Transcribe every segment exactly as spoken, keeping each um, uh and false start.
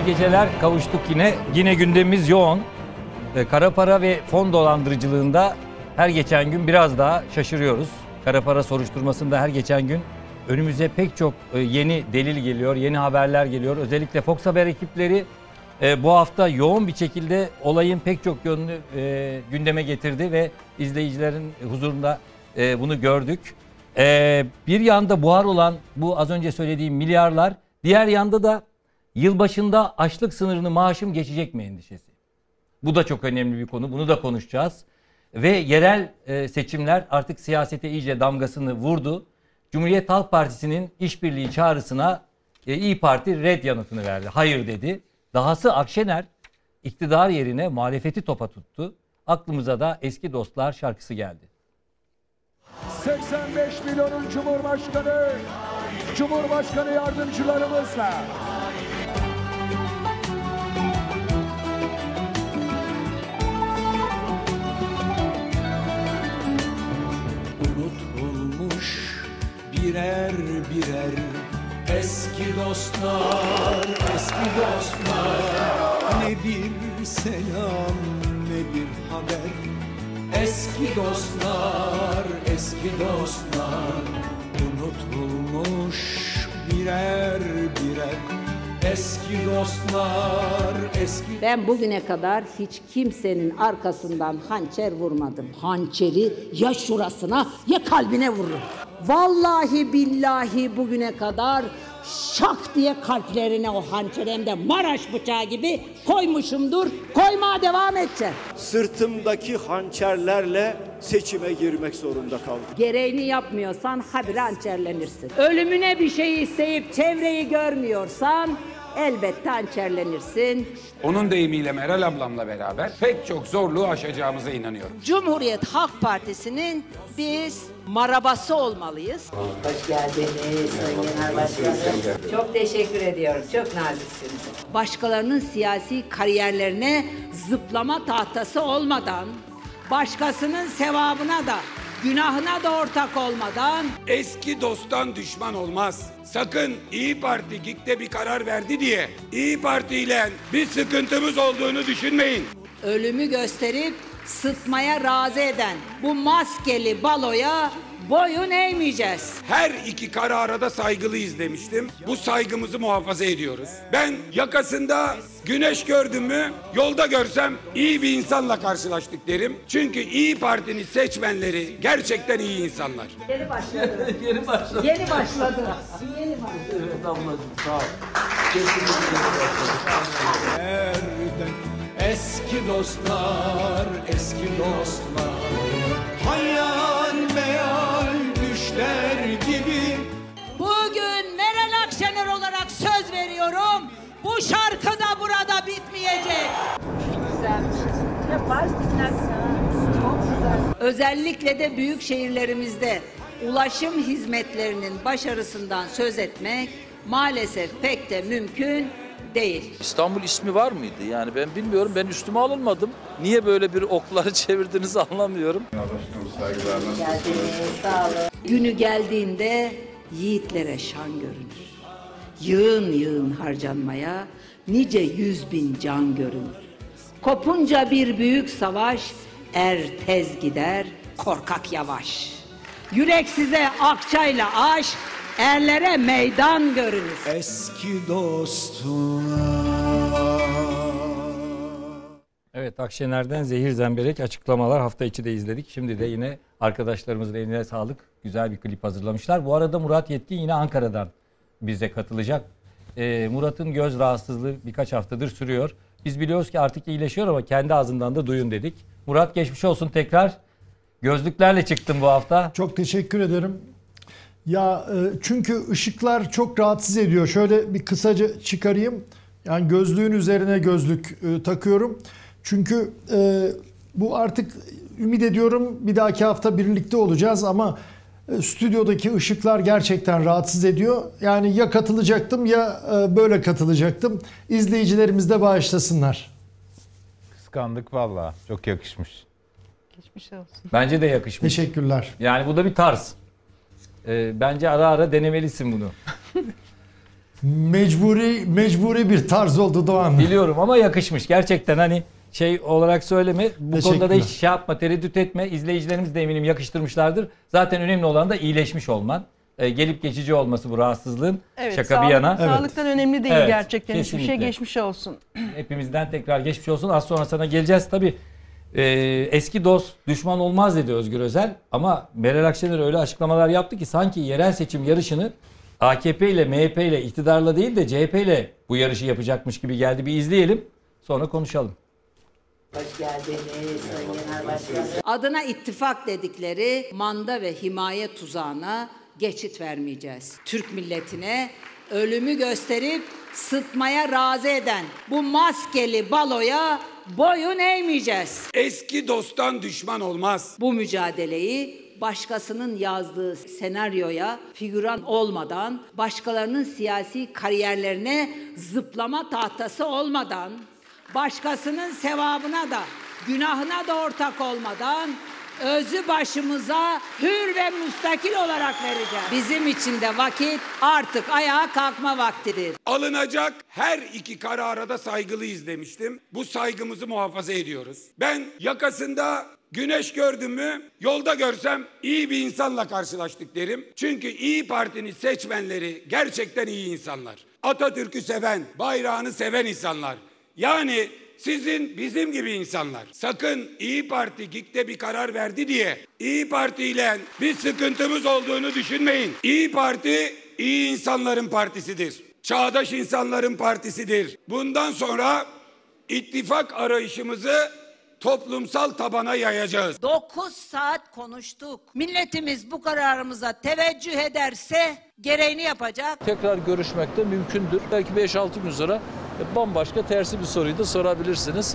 geceler, kavuştuk yine. Yine gündemimiz yoğun. Kara para ve fon dolandırıcılığında her geçen gün biraz daha şaşırıyoruz. Kara para soruşturmasında her geçen gün önümüze pek çok yeni delil geliyor, yeni haberler geliyor. Özellikle Fox Haber ekipleri bu hafta yoğun bir şekilde olayın pek çok yönünü gündeme getirdi ve izleyicilerin huzurunda bunu gördük. Bir yanda buhar olan bu az önce söylediğim milyarlar, diğer yanda da yılbaşında açlık sınırını maaşım geçecek mi endişesi. Bu da çok önemli bir konu. Bunu da konuşacağız. Ve yerel seçimler artık siyasete iyice damgasını vurdu. Cumhuriyet Halk Partisi'nin işbirliği çağrısına İYİ Parti red yanıtını verdi. Hayır dedi. Dahası Akşener iktidar yerine muhalefeti topa tuttu. Aklımıza da Eski Dostlar şarkısı geldi. seksen beş milyonun Cumhurbaşkanı, Cumhurbaşkanı yardımcılarımızla. Unutulmuş birer birer eski dostlar, eski dostlar. Ne bir selam ne bir haber. Eski dostlar, eski dostlar. Unutulmuş birer birer eski dostlar, eski... Ben bugüne kadar hiç kimsenin arkasından hançer vurmadım. Hançeri ya şurasına ya kalbine vururum. Vallahi billahi bugüne kadar şak diye kalplerine o hançeri hem de Maraş bıçağı gibi koymuşumdur. Koymaya devam edeceğim. Sırtımdaki hançerlerle seçime girmek zorunda kaldım. Gereğini yapmıyorsan habire hançerlenirsin. Ölümüne bir şey isteyip çevreyi görmüyorsan elbette hançerlenirsin. Onun deyimiyle Meral ablamla beraber pek çok zorluğu aşacağımıza inanıyorum. Cumhuriyet Halk Partisi'nin biz marabası olmalıyız. Hoş geldiniz Sayın Genel Başkanım. Çok teşekkür ediyoruz. Çok naziksiniz. Başkalarının siyasi kariyerlerine zıplama tahtası olmadan, başkasının sevabına da günahına da ortak olmadan... Eski dosttan düşman olmaz. Sakın İYİ Parti gikte bir karar verdi diye İYİ Parti ile bir sıkıntımız olduğunu düşünmeyin. Ölümü gösterip sıtmaya razı eden bu maskeli baloya boyun eğmeyeceğiz. Her iki karara da saygılıyız demiştim. Bu saygımızı muhafaza ediyoruz. Ben yakasında güneş gördüm mü, yolda görsem iyi bir insanla karşılaştık derim. Çünkü İYİ Parti'nin seçmenleri gerçekten iyi insanlar. Yeni başladı. Yeni başladı. Yeni başladı. Yeni başladı. Evet ablacığım sağ ol. Eski dostlar, eski dostlar. Hayal meyal düşler gibi. Bugün Meral Akşener olarak söz veriyorum. Bu şarkı da burada bitmeyecek. Özellikle de büyük şehirlerimizde ulaşım hizmetlerinin başarısından söz etmek maalesef pek de mümkün değil. İstanbul ismi var mıydı? Yani ben bilmiyorum. Ben üstüme alınmadım. Niye böyle bir okları çevirdiğinizi anlamıyorum. Geldiniz, sağ olun. Günü geldiğinde yiğitlere şan görünür. Yığın yığın harcanmaya nice yüz bin can görünür. Kopunca bir büyük savaş, er tez gider, korkak yavaş. Yürek size akçayla aş, erlere meydan görünür. Eski dostlar. Evet, Akşener'den zehir zemberek açıklamalar hafta içi de izledik. Şimdi de yine arkadaşlarımızın eline sağlık. Güzel bir klip hazırlamışlar. Bu arada Murat Yetkin yine Ankara'dan bize katılacak. Ee, Murat'ın göz rahatsızlığı birkaç haftadır sürüyor. Biz biliyoruz ki artık iyileşiyor ama kendi ağzından da duyun dedik. Murat geçmiş olsun tekrar. Gözlüklerle çıktın bu hafta. Çok teşekkür ederim. Ya çünkü ışıklar çok rahatsız ediyor. Şöyle bir kısaca çıkarayım. Yani gözlüğün üzerine gözlük takıyorum. Çünkü bu artık ümit ediyorum bir dahaki hafta birlikte olacağız ama stüdyodaki ışıklar gerçekten rahatsız ediyor. Yani ya katılacaktım ya böyle katılacaktım. İzleyicilerimiz de bağışlasınlar. Kıskandık valla. Çok yakışmış. Geçmiş olsun. Bence de yakışmış. Teşekkürler. Yani bu da bir tarz. Ee, bence ara ara denemelisin bunu. Mecburi mecburi bir tarz oldu Doğan. Biliyorum ama yakışmış. Gerçekten hani şey olarak söyleme. Bu konuda da hiç şey yapma, tereddüt etme. İzleyicilerimiz de eminim yakıştırmışlardır. Zaten önemli olan da iyileşmiş olman. Ee, gelip geçici olması bu rahatsızlığın. Evet, Şaka sağlık, bir yana. Sağlıktan evet. önemli değil evet, gerçekten. Kesinlikle. Hiçbir şey geçmiş olsun. Hepimizden tekrar geçmiş olsun. Az sonra sana geleceğiz. Tabii e, eski dost düşman olmaz dedi Özgür Özel. Ama Meral Akşener öyle açıklamalar yaptı ki sanki yerel seçim yarışını A K P ile M H P ile iktidarla değil de C H P ile bu yarışı yapacakmış gibi geldi. Bir izleyelim. Sonra konuşalım. Hoş geldiniz Sayın Genel Başkanım. Adına ittifak dedikleri manda ve himaye tuzağına geçit vermeyeceğiz. Türk milletine ölümü gösterip sıtmaya razı eden bu maskeli baloya boyun eğmeyeceğiz. Eski dosttan düşman olmaz. Bu mücadeleyi başkasının yazdığı senaryoya figüran olmadan, başkalarının siyasi kariyerlerine zıplama tahtası olmadan, başkasının sevabına da günahına da ortak olmadan özü başımıza hür ve müstakil olarak vereceğiz. Bizim için de vakit artık ayağa kalkma vaktidir. Alınacak her iki karara da saygılıyız demiştim. Bu saygımızı muhafaza ediyoruz. Ben yakasında güneş gördüm mü yolda görsem iyi bir insanla karşılaştık derim. Çünkü İyi Parti'nin seçmenleri gerçekten iyi insanlar. Atatürk'ü seven, bayrağını seven insanlar. Yani sizin bizim gibi insanlar. Sakın İyi Parti GİK'te bir karar verdi diye İyi Parti ile bir sıkıntımız olduğunu düşünmeyin. İyi Parti iyi insanların partisidir. Çağdaş insanların partisidir. Bundan sonra ittifak arayışımızı toplumsal tabana yayacağız. dokuz saat konuştuk. Milletimiz bu kararımıza teveccüh ederse gereğini yapacak. Tekrar görüşmek de mümkündür. Belki beş altı gün sonra bambaşka tersi bir soruyu da sorabilirsiniz.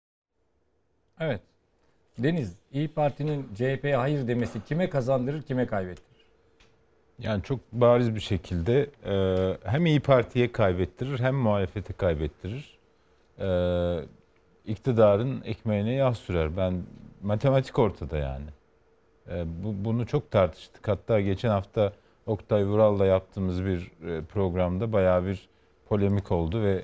Evet. Deniz, İyi Parti'nin C H P'ye hayır demesi kime kazandırır, kime kaybettirir? Yani çok bariz bir şekilde e, hem İyi Parti'ye kaybettirir hem muhalefete kaybettirir. E, iktidarın ekmeğine yağ sürer. Ben matematik ortada yani. E, bu, bunu çok tartıştık. Hatta geçen hafta Oktay Vural'la yaptığımız bir e, programda bayağı bir polemik oldu ve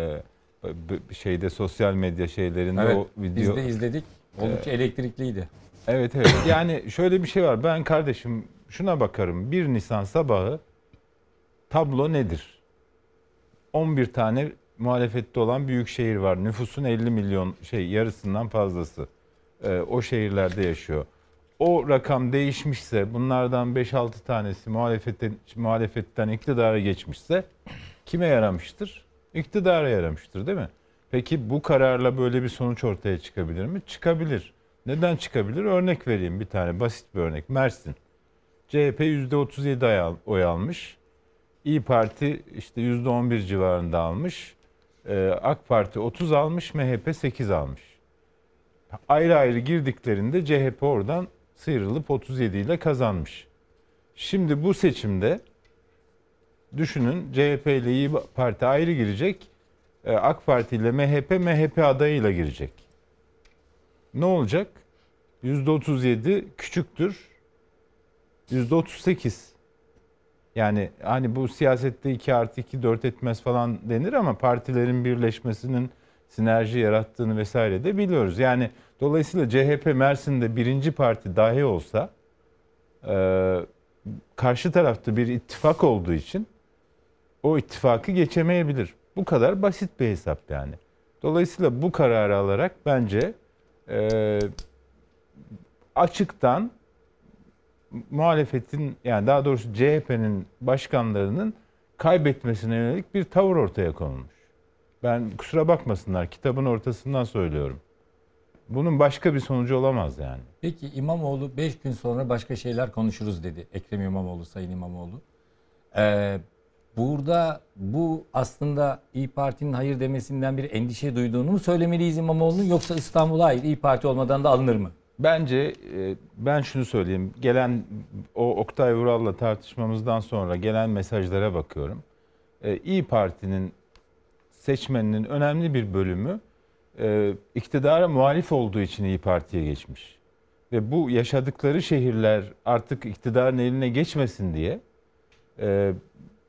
e, şeyde sosyal medya şeylerinde evet, o video... Biz de izledik. Oldukça e, elektrikliydi. Evet evet. Yani şöyle bir şey var. Ben kardeşim şuna bakarım. bir Nisan sabahı tablo nedir? on bir tane muhalefette olan büyük şehir var. Nüfusun elli milyon şey yarısından fazlası. E, o şehirlerde yaşıyor. O rakam değişmişse, bunlardan beş altı tanesi muhalefetten, muhalefetten iktidara geçmişse kime yaramıştır? İktidara yaramıştır değil mi? Peki bu kararla böyle bir sonuç ortaya çıkabilir mi? Çıkabilir. Neden çıkabilir? Örnek vereyim bir tane basit bir örnek. Mersin. C H P yüzde otuz yedi oy almış. İyi Parti işte yüzde on bir civarında almış. Ee, AK Parti otuz almış, M H P sekiz almış. Ayrı ayrı girdiklerinde C H P oradan sıyrılıp otuz yedi ile kazanmış. Şimdi bu seçimde düşünün C H P ile İyi Parti ayrı girecek. AK Parti ile M H P, M H P adayıyla girecek. Ne olacak? yüzde otuz yedi küçüktür. yüzde otuz sekiz. Yani hani bu siyasette iki artı iki dört etmez falan denir ama partilerin birleşmesinin sinerji yarattığını vesaire de biliyoruz. Yani dolayısıyla C H P Mersin'de birinci parti dahi olsa e, karşı tarafta bir ittifak olduğu için o ittifakı geçemeyebilir. Bu kadar basit bir hesap yani. Dolayısıyla bu kararı alarak bence e, açıktan muhalefetin yani daha doğrusu C H P'nin başkanlarının kaybetmesine yönelik bir tavır ortaya konulmuş. Ben kusura bakmasınlar kitabın ortasından söylüyorum. Bunun başka bir sonucu olamaz yani. Peki İmamoğlu beş gün sonra başka şeyler konuşuruz dedi. Ekrem İmamoğlu, Sayın İmamoğlu. Ee, burada bu aslında İyi Parti'nin hayır demesinden bir endişe duyduğunu mu söylemeliyiz İmamoğlu'nun yoksa İstanbul'a hayır İyi Parti olmadan da alınır mı? Bence ben şunu söyleyeyim. Gelen o Oktay Vural'la tartışmamızdan sonra gelen mesajlara bakıyorum. İyi Parti'nin seçmeninin önemli bir bölümü iktidara muhalif olduğu için İyi Parti'ye geçmiş. Ve bu yaşadıkları şehirler artık iktidarın eline geçmesin diye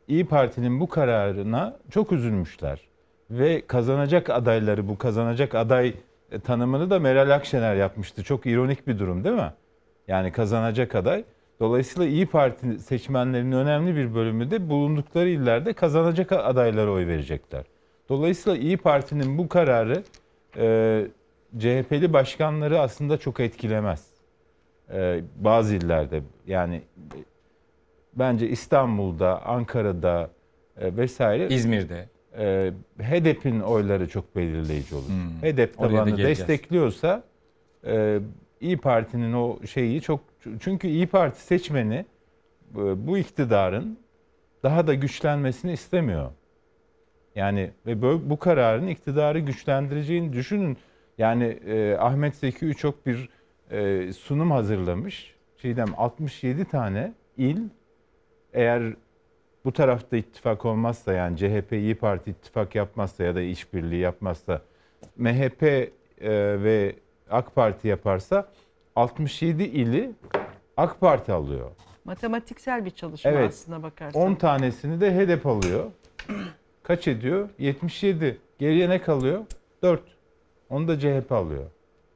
İyi Parti'nin bu kararına çok üzülmüşler. Ve kazanacak adayları, bu kazanacak aday tanımını da Meral Akşener yapmıştı. Çok ironik bir durum değil mi? Yani kazanacak aday. Dolayısıyla İyi Parti seçmenlerinin önemli bir bölümü de bulundukları illerde kazanacak adaylara oy verecekler. Dolayısıyla İyi Parti'nin bu kararı e, C H P'li başkanları aslında çok etkilemez. E, bazı illerde yani bence İstanbul'da, Ankara'da e, vesaire. İzmir'de. E, H D P'nin oyları çok belirleyici olur. Hmm. H D P Oraya tabanı destekliyorsa e, İyi Parti'nin o şeyi çok... Çünkü İyi Parti seçmeni bu iktidarın daha da güçlenmesini istemiyor. Yani ve böyle, bu kararın iktidarı güçlendireceğini düşünün. Yani e, Ahmet Zeki Üçok bir e, sunum hazırlamış. Çiğdem altmış yedi tane il eğer bu tarafta ittifak olmazsa yani C H P İyi Parti ittifak yapmazsa ya da işbirliği yapmazsa M H P e, ve AK Parti yaparsa altmış yedi ili AK Parti alıyor. Matematiksel bir çalışma evet, aslına bakarsan. on tanesini de H D P alıyor. Kaç ediyor? yetmiş yedi. Geriye ne kalıyor? dört. Onu da C H P alıyor.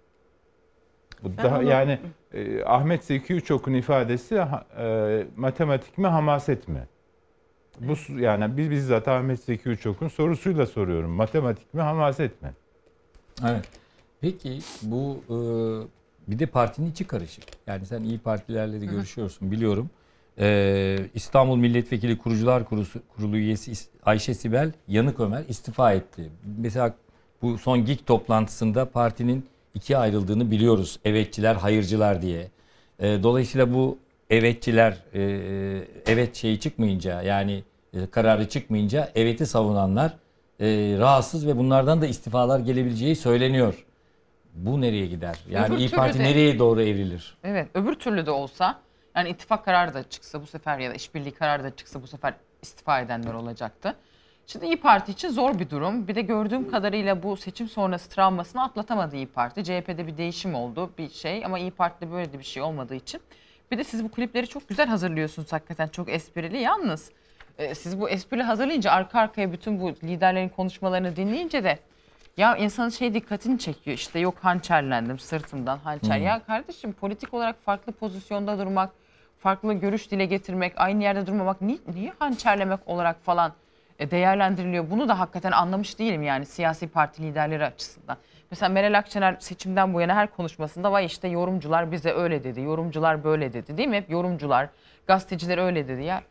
Bu Ben daha onu... yani e, Ahmet Zeki Üçok'un ifadesi e, matematik mi, hamaset mi? Bu yani biz bizzat Ahmet Zeki Üçok'un sorusuyla soruyorum. Matematik mi, hamaset mi? Evet. Peki bu e, bir de partinin içi karışık. Yani sen İyi Partilerle de görüşüyorsun biliyorum. Ee, İstanbul Milletvekili Kurucular Kurulu, Kurulu üyesi Ayşe Sibel Yanıkömer istifa etti. Mesela bu son G İ K toplantısında partinin ikiye ayrıldığını biliyoruz. Evetçiler, hayırcılar diye. Ee, dolayısıyla bu evetçiler e, evet şeyi çıkmayınca yani e, kararı çıkmayınca eveti savunanlar e, rahatsız ve bunlardan da istifalar gelebileceği söyleniyor. Bu nereye gider? Yani Öbür İyi Parti de, nereye doğru evrilir? Evet, öbür türlü de olsa yani ittifak kararı da çıksa bu sefer ya da işbirliği kararı da çıksa bu sefer istifa edenler olacaktı. Şimdi İyi Parti için zor bir durum. Bir de gördüğüm kadarıyla bu seçim sonrası travmasını atlatamadı İyi Parti. C H P'de bir değişim oldu bir şey ama İyi Parti'de böyle de bir şey olmadığı için. Bir de siz bu klipleri çok güzel hazırlıyorsunuz hakikaten çok esprili. Yalnız e, siz bu esprili hazırlayınca arka arkaya bütün bu liderlerin konuşmalarını dinleyince de ya insanın şey dikkatini çekiyor işte yok hançerlendim sırtımdan hançer. Hmm. Ya kardeşim politik olarak farklı pozisyonda durmak, farklı görüş dile getirmek, aynı yerde durmamak niye, niye hançerlemek olarak falan değerlendiriliyor? Bunu da hakikaten anlamış değilim yani siyasi parti liderleri açısından. Mesela Meral Akşener seçimden bu yana her konuşmasında vay işte yorumcular bize öyle dedi, yorumcular böyle dedi değil mi? Hep yorumcular, gazeteciler öyle dedi ya.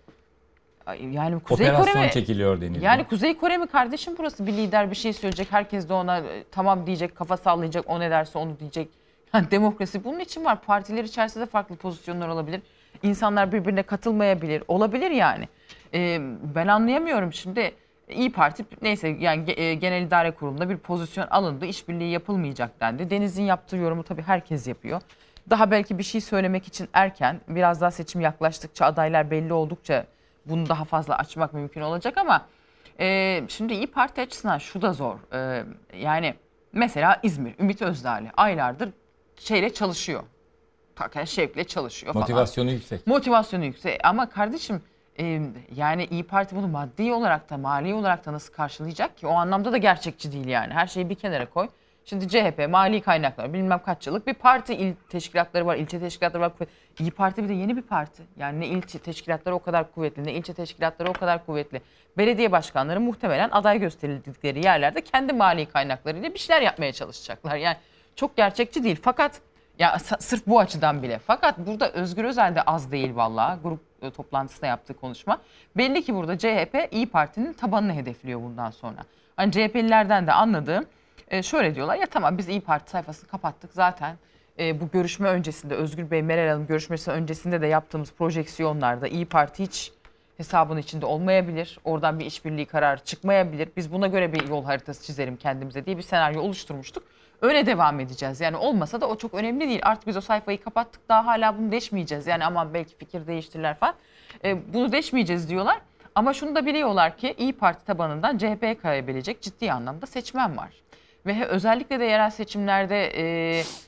Yani Kuzey Operasyon Kore mi? çekiliyor deniliyor. Yani Kuzey Kore mi kardeşim burası? Bir lider bir şey söyleyecek, herkes de ona tamam diyecek, kafa sallayacak, o ne derse onu diyecek. Yani demokrasi bunun için var. Partiler içerisinde farklı pozisyonlar olabilir. İnsanlar birbirine katılmayabilir. Olabilir yani. Ee, ben anlayamıyorum şimdi. İyi Parti neyse yani Genel İdare Kurulu'nda bir pozisyon alındı. İşbirliği yapılmayacak dendi. Deniz'in yaptığı yorumu tabii herkes yapıyor. Daha belki bir şey söylemek için erken. Biraz daha seçim yaklaştıkça, adaylar belli oldukça bunu daha fazla açmak mümkün olacak ama e, şimdi İyi Parti açısından şu da zor. E, yani mesela İzmir, Ümit Özdağ'la aylardır şeyle çalışıyor. Hakikaten şevkle çalışıyor falan. Motivasyonu yüksek. Motivasyonu yüksek ama kardeşim e, yani İyi Parti bunu maddi olarak da mali olarak da nasıl karşılayacak ki? O anlamda da gerçekçi değil yani. Her şeyi bir kenara koy. Şimdi C H P, mali kaynaklar bilmem kaç yıllık bir parti, il teşkilatları var, ilçe teşkilatları var. İyi Parti bir de yeni bir parti. Yani ne ilçe teşkilatları o kadar kuvvetli, ne ilçe teşkilatları o kadar kuvvetli. Belediye başkanları muhtemelen aday gösterildikleri yerlerde kendi mali kaynaklarıyla bir şeyler yapmaya çalışacaklar. Yani çok gerçekçi değil. Fakat ya sırf bu açıdan bile. Fakat burada Özgür Özel de az değil vallahi. Grup e, toplantısında yaptığı konuşma. Belli ki burada C H P İyi Parti'nin tabanını hedefliyor bundan sonra. Hani C H P'lilerden de anladığım e, şöyle diyorlar ya tamam biz İyi Parti sayfasını kapattık zaten. E, bu görüşme öncesinde Özgür Bey, Meral Hanım görüşmesi öncesinde de yaptığımız projeksiyonlarda İyi Parti hiç hesabın içinde olmayabilir. Oradan bir işbirliği kararı çıkmayabilir. Biz buna göre bir yol haritası çizelim kendimize diye bir senaryo oluşturmuştuk. Öyle devam edeceğiz. Yani olmasa da o çok önemli değil. Artık biz o sayfayı kapattık daha hala bunu deşmeyeceğiz. Yani aman belki fikir değiştirirler falan. E, bunu deşmeyeceğiz diyorlar. Ama şunu da biliyorlar ki İyi Parti tabanından C H P'ye kayabilecek ciddi anlamda seçmen var. Ve özellikle de yerel seçimlerde e,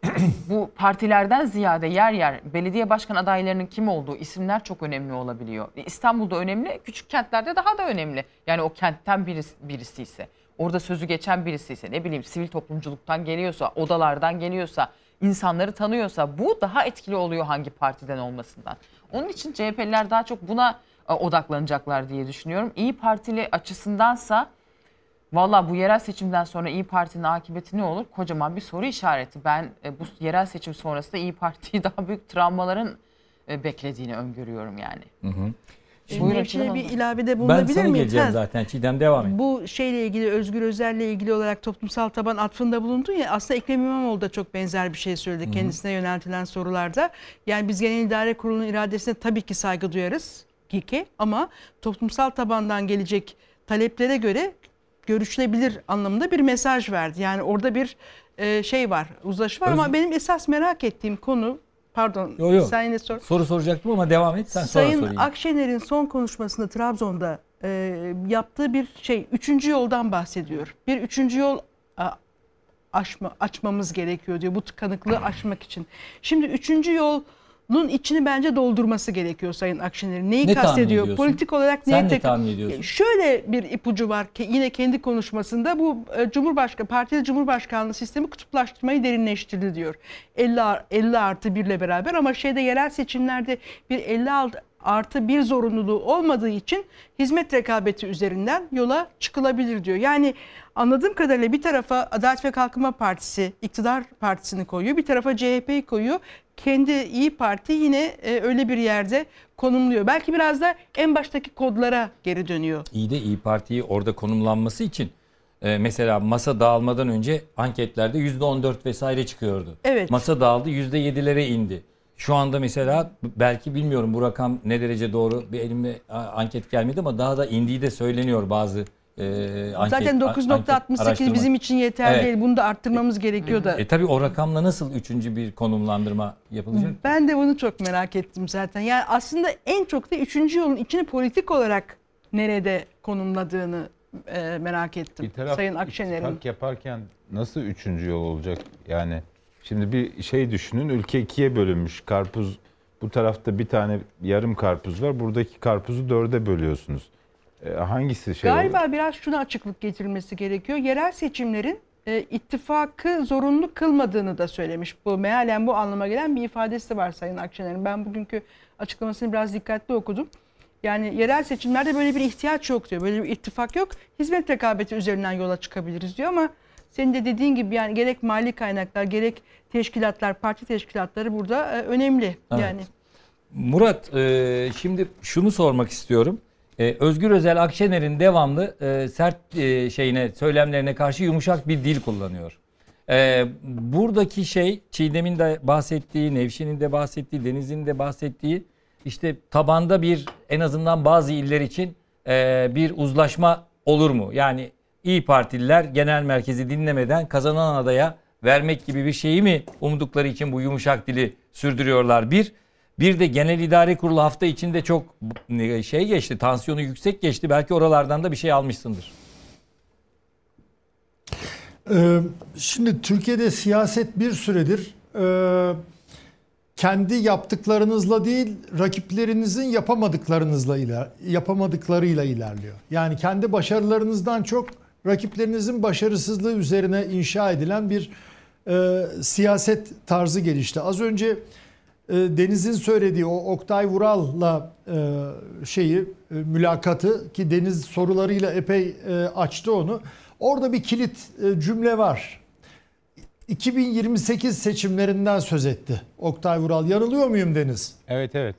bu partilerden ziyade yer yer belediye başkan adaylarının kim olduğu isimler çok önemli olabiliyor. İstanbul'da önemli, küçük kentlerde daha da önemli. Yani o kentten birisi, birisi ise, orada sözü geçen birisi ise, ne bileyim sivil toplumculuktan geliyorsa, odalardan geliyorsa, insanları tanıyorsa bu daha etkili oluyor hangi partiden olmasından. Onun için C H P'liler daha çok buna e, odaklanacaklar diye düşünüyorum. İyi Partili açısındansa valla bu yerel seçimden sonra İyi Parti'nin akıbeti ne olur? Kocaman bir soru işareti. Ben e, bu yerel seçim sonrasında İyi Parti'yi daha büyük travmaların e, beklediğini öngörüyorum yani. Hı hı. Şimdi Nevşin'e bir ilavede Ben bulunabilir sana miyim? geleceğim Ha, zaten. Çiğdem devam et. Bu şeyle ilgili, Özgür Özel'le ilgili olarak toplumsal taban atfında bulundun ya, aslında Ekrem İmamoğlu da çok benzer bir şey söyledi Hı-hı. kendisine yöneltilen sorularda. Yani biz Genel İdare Kurulu'nun iradesine tabii ki saygı duyarız ki, ama toplumsal tabandan gelecek taleplere göre görüşülebilir anlamında bir mesaj verdi. Yani orada bir e, şey var, uzlaşı var. Özgür... ama benim esas merak ettiğim konu, pardon yo, yo. sen yine sor. Soru soracaktım ama devam et, sen Sayın sonra sorayım. Akşener'in son konuşmasında Trabzon'da e, yaptığı bir şey, üçüncü yoldan bahsediyor. Bir üçüncü yol a, aşma, açmamız gerekiyor diyor bu tıkanıklığı aşmak için. Şimdi üçüncü yolun içini bence doldurması gerekiyor Sayın Akşener'in. Neyi ne kastediyor? Politik olarak neye Sen tek... ne tahmin ediyorsun? Şöyle bir ipucu var ki yine kendi konuşmasında, bu e, Cumhurbaşkanı Partili Cumhurbaşkanlığı sistemi kutuplaştırmayı derinleştirdi diyor. elli artı bir ile beraber, ama şeyde yerel seçimlerde bir elli artı bir zorunluluğu olmadığı için hizmet rekabeti üzerinden yola çıkılabilir diyor. Yani anladığım kadarıyla bir tarafa Adalet ve Kalkınma Partisi, iktidar partisini koyuyor, bir tarafa C H P'yi koyuyor. Kendi İyi Parti yine e, öyle bir yerde konumluyor. Belki biraz da en baştaki kodlara geri dönüyor. İyi de İyi Parti'yi orada konumlanması için e, mesela masa dağılmadan önce anketlerde yüzde on dört vesaire çıkıyordu. Evet. Masa dağıldı, yüzde yedilere indi. Şu anda mesela belki bilmiyorum bu rakam ne derece doğru, bir elimde anket gelmedi ama daha da indiği de söyleniyor bazı e, anket. Zaten dokuz nokta altmış sekiz bizim için yeterli evet. değil. Bunu da arttırmamız gerekiyor da. E tabii o rakamla nasıl üçüncü bir konumlandırma yapılacak? Ben de bunu çok merak ettim zaten. Yani aslında en çok da üçüncü yolun içini politik olarak nerede konumladığını e, merak ettim. Sayın Akşener'in. İttifak yaparken nasıl üçüncü yol olacak? Yani şimdi bir şey düşünün, ülke ikiye bölünmüş. Karpuz, bu tarafta bir tane yarım karpuz var. Buradaki karpuzu dörde bölüyorsunuz. E, hangisi şey Galiba olur? biraz şuna açıklık getirilmesi gerekiyor. Yerel seçimlerin e, ittifakı zorunlu kılmadığını da söylemiş. Bu mealen bu anlama gelen bir ifadesi var Sayın Akşener'in. Ben bugünkü açıklamasını biraz dikkatli okudum. Yani yerel seçimlerde böyle bir ihtiyaç yok diyor. Böyle bir ittifak yok. Hizmet rekabeti üzerinden yola çıkabiliriz diyor, ama senin de dediğin gibi yani gerek mali kaynaklar, gerek teşkilatlar, parti teşkilatları burada e, önemli. Evet. Yani Murat, e, şimdi şunu sormak istiyorum. E, Özgür Özel Akşener'in devamlı e, sert e, şeyine, söylemlerine karşı yumuşak bir dil kullanıyor. E, buradaki şey, Çiğdem'in de bahsettiği, Nevşin'in de bahsettiği, Deniz'in de bahsettiği, işte tabanda bir, en azından bazı iller için e, bir uzlaşma olur mu? Yani İyi Partililer genel merkezi dinlemeden kazanan adaya vermek gibi bir şeyi mi umdukları için bu yumuşak dili sürdürüyorlar? Bir, bir de Genel İdare Kurulu hafta içinde çok şey geçti, tansiyonu yüksek geçti. Belki oralardan da bir şey almışsındır. Ee, şimdi Türkiye'de siyaset bir süredir e, kendi yaptıklarınızla değil, rakiplerinizin yapamadıklarınızla iler, yapamadıklarıyla ilerliyor. Yani kendi başarılarınızdan çok rakiplerinizin başarısızlığı üzerine inşa edilen bir e, siyaset tarzı gelişti. Az önce e, Deniz'in söylediği o Oktay Vural'la e, şeyi e, mülakatı, ki Deniz sorularıyla epey e, açtı onu. Orada bir kilit e, cümle var. iki bin yirmi sekiz seçimlerinden söz etti Oktay Vural. Yanılıyor muyum Deniz? Evet, evet.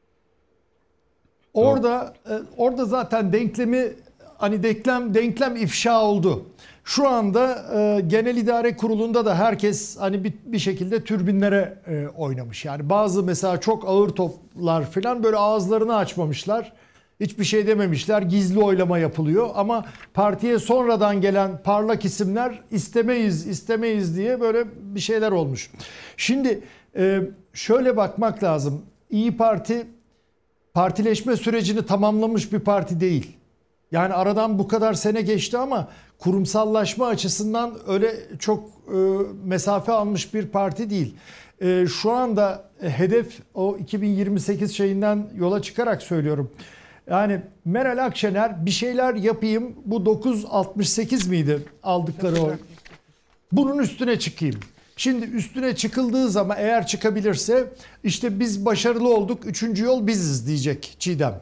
Orada e, orada zaten denklemi, hani denklem denklem ifşa oldu. Şu anda e, Genel İdare Kurulu'nda da herkes hani bir, bir şekilde türbinlere e, oynamış. Yani bazı mesela çok ağır toplar falan böyle ağızlarını açmamışlar. Hiçbir şey dememişler. Gizli oylama yapılıyor ama partiye sonradan gelen parlak isimler istemeyiz, istemeyiz diye böyle bir şeyler olmuş. Şimdi e, şöyle bakmak lazım. İyi Parti partileşme sürecini tamamlamış bir parti değil. Yani aradan bu kadar sene geçti ama kurumsallaşma açısından öyle çok e, mesafe almış bir parti değil. E, şu anda hedef o iki bin yirmi sekiz şeyinden yola çıkarak söylüyorum. Yani Meral Akşener bir şeyler yapayım, bu dokuz altmış sekiz miydi aldıkları oy? Bunun üstüne çıkayım. Şimdi üstüne çıkıldığı zaman eğer çıkabilirse işte biz başarılı olduk, üçüncü yol biziz diyecek Çiğdem.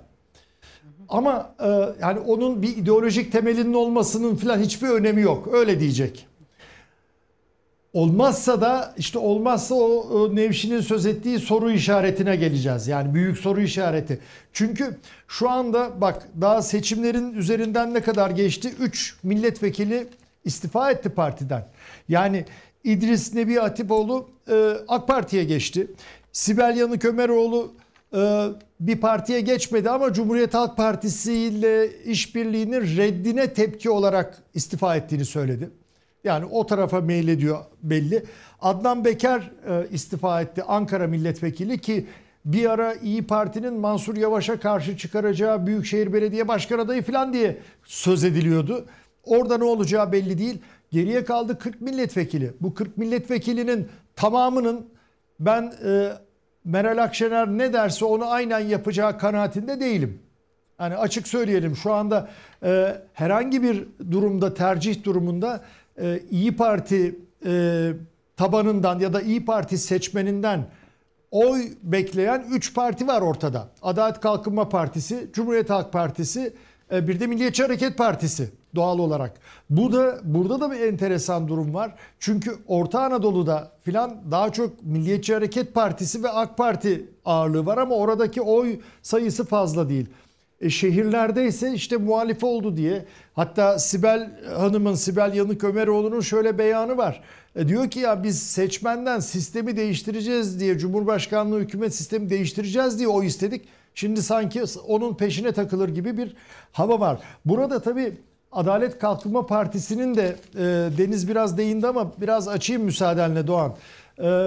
Ama e, yani onun bir ideolojik temelinin olmasının falan hiçbir önemi yok. Öyle diyecek. Olmazsa da işte olmazsa o, o Nevşin'in söz ettiği soru işaretine geleceğiz. Yani büyük soru işareti. Çünkü şu anda bak daha seçimlerin üzerinden ne kadar geçti? üç milletvekili istifa etti partiden. Yani İdris Nebi Hatipoğlu e, AK Parti'ye geçti. Sibel Yanık Ömeroğlu e, bir partiye geçmedi ama Cumhuriyet Halk Partisi ile işbirliğinin reddine tepki olarak istifa ettiğini söyledi. Yani o tarafa meylediyor belli. Adnan Beker e, istifa etti, Ankara milletvekili, ki bir ara İyi Parti'nin Mansur Yavaş'a karşı çıkaracağı Büyükşehir Belediye Başkan adayı falan diye söz ediliyordu. Orada ne olacağı belli değil. Geriye kaldı kırk milletvekili. Bu kırk milletvekilinin tamamının ben e, Meral Akşener ne derse onu aynen yapacağı kanaatinde değilim. Yani açık söyleyelim, şu anda e, herhangi bir durumda, tercih durumunda e, İyi Parti e, tabanından ya da İyi Parti seçmeninden oy bekleyen üç parti var ortada. Adalet Kalkınma Partisi, Cumhuriyet Halk Partisi, e, bir de Milliyetçi Hareket Partisi doğal olarak. Bu da burada da bir enteresan durum var. Çünkü Orta Anadolu'da filan daha çok Milliyetçi Hareket Partisi ve AK Parti ağırlığı var ama oradaki oy sayısı fazla değil. E, şehirlerde ise işte muhalif oldu diye, hatta Sibel Hanım'ın, Sibel Yanık Ömeroğlu'nun şöyle beyanı var. E, diyor ki ya biz seçmenden sistemi değiştireceğiz diye, Cumhurbaşkanlığı hükümet sistemi değiştireceğiz diye oy istedik. Şimdi sanki onun peşine takılır gibi bir hava var. Burada tabii Adalet Kalkınma Partisi'nin de e, Deniz biraz değindi ama biraz açayım müsaadenle Doğan. E,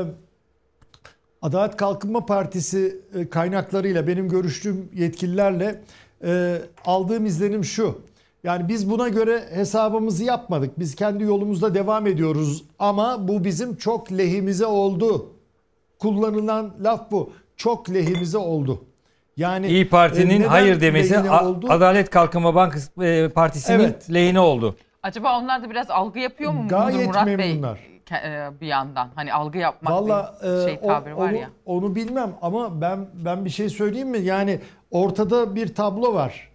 Adalet Kalkınma Partisi e, kaynaklarıyla, benim görüştüğüm yetkililerle e, aldığım izlenim şu. Yani biz buna göre hesabımızı yapmadık. Biz kendi yolumuzda devam ediyoruz ama bu bizim çok lehimize oldu. Kullanılan laf bu. Çok lehimize oldu. Yani İyi Parti'nin e, hayır demesi oldu? Adalet Kalkınma Bankası Partisi'nin Evet. lehine oldu. Acaba onlar da biraz algı yapıyor mu Gayet Murat memnunlar. Bey e, bir yandan? Hani algı yapmak Vallahi, bir şey e, o- tabiri var onu, ya. Onu bilmem ama ben ben bir şey söyleyeyim mi? Yani ortada bir tablo var.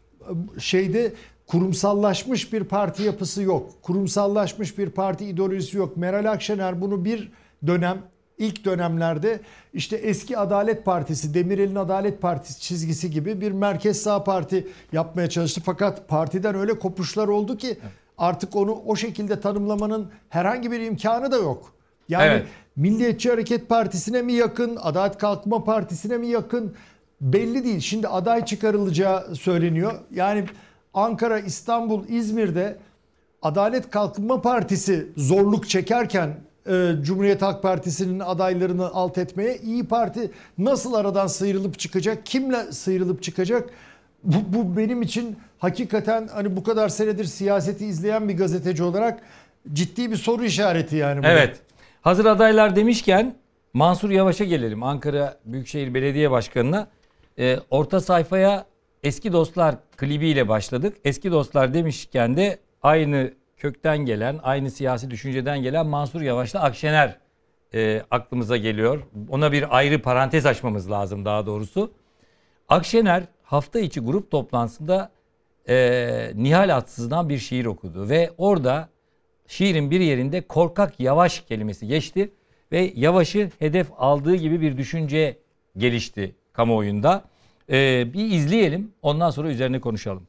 Şeyde kurumsallaşmış bir parti yapısı yok. Kurumsallaşmış bir parti ideolojisi yok. Meral Akşener bunu bir dönem, ilk dönemlerde işte eski Adalet Partisi, Demirel'in Adalet Partisi çizgisi gibi bir merkez sağ parti yapmaya çalıştı. Fakat partiden öyle kopuşlar oldu ki artık onu o şekilde tanımlamanın herhangi bir imkanı da yok. Yani Evet. Milliyetçi Hareket Partisi'ne mi yakın, Adalet Kalkınma Partisi'ne mi yakın belli değil. Şimdi aday çıkarılacağı söyleniyor. Yani Ankara, İstanbul, İzmir'de Adalet Kalkınma Partisi zorluk çekerken e, Cumhuriyet Halk Partisi'nin adaylarını alt etmeye, İyi Parti nasıl aradan sıyrılıp çıkacak, kimle sıyrılıp çıkacak? Bu, bu benim için hakikaten hani bu kadar senedir siyaseti izleyen bir gazeteci olarak ciddi bir soru işareti yani. Bu. Evet. Hazır adaylar demişken Mansur Yavaş'a gelelim. Ankara Büyükşehir Belediye Başkanı'na. Ee, orta sayfaya Eski Dostlar klibiyle başladık. Eski Dostlar demişken de aynı kökten gelen, aynı siyasi düşünceden gelen Mansur Yavaş'la Akşener e, aklımıza geliyor. Ona bir ayrı parantez açmamız lazım daha doğrusu. Akşener hafta içi grup toplantısında e, Nihal Atsız'dan bir şiir okudu ve orada şiirin bir yerinde korkak Yavaş kelimesi geçti ve Yavaş'ı hedef aldığı gibi bir düşünce gelişti kamuoyunda. Ee, bir izleyelim, ondan sonra üzerine konuşalım.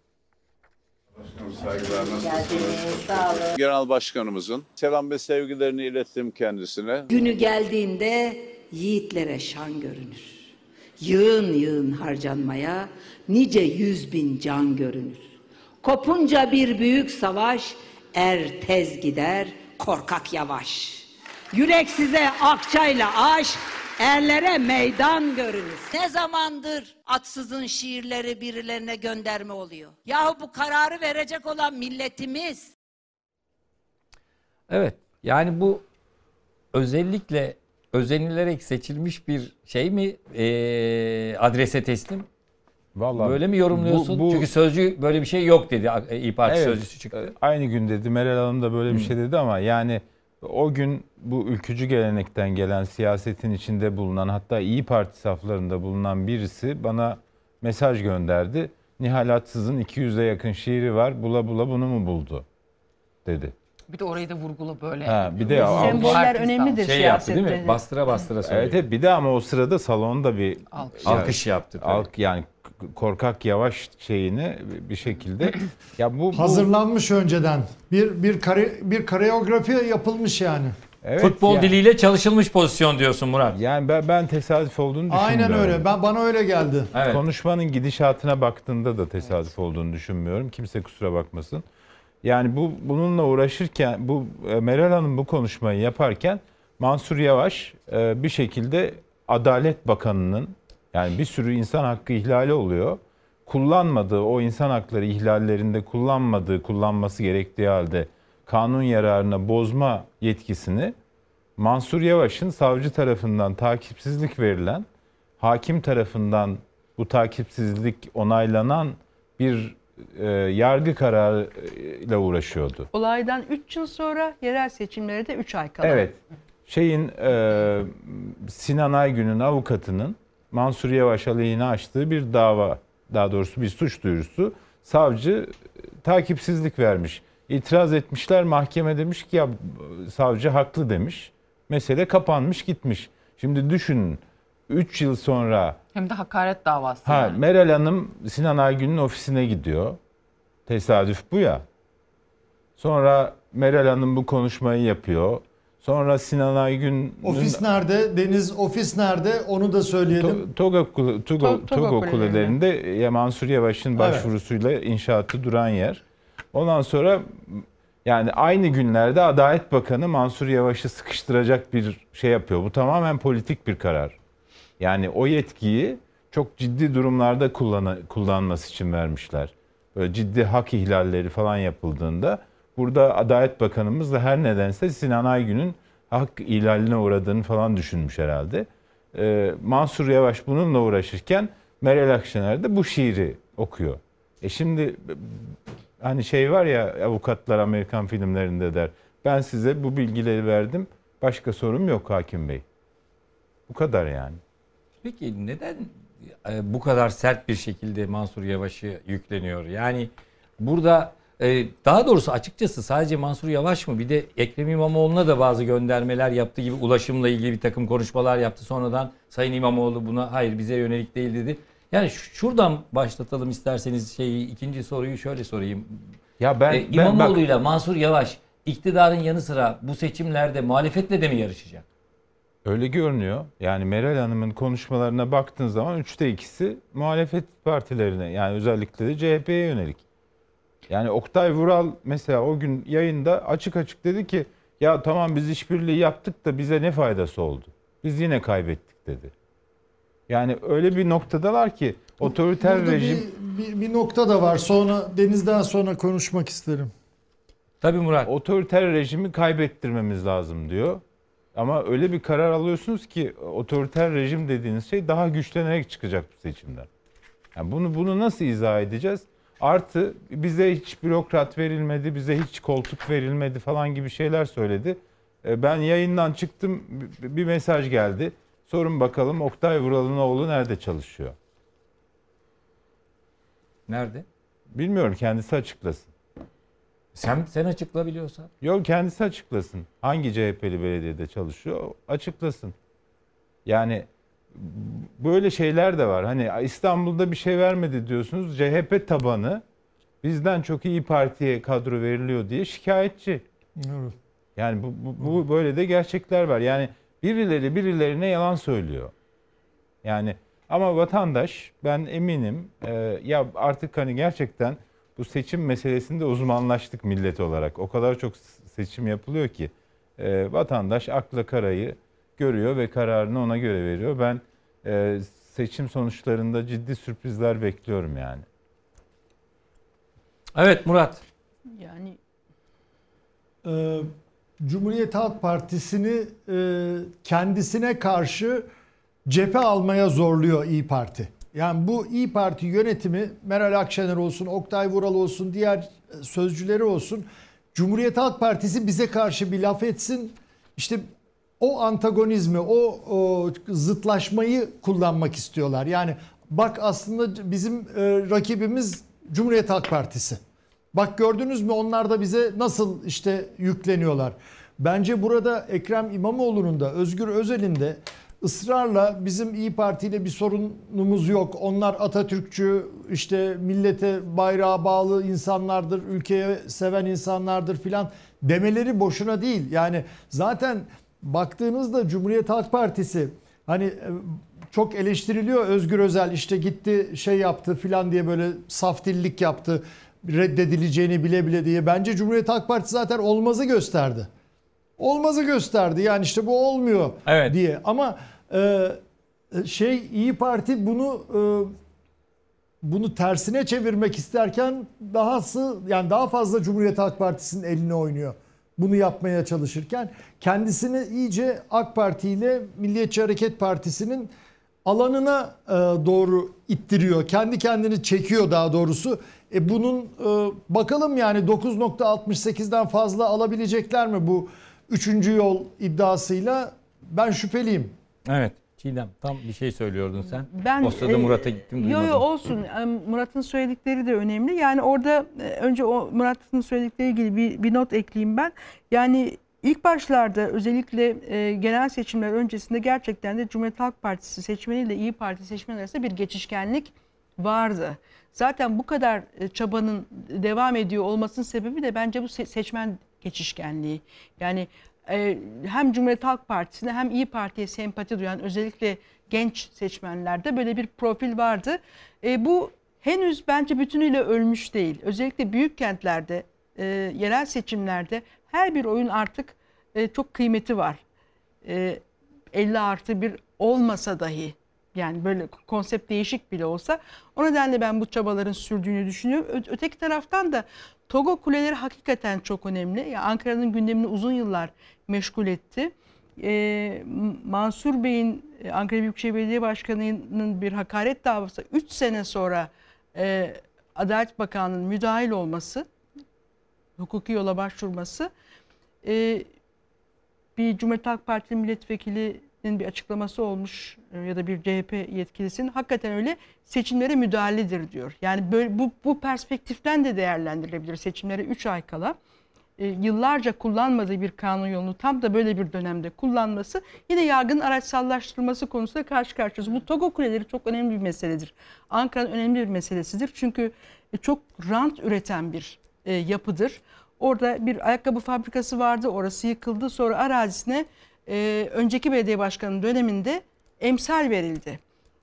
Başkanım, saygılar, nasılsınız? Genel Başkanımızın selam ve sevgilerini ilettim kendisine. Günü geldiğinde yiğitlere şan görünür. Yığın yığın harcanmaya nice yüz bin can görünür. Kopunca bir büyük savaş, er tez gider, korkak Yavaş. Yürek size akçayla aş, erlere meydan görünür. Ne zamandır Atsız'ın şiirleri birilerine gönderme oluyor? Yahu bu kararı verecek olan milletimiz. Evet, yani bu özellikle özenilerek seçilmiş bir şey mi e, adrese teslim? Vallahi böyle mi yorumluyorsun? bu, bu, Çünkü Sözcü böyle bir şey yok dedi. İYİ Parti evet, sözcüsü çıktı. Aynı gün dedi. Meral Hanım da böyle bir şey dedi ama yani o gün bu ülkücü gelenekten gelen, siyasetin içinde bulunan, hatta İYİ Parti saflarında bulunan birisi bana mesaj gönderdi. Nihal Atsız'ın iki yüze yakın şiiri var. Bula bula bunu mu buldu? Dedi. Bir de orayı da vurgula böyle. Ha, bir de semboller önemlidir şey siyasette. yaptı değil mi? Bastıra bastıra söyledi. Evet, evet, bir de ama o sırada salonda bir alkış, alkış yaptı. Alk, yani korkak yavaş şeyini bir şekilde ya bu hazırlanmış bu, önceden. Bir bir kare, bir koreografi yapılmış yani. Evet, futbol yani, diliyle çalışılmış pozisyon diyorsun Murat. Yani ben, ben tesadüf olduğunu düşünmüyorum. Aynen öyle. Ben bana öyle geldi. Evet. Konuşmanın gidişatına baktığında da tesadüf olduğunu düşünmüyorum. Kimse kusura bakmasın. Yani bu bununla uğraşırken, bu Meral Hanım bu konuşmayı yaparken Mansur Yavaş bir şekilde Adalet Bakanı'nın, yani bir sürü insan hakkı ihlali oluyor, kullanmadığı, o insan hakları ihlallerinde kullanmadığı, kullanması gerektiği halde kanun yararına bozma yetkisini Mansur Yavaş'ın savcı tarafından takipsizlik verilen, hakim tarafından bu takipsizlik onaylanan bir e, yargı kararıyla uğraşıyordu. Olaydan üç yıl sonra, yerel seçimlere de üç ay kala. Evet. Şeyin e, Sinan Aygün'ün avukatının Mansur Yavaş aleyhine açtığı bir dava, daha doğrusu bir suç duyurusu, savcı takipsizlik vermiş. İtiraz etmişler, mahkeme demiş ki ya savcı haklı demiş. Mesele kapanmış gitmiş. Şimdi düşünün, üç yıl sonra... Hem de hakaret davası. Ha, yani. Meral Hanım Sinan Aygün'ün ofisine gidiyor. Tesadüf bu ya. Sonra Meral Hanım bu konuşmayı yapıyor. Sonra Sinan Aygün... Ofis nerede? Deniz ofis nerede? Onu da söyleyelim. TOGA Togo kulelerinde Mansur Yavaş'ın başvurusuyla evet. inşaatı duran yer. Ondan sonra yani aynı günlerde Adalet Bakanı Mansur Yavaş'ı sıkıştıracak bir şey yapıyor. Bu tamamen politik bir karar. Yani o yetkiyi çok ciddi durumlarda kullan kullanması için vermişler. Böyle ciddi hak ihlalleri falan yapıldığında burada Adalet Bakanımız da her nedense Sinan Aygün'ün hak ihlaline uğradığını falan düşünmüş herhalde. Ee, Mansur Yavaş bununla uğraşırken Meral Akşener de bu şiiri okuyor. E şimdi hani şey var ya, avukatlar Amerikan filmlerinde der. Ben size bu bilgileri verdim. Başka sorum yok hakim bey. Bu kadar yani. Peki neden bu kadar sert bir şekilde Mansur Yavaş'ı yükleniyor? Yani burada daha doğrusu açıkçası sadece Mansur Yavaş mı? Bir de Ekrem İmamoğlu'na da bazı göndermeler yaptığı gibi ulaşımla ilgili bir takım konuşmalar yaptı. Sonradan Sayın İmamoğlu buna hayır bize yönelik değil dedi. Yani şuradan başlatalım isterseniz şeyi, ikinci soruyu şöyle sorayım. Ya ben, ee, İmamoğlu'yla Mansur Yavaş iktidarın yanı sıra bu seçimlerde muhalefetle de mi yarışacak? Öyle görünüyor. Yani Meral Hanım'ın konuşmalarına baktığın zaman üçte ikisi muhalefet partilerine, yani özellikle de C H P'ye yönelik. Yani Oktay Vural mesela o gün yayında açık açık dedi ki ya tamam biz işbirliği yaptık da bize ne faydası oldu? Biz yine kaybettik dedi. Yani öyle bir noktadalar ki otoriter Burada rejim... Bir, bir, bir nokta da var. Sonra Deniz'den sonra konuşmak isterim. Tabii Murat. Otoriter rejimi kaybettirmemiz lazım diyor. Ama öyle bir karar alıyorsunuz ki otoriter rejim dediğiniz şey daha güçlenerek çıkacak bu seçimden. Yani bunu bunu nasıl izah edeceğiz? Artı bize hiç bürokrat verilmedi, bize hiç koltuk verilmedi falan gibi şeyler söyledi. Ben yayından çıktım, bir mesaj geldi. Sorun bakalım Oktay Vural'ın oğlu nerede çalışıyor? Nerede? Bilmiyorum, kendisi açıklasın. Sen sen açıklayabiliyorsan. Yok, kendisi açıklasın. Hangi C H P'li belediyede çalışıyor açıklasın. Yani böyle şeyler de var. Hani İstanbul'da bir şey vermedi diyorsunuz. C H P tabanı bizden çok İYİ Parti'ye kadro veriliyor diye şikayetçi. Evet. Yani bu, bu, bu böyle de gerçekler var. Yani birileri birilerine yalan söylüyor. Yani ama vatandaş, ben eminim e, ya artık hani gerçekten bu seçim meselesinde uzmanlaştık millet olarak. O kadar çok seçim yapılıyor ki e, vatandaş akla karayı görüyor ve kararını ona göre veriyor. Ben e, seçim sonuçlarında ciddi sürprizler bekliyorum yani. Evet Murat. Yani Ee, Cumhuriyet Halk Partisi'ni e, kendisine karşı cephe almaya zorluyor İyi Parti. Yani bu İyi Parti yönetimi, Meral Akşener olsun, Oktay Vural olsun, diğer sözcüleri olsun, Cumhuriyet Halk Partisi bize karşı bir laf etsin, işte o antagonizmi, o, o zıtlaşmayı kullanmak istiyorlar. Yani bak aslında bizim e, rakibimiz Cumhuriyet Halk Partisi. Bak gördünüz mü, onlar da bize nasıl işte yükleniyorlar. Bence burada Ekrem İmamoğlu'nun da Özgür Özel'in de ısrarla bizim İyi Parti ile bir sorunumuz yok, onlar Atatürkçü, işte millete, bayrağa bağlı insanlardır, ülkeye seven insanlardır filan demeleri boşuna değil. Yani zaten baktığınızda Cumhuriyet Halk Partisi hani çok eleştiriliyor, Özgür Özel işte gitti şey yaptı filan diye, böyle saf dillik yaptı, reddedileceğini bile bile diye. Bence Cumhuriyet Halk Partisi zaten olmazı gösterdi. Olmazı gösterdi. Yani işte bu olmuyor evet. diye. Ama e, şey İyi Parti bunu e, bunu tersine çevirmek isterken dahası, yani daha fazla Cumhuriyet Halk Partisi'nin eline oynuyor. Bunu yapmaya çalışırken kendisini iyice AK Parti ile Milliyetçi Hareket Partisi'nin alanına e, doğru ittiriyor. Kendi kendini çekiyor daha doğrusu. E bunun e, bakalım yani dokuz nokta altmış sekizden fazla alabilecekler mi bu üçüncü yol iddiasıyla? Ben şüpheliyim. Evet. Çiğdem, tam bir şey söylüyordun sen. Ben, o sırada Murat'a gittim, duymadım. Yok yok olsun. Murat'ın söyledikleri de önemli. Yani orada önce o Murat'ın söyledikleriyle ilgili bir, bir not ekleyeyim ben. Yani ilk başlarda özellikle e, genel seçimler öncesinde gerçekten de Cumhuriyet Halk Partisi seçmeniyle İyi Parti seçmeni arasında bir geçişkenlik vardı. Zaten bu kadar çabanın devam ediyor olmasının sebebi de bence bu seçmen geçişkenliği. Yani e, hem Cumhuriyet Halk Partisi'ne hem İyi Parti'ye sempati duyan özellikle genç seçmenlerde böyle bir profil vardı. E, bu henüz bence bütünüyle ölmüş değil. Özellikle büyük kentlerde, e, yerel seçimlerde her bir oyun artık e, çok kıymeti var. E, elli artı bir olmasa dahi, yani böyle konsept değişik bile olsa, o nedenle ben bu çabaların sürdüğünü düşünüyorum. Ö- öteki taraftan da Togo kuleleri hakikaten çok önemli. Yani Ankara'nın gündemini uzun yıllar meşgul etti. Ee, Mansur Bey'in, Ankara Büyükşehir Belediye Başkanı'nın bir hakaret davası üç sene sonra e, Adalet Bakanlığı'nın müdahil olması, hukuki yola başvurması, e, bir Cumhuriyet Halk Partili milletvekilinin bir açıklaması olmuş ya da bir C H P yetkilisinin, hakikaten öyle, seçimlere müdahaledir diyor. Yani böyle bu, bu perspektiften de değerlendirilebilir. Seçimlere üç ay kala e, yıllarca kullanmadığı bir kanun yolunu tam da böyle bir dönemde kullanması, yine yargının araçsallaştırılması konusunda karşı karşıyayız. Bu Togo kuleleri çok önemli bir meseledir. Ankara'nın önemli bir meselesidir. Çünkü e, çok rant üreten bir e, yapıdır. Orada bir ayakkabı fabrikası vardı, orası yıkıldı. Sonra arazisine e, önceki belediye başkanının döneminde emsal verildi.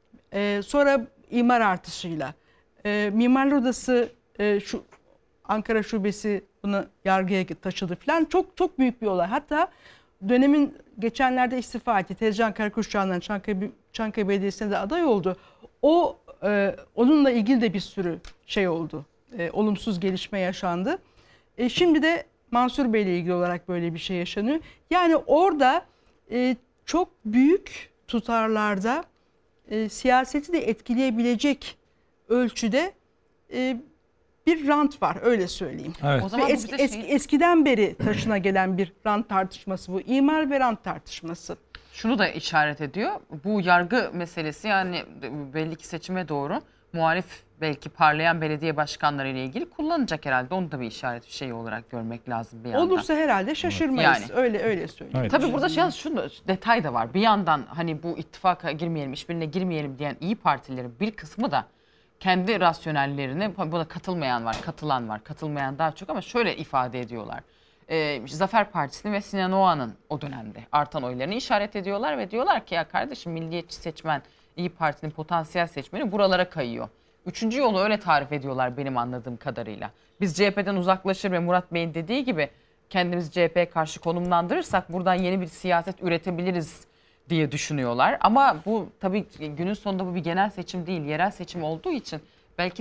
E, sonra imar artışıyla e, Mimarlar Odası, e, şu Ankara Şubesi bunu yargıya taşıdı falan. Çok çok büyük bir olay. Hatta dönemin geçenlerde istifa etti Tezcan Karakuşçağ'dan Çankaya, Çankaya Belediyesi'ne de aday oldu. O e, onunla ilgili de bir sürü şey oldu. E, olumsuz gelişme yaşandı. E, şimdi de Mansur Bey ile ilgili olarak böyle bir şey yaşanıyor. Yani orada e, çok büyük tutarlarda e, siyaseti de etkileyebilecek ölçüde e, bir rant var, öyle söyleyeyim. Evet. O zaman eski, eski, şey... eskiden beri taşına gelen bir rant tartışması bu. İmar ve rant tartışması. Şunu da işaret ediyor. Bu yargı meselesi, yani belli ki seçime doğru muhalif belki parlayan belediye başkanları ile ilgili kullanacak herhalde. Onu da bir işaret bir şey olarak görmek lazım bir yandan. Olursa herhalde şaşırmayız. Yani, öyle öyle söyleyeyim. Evet. Tabii burada şey, şunu detay da var. Bir yandan hani bu ittifaka girmeyelim, işbirliğine girmeyelim diyen İyi Partilerin bir kısmı da kendi rasyonellerini, buna katılmayan var, katılan var, katılmayan daha çok, ama şöyle ifade ediyorlar. Ee, Zafer Partisi'nin ve Sinan Oğan'ın o dönemde artan oylarını işaret ediyorlar ve diyorlar ki ya kardeşim, milliyetçi seçmen, İyi Parti'nin potansiyel seçmeni buralara kayıyor. Üçüncü yolu öyle tarif ediyorlar benim anladığım kadarıyla. Biz C H P'den uzaklaşır ve Murat Bey'in dediği gibi kendimizi C H P'ye karşı konumlandırırsak buradan yeni bir siyaset üretebiliriz diye düşünüyorlar. Ama bu tabii günün sonunda bu bir genel seçim değil, yerel seçim olduğu için belki de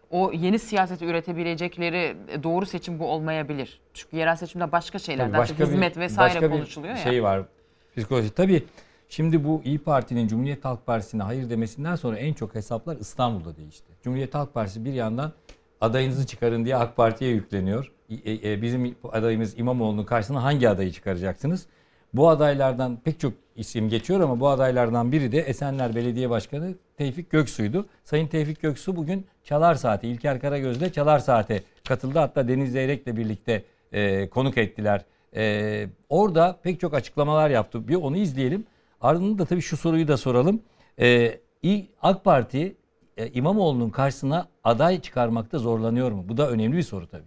o yeni siyaseti üretebilecekleri doğru seçim bu olmayabilir. Çünkü yerel seçimde başka şeylerden, başka hizmet bir, vesaire başka konuşuluyor bir ya. şey var. Psikoloji. Tabii şimdi bu İyi Parti'nin Cumhuriyet Halk Partisi'ne hayır demesinden sonra en çok hesaplar İstanbul'da değişti. Cumhuriyet Halk Partisi bir yandan adayınızı çıkarın diye AK Parti'ye yükleniyor. E, e, bizim adayımız İmamoğlu'nun karşısına hangi adayı çıkaracaksınız? Bu adaylardan pek çok isim geçiyor ama bu adaylardan biri de Esenler Belediye Başkanı Tevfik Göksu'ydu. Sayın Tevfik Göksu bugün Çalar Saat'e, İlker Karagöz'le Çalar Saat'e katıldı. Hatta Deniz Zeyrek'le birlikte e, konuk ettiler. E, orada pek çok açıklamalar yaptı. Bir onu izleyelim. Ardından da tabii şu soruyu da soralım. E, AK Parti e, İmamoğlu'nun karşısına aday çıkarmakta zorlanıyor mu? Bu da önemli bir soru tabii.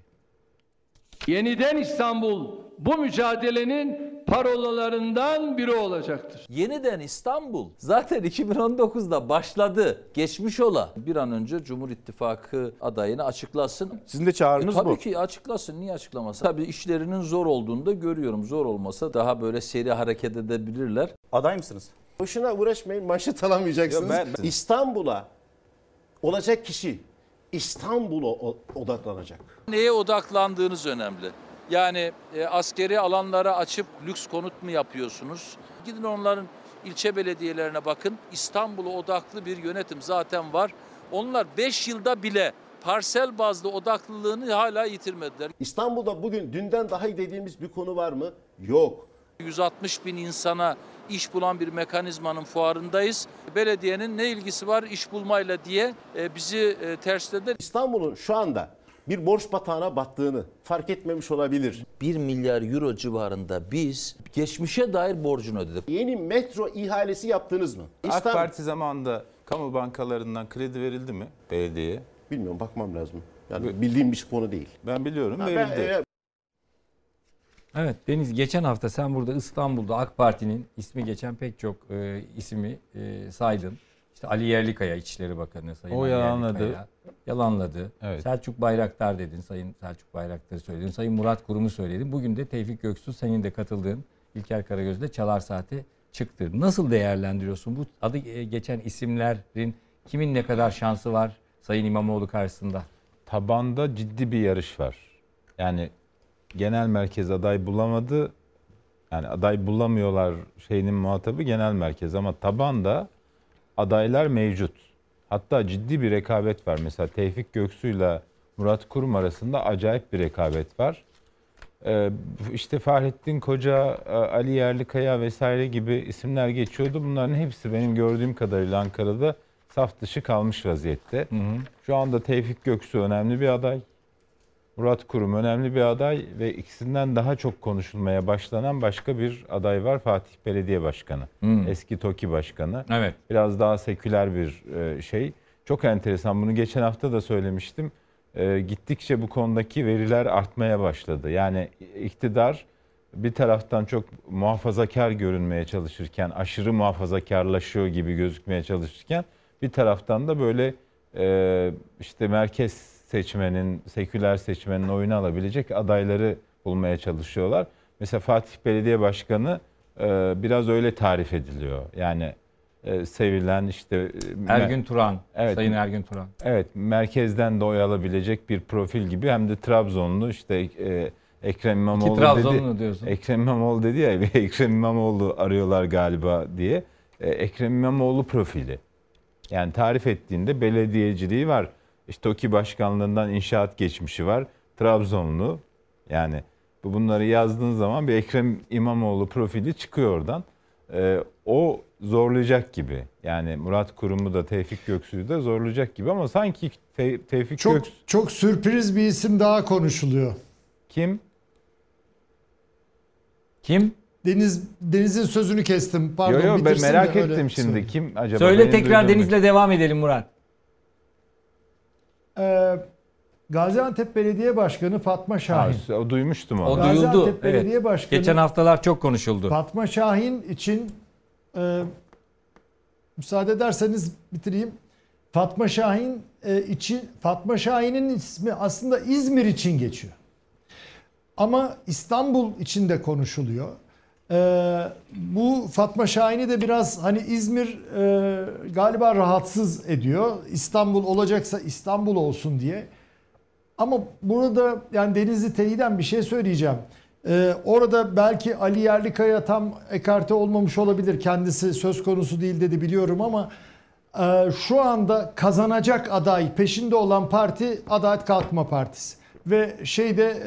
Yeniden İstanbul bu mücadelenin parolalarından biri olacaktır. Yeniden İstanbul zaten iki bin on dokuzda başladı. Geçmiş ola. Bir an önce Cumhur İttifakı adayını açıklasın. Sizin de çağrınız e, tabii bu. Tabii ki açıklasın. Niye açıklamasın? Tabii işlerinin zor olduğunu da görüyorum. Zor olmasa daha böyle seri hareket edebilirler. Aday mısınız? Boşuna uğraşmayın, manşet alamayacaksınız. Yo, ben- İstanbul'a olacak kişi İstanbul'a odaklanacak. Neye odaklandığınız önemli. Yani e, askeri alanlara açıp lüks konut mu yapıyorsunuz? Gidin onların ilçe belediyelerine bakın. İstanbul'a odaklı bir yönetim zaten var. Onlar beş yılda bile parsel bazlı odaklılığını hala yitirmediler. İstanbul'da bugün dünden daha iyi dediğimiz bir konu var mı? Yok. yüz altmış bin insana iş bulan bir mekanizmanın fuarındayız. Belediyenin ne ilgisi var iş bulmayla diye e, bizi e, terslediler. İstanbul'un şu anda bir borç batağına battığını fark etmemiş olabilir. bir milyar euro civarında biz geçmişe dair borcunu ödedik. Yeni metro ihalesi yaptınız mı? AK İstanbul... Parti zamanında kamu bankalarından kredi verildi mi belediyeye? Bilmiyorum, bakmam lazım. Yani bildiğim bir konu değil. Ben biliyorum, Ha, verildi. ben, e, Evet Deniz, geçen hafta sen burada İstanbul'da AK Parti'nin ismi geçen pek çok e, ismi e, saydın. İşte Ali Yerlikaya İçişleri Bakanı Sayın O Ali yalanladı. Yerlikaya yalanladı. Evet. Selçuk Bayraktar dedin. Sayın Selçuk Bayraktar'ı söyledin. Sayın Murat Kurum'u söyledin. Bugün de Tevfik Göksu, senin de katıldığın İlker Karagöz'de Çalar Saat'e çıktı. Nasıl değerlendiriyorsun bu adı geçen isimlerin kimin ne kadar şansı var Sayın İmamoğlu karşısında? Tabanda ciddi bir yarış var. Yani genel merkez aday bulamadı. Yani aday bulamıyorlar şeyinin muhatabı genel merkez ama tabanda adaylar mevcut. Hatta ciddi bir rekabet var. Mesela Tevfik Göksu'yla Murat Kurum arasında acayip bir rekabet var. Ee, işte Fahrettin Koca, Ali Yerlikaya vesaire gibi isimler geçiyordu. Bunların hepsi benim gördüğüm kadarıyla Ankara'da saf dışı kalmış vaziyette. Hı hı. Şu anda Tevfik Göksu önemli bir aday. Murat Kurum önemli bir aday ve ikisinden daha çok konuşulmaya başlanan başka bir aday var. Fatih Belediye Başkanı. Hmm. Eski TOKİ Başkanı. Evet. Biraz daha seküler bir şey. Çok enteresan. Bunu geçen hafta da söylemiştim. Gittikçe bu konudaki veriler artmaya başladı. Yani iktidar bir taraftan çok muhafazakar görünmeye çalışırken, aşırı muhafazakarlaşıyor gibi gözükmeye çalışırken bir taraftan da böyle işte merkez seçmenin, seküler seçmenin oyunu alabilecek adayları bulmaya çalışıyorlar. Mesela Fatih Belediye Başkanı e, biraz öyle tarif ediliyor. Yani e, sevilen işte... Ergün Turan, evet, Sayın Ergün Turan. Evet, merkezden de oy alabilecek bir profil gibi. Hem de Trabzonlu işte e, Ekrem İmamoğlu İki Trabzonlu dedi. diyorsun. Ekrem İmamoğlu dedi ya, Ekrem İmamoğlu arıyorlar galiba diye. E, Ekrem İmamoğlu profili. Yani tarif ettiğinde belediyeciliği var. İşte TOKİ başkanlığından inşaat geçmişi var. Trabzonlu. Yani bunları yazdığın zaman bir Ekrem İmamoğlu profili çıkıyor oradan. Ee, o zorlayacak gibi. Yani Murat Kurum'u da Tevfik Göksu'yu da zorlayacak gibi ama sanki Te- Tevfik çok, Göksu... Çok sürpriz bir isim daha konuşuluyor. Kim? Kim? Deniz Deniz'in sözünü kestim. Pardon. Yo yo ben merak de ettim şimdi. Söyle. Kim acaba? Söyle tekrar Deniz'le devam edelim Murat. Ee, Gaziantep Belediye Başkanı Fatma Şahin. Ha, o duymuştum onu. O Gaziantep duyuldu. Belediye Evet. Başkanı, Geçen haftalar çok konuşuldu. Fatma Şahin için e, müsaade ederseniz bitireyim. Fatma Şahin e, için Fatma Şahin'in ismi aslında İzmir için geçiyor. Ama İstanbul için de konuşuluyor. Ee, bu Fatma Şahin'i de biraz hani İzmir e, galiba rahatsız ediyor. İstanbul olacaksa İstanbul olsun diye. Ama burada yani Denizli teyiden bir şey söyleyeceğim. Ee, orada belki Ali Yerlikaya tam ekarte olmamış olabilir. Kendisi söz konusu değil dedi biliyorum ama e, şu anda kazanacak aday peşinde olan parti Adalet Kalkınma Partisi. Ve şeyde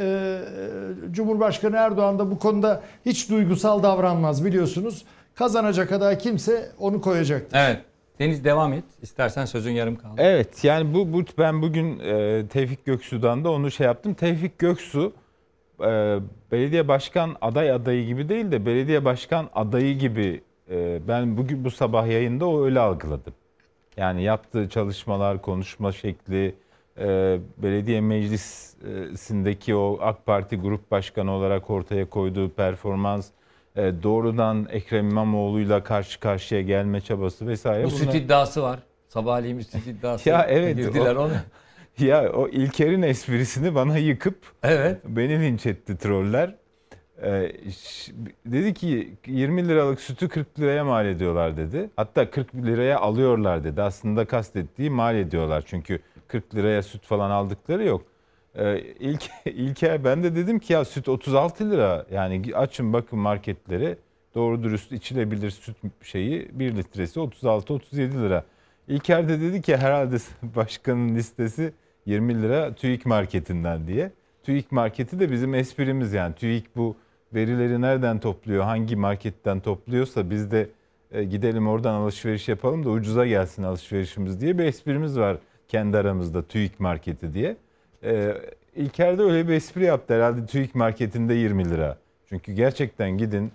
e, Cumhurbaşkanı Erdoğan da bu konuda hiç duygusal davranmaz biliyorsunuz. Kazanacak aday kimse onu koyacaktır. Evet. Deniz devam et. İstersen sözün yarım kaldı. Evet yani bu, bu ben bugün e, Tevfik Göksu'dan da onu şey yaptım. Tevfik Göksu e, belediye başkan aday adayı gibi değil de belediye başkan adayı gibi e, ben bugün bu sabah yayında o öyle algıladım. Yani yaptığı çalışmalar, konuşma şekli, e, belediye meclisindeki o AK Parti grup başkanı olarak ortaya koyduğu performans, e, doğrudan Ekrem İmamoğlu'yla karşı karşıya gelme çabası vesaire. Bu süt iddiası var. Sabahleyin bir süt iddiası. Ya evet. Girdiler o, onu. Ya o İlker'in esprisini bana yıkıp evet. beni linç etti troller. Ee, dedi ki yirmi liralık sütü kırk liraya mal ediyorlar dedi. Hatta kırk liraya alıyorlar dedi. Aslında kastettiği mal ediyorlar. Çünkü kırk liraya süt falan aldıkları yok. Ee, İlk, İlker ben de dedim ki ya süt otuz altı lira. Yani açın bakın marketleri. Doğru dürüst içilebilir süt şeyi bir litresi otuz altı otuz yedi lira. İlker de dedi ki herhalde başkanın listesi yirmi lira TÜİK marketinden diye. TÜİK marketi de bizim esprimiz yani. TÜİK bu verileri nereden topluyor, hangi marketten topluyorsa biz de e, gidelim oradan alışveriş yapalım da ucuza gelsin alışverişimiz diye bir esprimiz var kendi aramızda TÜİK marketi diye. E, İlker de öyle bir espri yaptı herhalde TÜİK marketinde yirmi lira. Çünkü gerçekten gidin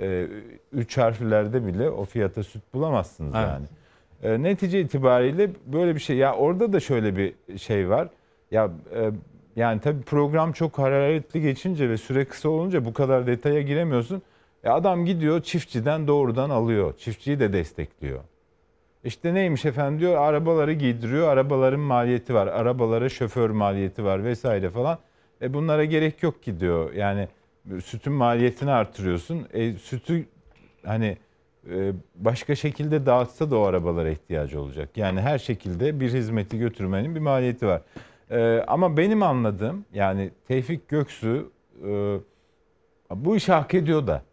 üç harflerde bile o fiyata süt bulamazsınız evet. yani. E, netice itibariyle böyle bir şey. Ya orada da şöyle bir şey var. Ya e, yani tabii program çok hararetli geçince ve süre kısa olunca bu kadar detaya giremiyorsun. E, adam gidiyor çiftçiden doğrudan alıyor. Çiftçiyi de destekliyor. İşte neymiş efendim diyor arabaları giydiriyor. Arabaların maliyeti var. Arabalara şoför maliyeti var vesaire falan. E bunlara gerek yok ki diyor. Yani sütün maliyetini artırıyorsun. E, sütü hani e, başka şekilde dağıtsa da o arabalara ihtiyacı olacak. Yani her şekilde bir hizmeti götürmenin bir maliyeti var. E, ama benim anladığım yani Tevfik Göksu e, bu işi hak ediyor da.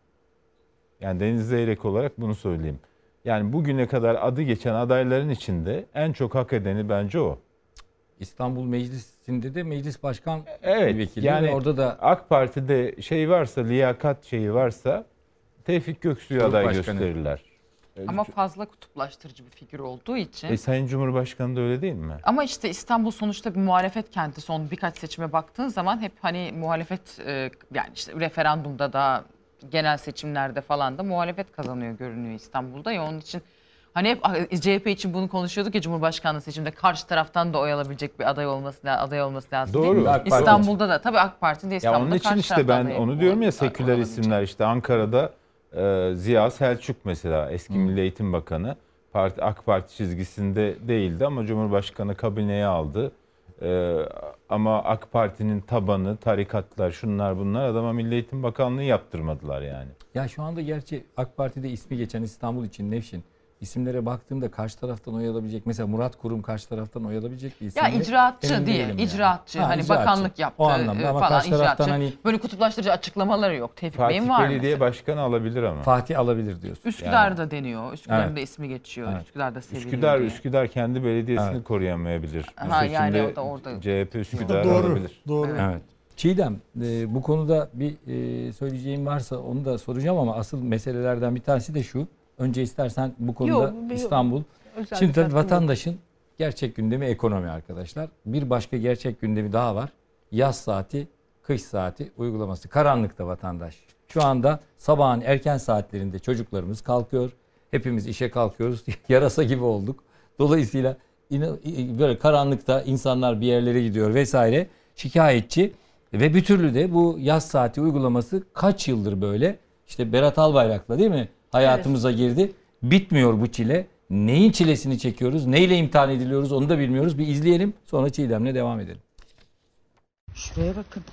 Yani Deniz Zeyrek olarak bunu söyleyeyim. Yani bugüne kadar adı geçen adayların içinde en çok hak edeni bence o. İstanbul Meclisi'nde de meclis başkan evet, vekili. Yani orada da AK Parti'de şey varsa, liyakat şeyi varsa Tevfik Göksu'yu aday başkanı gösterirler. Ama fazla kutuplaştırıcı bir figür olduğu için. E, Sayın Cumhurbaşkanı da öyle değil mi? Ama işte İstanbul sonuçta bir muhalefet kenti. Son birkaç seçime baktığın zaman hep hani muhalefet yani işte referandumda da genel seçimlerde falan da muhalefet kazanıyor görünüyor İstanbul'da ya onun için hani hep C H P için bunu konuşuyorduk ya Cumhurbaşkanlığı seçiminde karşı taraftan da oy alabilecek bir aday olması aday olması lazım. Doğru. İstanbul'da da tabii AK Parti'de İstanbul'da ya onun için işte ben onu diyorum ya seküler isimler işte Ankara'da e, Ziya Selçuk mesela eski hmm. Milli Eğitim Bakanı Parti AK Parti çizgisinde değildi ama Cumhurbaşkanı kabineye aldı. Ee, ama AK Parti'nin tabanı, tarikatlar, şunlar bunlar adama Milli Eğitim Bakanlığı yaptırmadılar yani. Ya şu anda gerçi AK Parti'de ismi geçen İstanbul için Nevşin isimlere baktığımda karşı taraftan oy alabilecek mesela Murat Kurum karşı taraftan oy alabilecek bir isim. Ya icraatçı diye, yani. icraatçı yani. Hani icraatçı. Bakanlık yaptı o anlamda ama falan karşı taraftan icraatçı. Hani böyle kutuplaştırıcı açıklamaları yok. Tevfik Bey'in var Fatih Belediye Başkanı alabilir ama. Fatih alabilir diyorsun. Üsküdar'da yani. Deniyor. Üsküdar'ın evet. da ismi geçiyor. Evet. Üsküdar'da seviliyor Üsküdar, diye. Üsküdar kendi belediyesini evet. koruyamayabilir. Ha, yani o da orada. C H P Üsküdar doğru, alabilir. Doğru. Evet. evet. Çiğdem e, bu konuda bir e, söyleyeceğim varsa onu da soracağım ama asıl meselelerden bir tanesi de şu. Önce istersen bu konuda yok, İstanbul. Yok. Özel Şimdi tabii vatandaşın yok. gerçek gündemi ekonomi arkadaşlar. Bir başka gerçek gündemi daha var. Yaz saati, kış saati uygulaması. Karanlıkta vatandaş. Şu anda sabahın erken saatlerinde çocuklarımız kalkıyor. Hepimiz işe kalkıyoruz. Yarasa gibi olduk. Dolayısıyla böyle karanlıkta insanlar bir yerlere gidiyor vesaire. Şikayetçi ve bir türlü de bu yaz saati uygulaması kaç yıldır böyle? İşte Berat Albayrak'la değil mi? Hayatımıza evet. girdi. Bitmiyor bu çile. Neyin çilesini çekiyoruz? Neyle imtihan ediliyoruz? Onu da bilmiyoruz. Bir izleyelim. Sonra Çiğdem'le devam edelim. Şuraya bakın.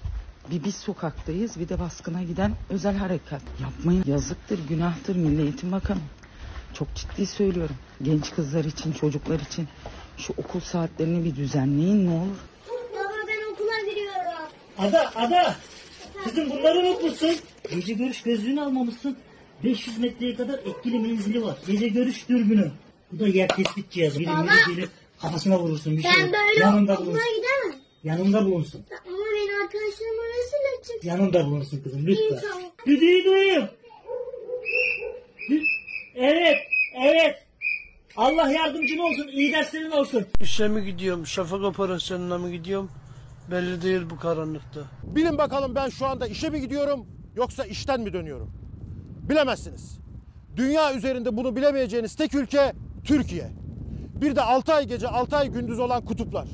Bir biz sokaktayız, bir de baskına giden özel harekat. Yapmayın, yazıktır, günahtır Milli Eğitim Bakanı. Çok ciddi söylüyorum. Genç kızlar için, çocuklar için şu okul saatlerini bir düzenleyin ne olur. Baba ben okula gidiyorum. Ada, Ada. Kızım bunları unutmuşsun. Gece görüş gözlüğünü almamışsın. beş yüz metreye kadar etkili menzili var. Gece görüş dürbünü. Bu da yer tespit cihazı. Biri biri gelip kafasına vurursun bir şey. Ben böyle Yanında okula bulunsun. gidemem. Yanında bulunsun. Ama beni arkadaşlarım arasıyla çık. Yanında bulunsun kızım lütfen. İyi, tamam. Düdüğü duyayım. Dü- Evet, evet. Allah yardımcın olsun, iyi derslerin olsun. İşe mi gidiyorum, şafak operasyonuna mı gidiyorum? Belli değil bu karanlıkta. Bilin bakalım ben şu anda işe mi gidiyorum yoksa işten mi dönüyorum? Bilemezsiniz. Dünya üzerinde bunu bilemeyeceğiniz tek ülke Türkiye. Bir de altı ay gece altı ay gündüz olan kutuplar.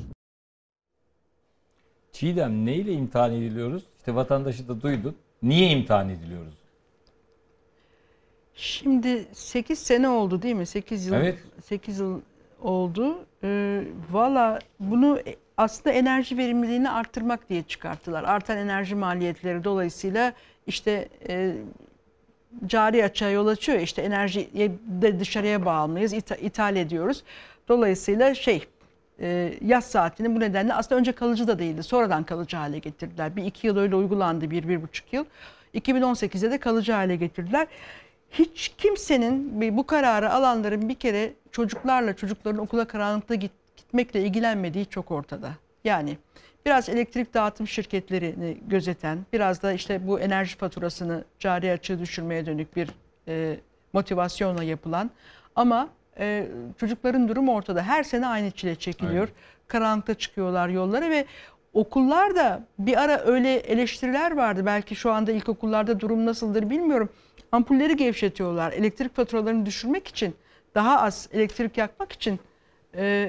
Çiğdem, neyle imtihan ediliyoruz? İşte vatandaşı da duydun. Niye imtihan ediliyoruz? Şimdi sekiz sene oldu değil mi? sekiz yıl, Evet. sekiz yıl oldu. Ee, Valla bunu aslında enerji verimliliğini arttırmak diye çıkarttılar. Artan enerji maliyetleri dolayısıyla işte e, cari açığa yol açıyor. İşte enerjiyi de dışarıya bağımlıyız, ita, ithal ediyoruz. Dolayısıyla şey e, yaz saatini bu nedenle aslında önce kalıcı da değildi. Sonradan kalıcı hale getirdiler. Bir iki yıl öyle uygulandı, bir, bir buçuk yıl. iki bin on sekizde de kalıcı hale getirdiler. Hiç kimsenin bu kararı alanların bir kere çocuklarla, çocukların okula karanlıkta git, gitmekle ilgilenmediği çok ortada. Yani biraz elektrik dağıtım şirketlerini gözeten, biraz da işte bu enerji faturasını cari açığı düşürmeye dönük bir e, motivasyonla yapılan ama e, çocukların durumu ortada. Her sene aynı çile çekiliyor. Aynen. Karanlıkta çıkıyorlar yollara ve okullarda bir ara öyle eleştiriler vardı. Belki şu anda ilkokullarda durum nasıldır bilmiyorum. Ampulleri gevşetiyorlar. Elektrik faturalarını düşürmek için, daha az elektrik yakmak için e,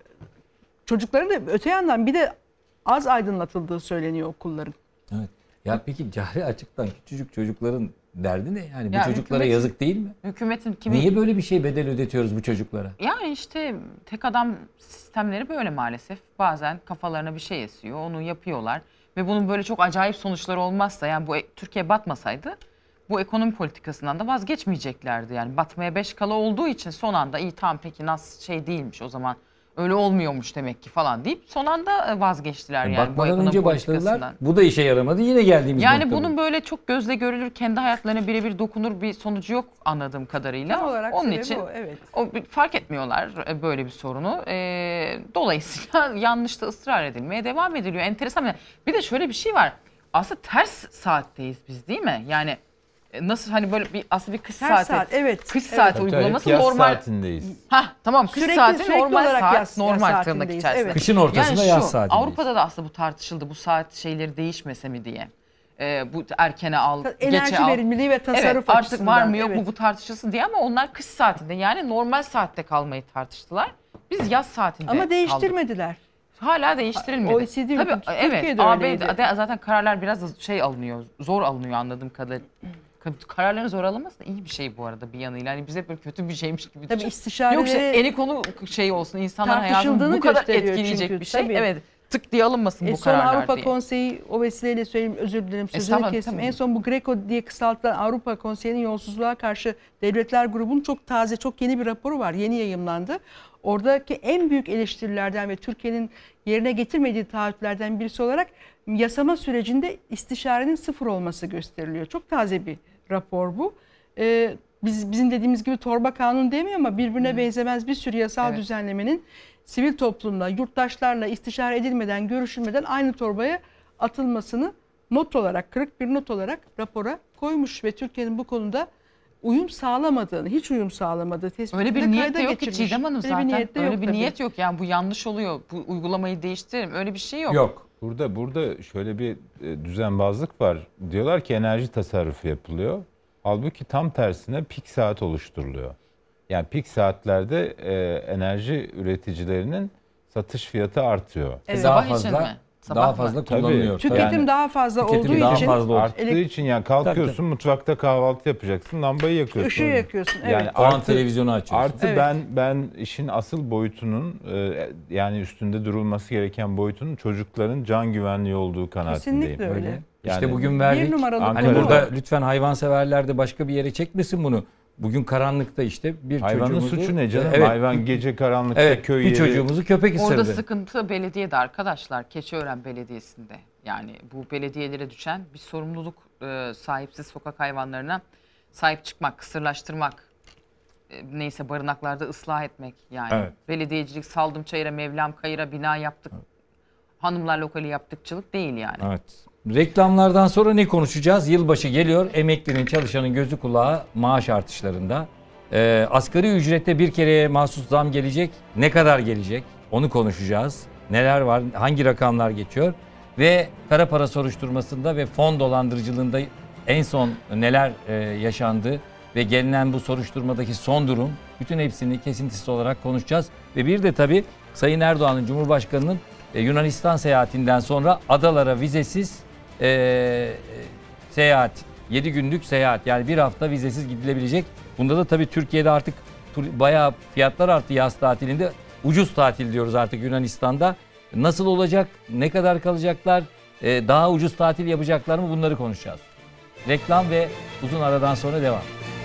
çocukların da öte yandan bir de az aydınlatıldığı söyleniyor okulların. Evet. Ya peki cari açıktan küçücük çocukların derdi ne? Yani bu ya çocuklara yazık değil mi? Hükümetin kimi... Niye böyle bir şey bedel ödetiyoruz bu çocuklara? Yani işte tek adam sistemleri böyle maalesef. Bazen kafalarına bir şey esiyor, onu yapıyorlar. Ve bunun böyle çok acayip sonuçları olmazsa, yani bu Türkiye batmasaydı bu ekonomi politikasından da vazgeçmeyeceklerdi. Yani batmaya beş kala olduğu için son anda iyi tamam peki nasıl şey değilmiş o zaman öyle olmuyormuş demek ki falan deyip son anda vazgeçtiler yani, yani bu ekonomi önce başladılar. Bu da işe yaramadı. Yine geldiğimiz yani noktada. Bunun böyle çok gözle görülür, kendi hayatlarına birebir dokunur bir sonucu yok anladığım kadarıyla. Tam olarak onun için o, evet. o, fark etmiyorlar böyle bir sorunu. E, dolayısıyla yanlışta ısrar edilmeye devam ediliyor. Enteresan. Bir de şöyle bir şey var. Aslında ters saatteyiz biz değil mi? Yani nasıl hani böyle bir aslında bir kış Ters saati, saat, evet. kış evet. saati uygulaması yaz normal. Saatindeyiz. Ha tamam kış Sürekli, saati sürekli normal saat, yaz, normal yaz tırnak içerisinde. Evet. Kışın ortasında yani yaz şu, saatindeyiz. Avrupa'da da aslında bu tartışıldı, bu saat şeyleri değişmese mi diye. Ee, bu erkene al, enerji geçe al. verimliliği ve tasarruf evet, artık açısından. var mı yok evet. mu bu tartışılsın diye ama onlar kış saatinde yani normal saatte kalmayı tartıştılar. Biz yaz saatinde Ama kaldık. değiştirmediler. Hala değiştirilmedi. O E C D Tabii hüküm, evet. Türkiye'de A öyleydi. B'de zaten kararlar biraz da şey alınıyor, zor alınıyor anladığım kadarıyla. Kararların zor alınması da iyi bir şey bu arada bir yanıyla. Yani bize böyle kötü bir şeymiş gibi Tabii düşün. istişareleri Yok işte eni konu şey olsun, insanlar hayatını bu kadar etkileyecek çünkü, bir şey. tabii. Evet. Tık diye alınmasın e bu son kararlar Avrupa diye. Konseyi o vesileyle söyleyeyim, özür dilerim sözünü kestim. Tamam. En son bu Greco diye kısaltılan Avrupa Konseyi'nin yolsuzluğa karşı devletler grubunun çok taze, çok yeni bir raporu var. Yeni yayımlandı. Oradaki en büyük eleştirilerden ve Türkiye'nin yerine getirmediği taahhütlerden birisi olarak yasama sürecinde istişarenin sıfır olması gösteriliyor. Çok taze bir rapor bu. Ee, biz bizim dediğimiz gibi torba kanun demiyor ama birbirine hmm. benzemez bir sürü yasal evet. düzenlemenin sivil toplumla, yurttaşlarla istişare edilmeden, görüşülmeden aynı torbaya atılmasını not olarak, kırık bir not olarak rapora koymuş ve Türkiye'nin bu konuda uyum sağlamadığını, hiç uyum sağlamadığı tespitini öyle bir niyet de yok geçirmiş. ki Çiğdem Hanım zaten. Öyle bir niyet, öyle yok, bir tabii. niyet yok yani bu yanlış oluyor. Bu uygulamayı değiştirelim. Öyle bir şey yok. Yok. Burada burada şöyle bir düzenbazlık var. Diyorlar ki enerji tasarrufu yapılıyor. Halbuki tam tersine pik saat oluşturuluyor. Yani pik saatlerde e, enerji üreticilerinin satış fiyatı artıyor. Evet. Sabah için mi? Sabah daha mı? fazla kullanılıyor. Tüketim Yani, daha fazla tüketim olduğu daha için fazla arttığı elek- için yani kalkıyorsun Tabii, mutfakta kahvaltı yapacaksın, lambayı yakıyorsun. Işığı yakıyorsun, evet. Yani O an artı, televizyonu açıyorsun. Artı Evet. ben ben işin asıl boyutunun e, yani üstünde durulması gereken boyutunun çocukların can güvenliği olduğu kanaatindeyim. Kesinlikle öyle. Yani İşte bugün verdik. Bir numaralı Hani konu burada o. lütfen hayvanseverler de başka bir yere çekmesin bunu. Bugün karanlıkta işte bir hayvanın çocuğumuzu... suçu ne canım? Evet. Hayvan gece karanlıkta Evet, köy bir yeri. çocuğumuzu köpek ısırdı. Orada sıkıntı belediyede arkadaşlar. Keçiören Belediyesi'nde. Yani bu belediyelere düşen bir sorumluluk, e, sahipsiz sokak hayvanlarına sahip çıkmak, kısırlaştırmak, e, neyse barınaklarda ıslah etmek. Yani Evet. belediyecilik, saldım çayıra, Mevlam kayıra bina yaptık. Evet. Hanımlar lokali yaptıkçılık değil yani. Evet. Reklamlardan sonra ne konuşacağız? Yılbaşı geliyor. Emeklinin, çalışanın gözü kulağı maaş artışlarında. Ee, asgari ücrette bir kereye mahsus zam gelecek. Ne kadar gelecek? Onu konuşacağız. Neler var? Hangi rakamlar geçiyor? Ve kara para soruşturmasında ve fon dolandırıcılığında en son neler e, yaşandı? Ve gelinen bu soruşturmadaki son durum. Bütün hepsini kesintisiz olarak konuşacağız. Ve bir de tabii Sayın Erdoğan'ın, Cumhurbaşkanı'nın e, Yunanistan seyahatinden sonra adalara vizesiz e, seyahat. yedi günlük seyahat, yani bir hafta vizesiz gidilebilecek. Bunda da tabii Türkiye'de artık bayağı fiyatlar arttı yaz tatilinde. Ucuz tatil diyoruz artık Yunanistan'da. Nasıl olacak? Ne kadar kalacaklar? E, daha ucuz tatil yapacaklar mı? Bunları konuşacağız. Reklam ve uzun aradan sonra devam.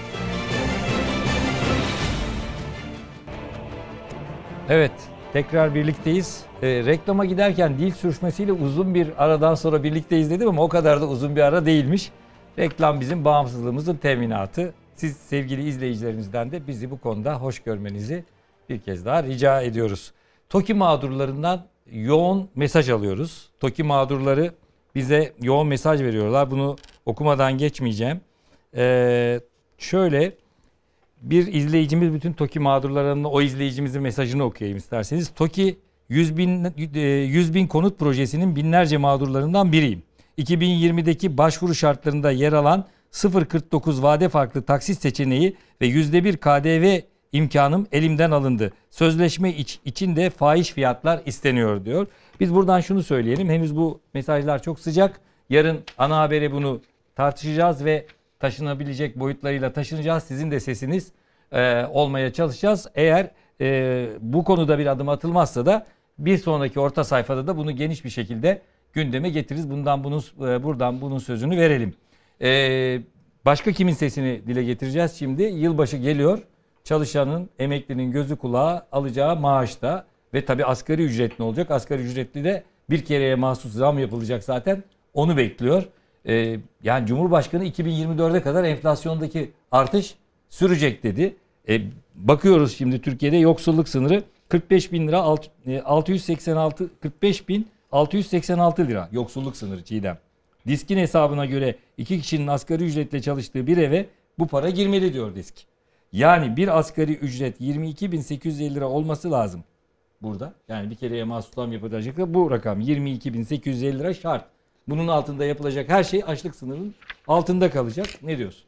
Evet, tekrar birlikteyiz. E, reklama giderken dil sürçmesiyle uzun bir aradan sonra birlikteyiz dedim ama o kadar da uzun bir ara değilmiş. Reklam bizim bağımsızlığımızın teminatı. Siz sevgili izleyicilerimizden de bizi bu konuda hoş görmenizi bir kez daha rica ediyoruz. TOKİ mağdurlarından yoğun mesaj alıyoruz. TOKİ mağdurları bize yoğun mesaj veriyorlar. Bunu okumadan geçmeyeceğim. Ee, şöyle bir izleyicimiz, bütün TOKİ mağdurlarının o izleyicimizin mesajını okuyayım isterseniz. TOKİ yüz bin, yüz bin konut projesinin binlerce mağdurlarından biriyim. iki bin yirmideki başvuru şartlarında yer alan sıfır virgül kırk dokuz vade farklı taksit seçeneği ve yüzde bir K D V imkanım elimden alındı. Sözleşme iç, için de fahiş fiyatlar isteniyor diyor. Biz buradan şunu söyleyelim. Henüz bu mesajlar çok sıcak. Yarın ana habere bunu tartışacağız ve taşınabilecek boyutlarıyla taşınacağız. Sizin de sesiniz e, olmaya çalışacağız. Eğer e, bu konuda bir adım atılmazsa da bir sonraki orta sayfada da bunu geniş bir şekilde gündeme getiririz. Bundan bunun e, buradan bunun sözünü verelim. E, başka kimin sesini dile getireceğiz şimdi? Yılbaşı geliyor. Çalışanın, emeklinin gözü kulağı alacağı maaşta ve tabii asgari ücret ne olacak? Asgari ücretli de bir kereye mahsus zam yapılacak zaten. Onu bekliyor. Ee, yani Cumhurbaşkanı iki bin yirmi dörde kadar enflasyondaki artış sürecek dedi. Ee, bakıyoruz şimdi Türkiye'de yoksulluk sınırı kırk beş bin lira, altı yüz seksen altı kırk beş bin altı yüz seksen altı lira yoksulluk sınırı Çiğdem. Disk'in hesabına göre iki kişinin asgari ücretle çalıştığı bir eve bu para girmeli diyor Disk. Yani bir asgari ücret yirmi iki bin sekiz yüz elli lira olması lazım burada. Yani bir kereye mahsus zam yapılacak da bu rakam yirmi iki bin sekiz yüz elli lira şart. Bunun altında yapılacak her şey açlık sınırının altında kalacak. Ne diyorsun?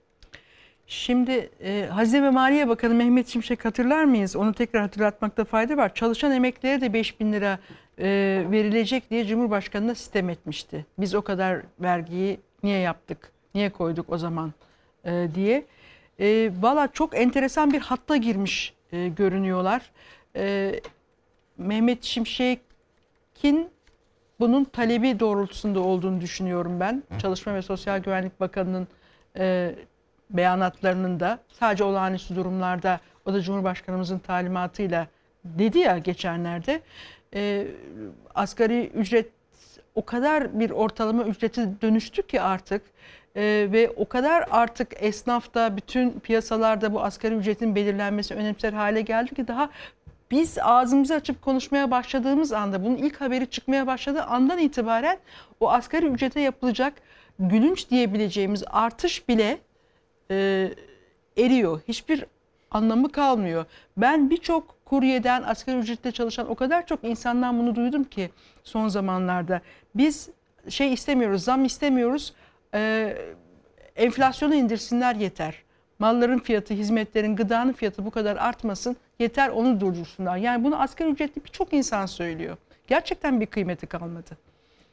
Şimdi e, Hazine ve Maliye Bakanı Mehmet Şimşek, hatırlar mıyız? Onu tekrar hatırlatmakta fayda var. Çalışan emeklilere de beş bin lira e, verilecek diye Cumhurbaşkanı'na sitem etmişti. Biz o kadar vergiyi niye yaptık, niye koyduk o zaman e, diye. E, Valla çok enteresan bir hatta girmiş e, görünüyorlar. E, Mehmet Şimşek'in bunun talebi doğrultusunda olduğunu düşünüyorum ben. Çalışma ve Sosyal Güvenlik Bakanı'nın e, beyanatlarının da sadece olağanüstü durumlarda, o da Cumhurbaşkanımızın talimatıyla dedi ya geçenlerde, e, asgari ücret o kadar bir ortalama ücrete dönüştü ki artık e, ve o kadar artık esnafta, bütün piyasalarda bu asgari ücretin belirlenmesi önemser hale geldi ki daha biz ağzımızı açıp konuşmaya başladığımız anda, bunun ilk haberi çıkmaya başladığı andan itibaren o asgari ücrete yapılacak gülünç diyebileceğimiz artış bile e, eriyor. Hiçbir anlamı kalmıyor. Ben birçok kuryeden, asgari ücretle çalışan o kadar çok insandan bunu duydum ki son zamanlarda. Biz şey istemiyoruz, zam istemiyoruz, e, enflasyonu indirsinler yeter. Malların fiyatı, hizmetlerin, gıdanın fiyatı bu kadar artmasın, yeter onu durdursunlar. Yani bunu asgari ücretli birçok insan söylüyor. Gerçekten bir kıymeti kalmadı.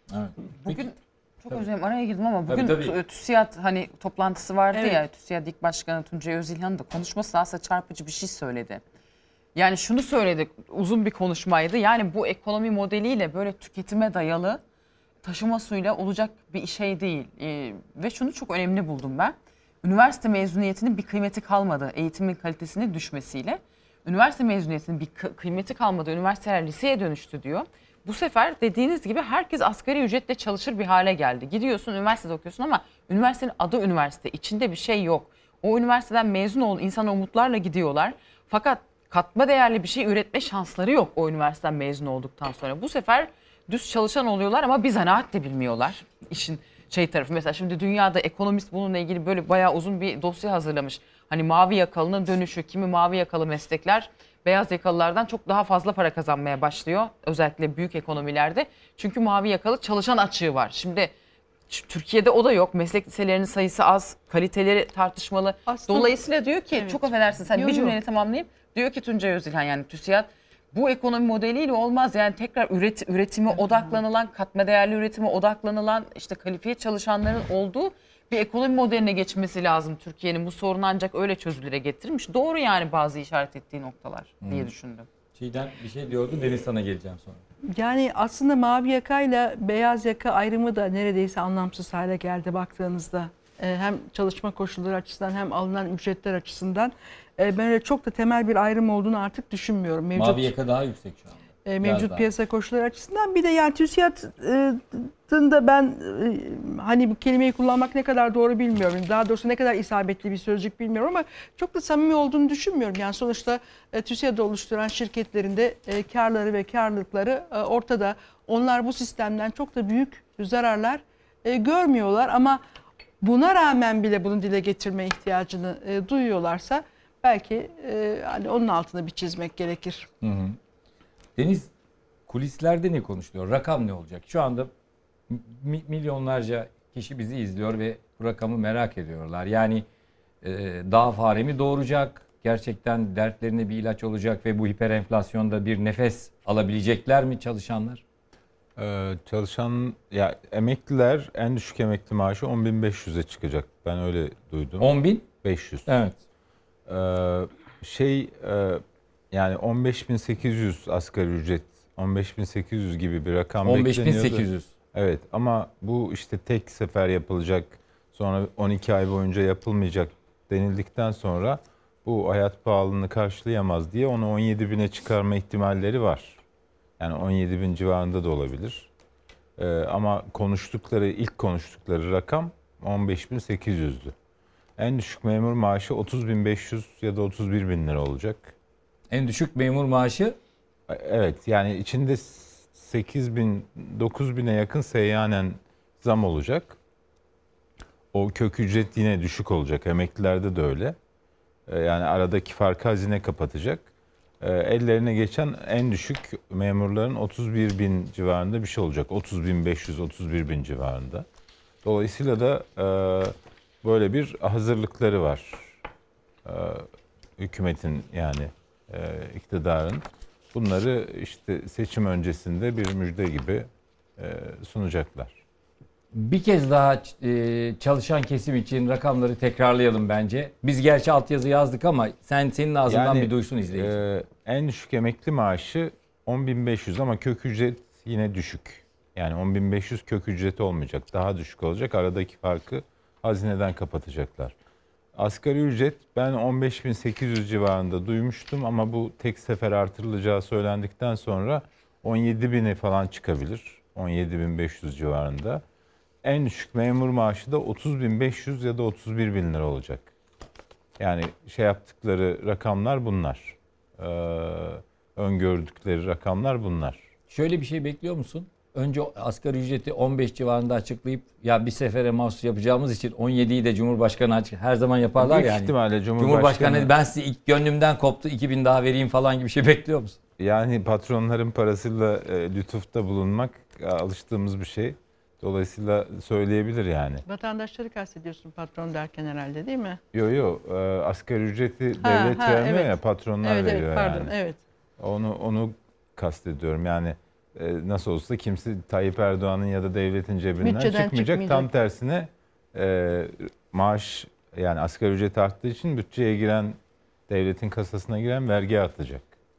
Evet. Bugün çok Tabii. özür dilerim araya girdim ama bugün Tabii, tabii. TÜSİAD hani toplantısı vardı Evet. ya, TÜSİAD İlk Başkanı Tuncay Özilhan'ın da konuşması aslında çarpıcı bir şey söyledi. Yani şunu söyledi, uzun bir konuşmaydı. Yani bu ekonomi modeliyle böyle tüketime dayalı taşıma suyla olacak bir şey değil. Ee, ve şunu çok önemli buldum ben. Üniversite mezuniyetinin bir kıymeti kalmadı eğitimin kalitesinin düşmesiyle. Üniversite mezuniyetinin bir kı- kıymeti kalmadı, üniversiteler liseye dönüştü diyor. Bu sefer dediğiniz gibi herkes asgari ücretle çalışır bir hale geldi. Gidiyorsun üniversitede okuyorsun ama üniversitenin adı üniversite, içinde bir şey yok. O üniversiteden mezun olan insan umutlarla gidiyorlar. Fakat katma değerli bir şey üretme şansları yok o üniversiteden mezun olduktan sonra. Bu sefer düz çalışan oluyorlar ama bir zanaat de bilmiyorlar. İşin şey tarafı mesela şimdi dünyada ekonomist bununla ilgili böyle bayağı uzun bir dosya hazırlamış. Hani mavi yakalının dönüşü, kimi mavi yakalı meslekler beyaz yakalılardan çok daha fazla para kazanmaya başlıyor. Özellikle büyük ekonomilerde. Çünkü mavi yakalı çalışan açığı var. Şimdi Türkiye'de o da yok. Meslek liselerinin sayısı az, kaliteleri tartışmalı. Aslında, Dolayısıyla diyor ki, evet. çok affedersin sen Yo, bir yo. cümleni tamamlayayım. Diyor ki Tuncay Özilhan yani TÜSİAD bu ekonomi modeliyle olmaz. Yani tekrar üret, üretime odaklanılan, katma değerli üretime odaklanılan işte kalifiye çalışanların olduğu bir ekonomi modeline geçmesi lazım Türkiye'nin. Bu sorun ancak öyle çözülüre getirmiş. Doğru yani bazı işaret ettiği noktalar diye Hmm. düşündüm. Çiğdem bir şey diyordu. Deniz sana geleceğim sonra. Yani aslında mavi yakayla beyaz yaka ayrımı da neredeyse anlamsız hale geldi baktığınızda. Ee, hem çalışma koşulları açısından hem alınan ücretler açısından. Ee, ben öyle çok da temel bir ayrım olduğunu artık düşünmüyorum. Mevcut, Mavi yaka daha yüksek şu an. e, mevcut piyasa koşulları açısından. Bir de yani TÜSİAD'ın da ben e, hani bu kelimeyi kullanmak ne kadar doğru bilmiyorum. Daha doğrusu ne kadar isabetli bir sözcük bilmiyorum ama çok da samimi olduğunu düşünmüyorum. Yani sonuçta e, TÜSİAD'ı oluşturan şirketlerin de e, karları ve karlılıkları e, ortada. Onlar bu sistemden çok da büyük zararlar e, görmüyorlar ama buna rağmen bile bunu dile getirme ihtiyacını e, duyuyorlarsa belki e, hani onun altını bir çizmek gerekir. Hı hı. Deniz, kulislerde ne konuşuluyor? Rakam ne olacak? Şu anda mi- milyonlarca kişi bizi izliyor ve bu rakamı merak ediyorlar. Yani e, daha fare mi doğuracak? Gerçekten dertlerine bir ilaç olacak ve bu hiperenflasyonda bir nefes alabilecekler mi çalışanlar? Ee, çalışan ya emekliler en düşük emekli maaşı on bin beş yüze çıkacak. Ben öyle duydum. on bin? beş yüz. Evet. Ee, şey e, yani on beş bin sekiz yüz asgari ücret, on beş bin sekiz yüz gibi bir rakam on beş bin bekleniyordu. sekiz yüz. Evet ama bu işte tek sefer yapılacak, sonra on iki ay boyunca yapılmayacak denildikten sonra bu hayat pahalılığını karşılayamaz diye onu on yedi bine çıkarma ihtimalleri var. Yani on yedi bin civarında da olabilir. Ee, ama konuştukları, ilk konuştukları rakam on beş bin sekiz yüzdü. En düşük memur maaşı otuz bin beş yüz ya da otuz bir bin lira olacak. En düşük memur maaşı? Evet yani içinde sekiz bin dokuz bine yakın seyyanen zam olacak. O kök ücret yine düşük olacak. Emeklilerde de öyle. Yani aradaki farkı hazine kapatacak. Ellerine geçen en düşük memurların otuz bir bin civarında bir şey olacak. otuz bin beş yüz otuz bir bin civarında. Dolayısıyla da böyle bir hazırlıkları var. Hükümetin yani iktidarın. Bunları işte seçim öncesinde bir müjde gibi sunacaklar. Bir kez daha çalışan kesim için rakamları tekrarlayalım bence. Biz gerçi altyazı yazdık ama sen senin ağzından yani, bir duysun izleyici. E, en düşük emekli maaşı on bin beş yüz ama kök ücret yine düşük. Yani on bin beş yüz kök ücreti olmayacak. Daha düşük olacak. Aradaki farkı hazineden kapatacaklar. Asgari ücret ben on beş bin sekiz yüz civarında duymuştum ama bu tek sefer artırılacağı söylendikten sonra on yedi bine falan çıkabilir. on yedi bin beş yüz civarında. En düşük memur maaşı da otuz bin beş yüz ya da otuz bir bin lira olacak. Yani şey yaptıkları rakamlar bunlar. Ee, öngördükleri rakamlar bunlar. Şöyle bir şey bekliyor musun? Önce asgari ücreti on beş civarında açıklayıp ya bir sefere mahsus yapacağımız için on yediyi de Cumhurbaşkanı açık her zaman yaparlar Büyük yani. ihtimalle Cumhurbaşkanı, Cumhurbaşkanı ben size ilk gönlümden koptu iki bin daha vereyim falan gibi bir şey bekliyor musun? Yani patronların parasıyla e, lütufta bulunmak e, alıştığımız bir şey. Dolayısıyla söyleyebilir yani. Vatandaşları kastediyorsun patron derken herhalde değil mi? Yok yok e, asgari ücreti Ha, devlet ha, vermiyor evet. ya patronlar evet, veriyor evet, pardon, yani. Evet. Onu onu kastediyorum yani e, nasıl olsa kimse Tayyip Erdoğan'ın ya da devletin cebinden Bütçeden çıkmayacak. çıkmayacak. Tam tersine e, maaş yani asgari ücret arttığı için bütçeye giren, devletin kasasına giren vergi artacak.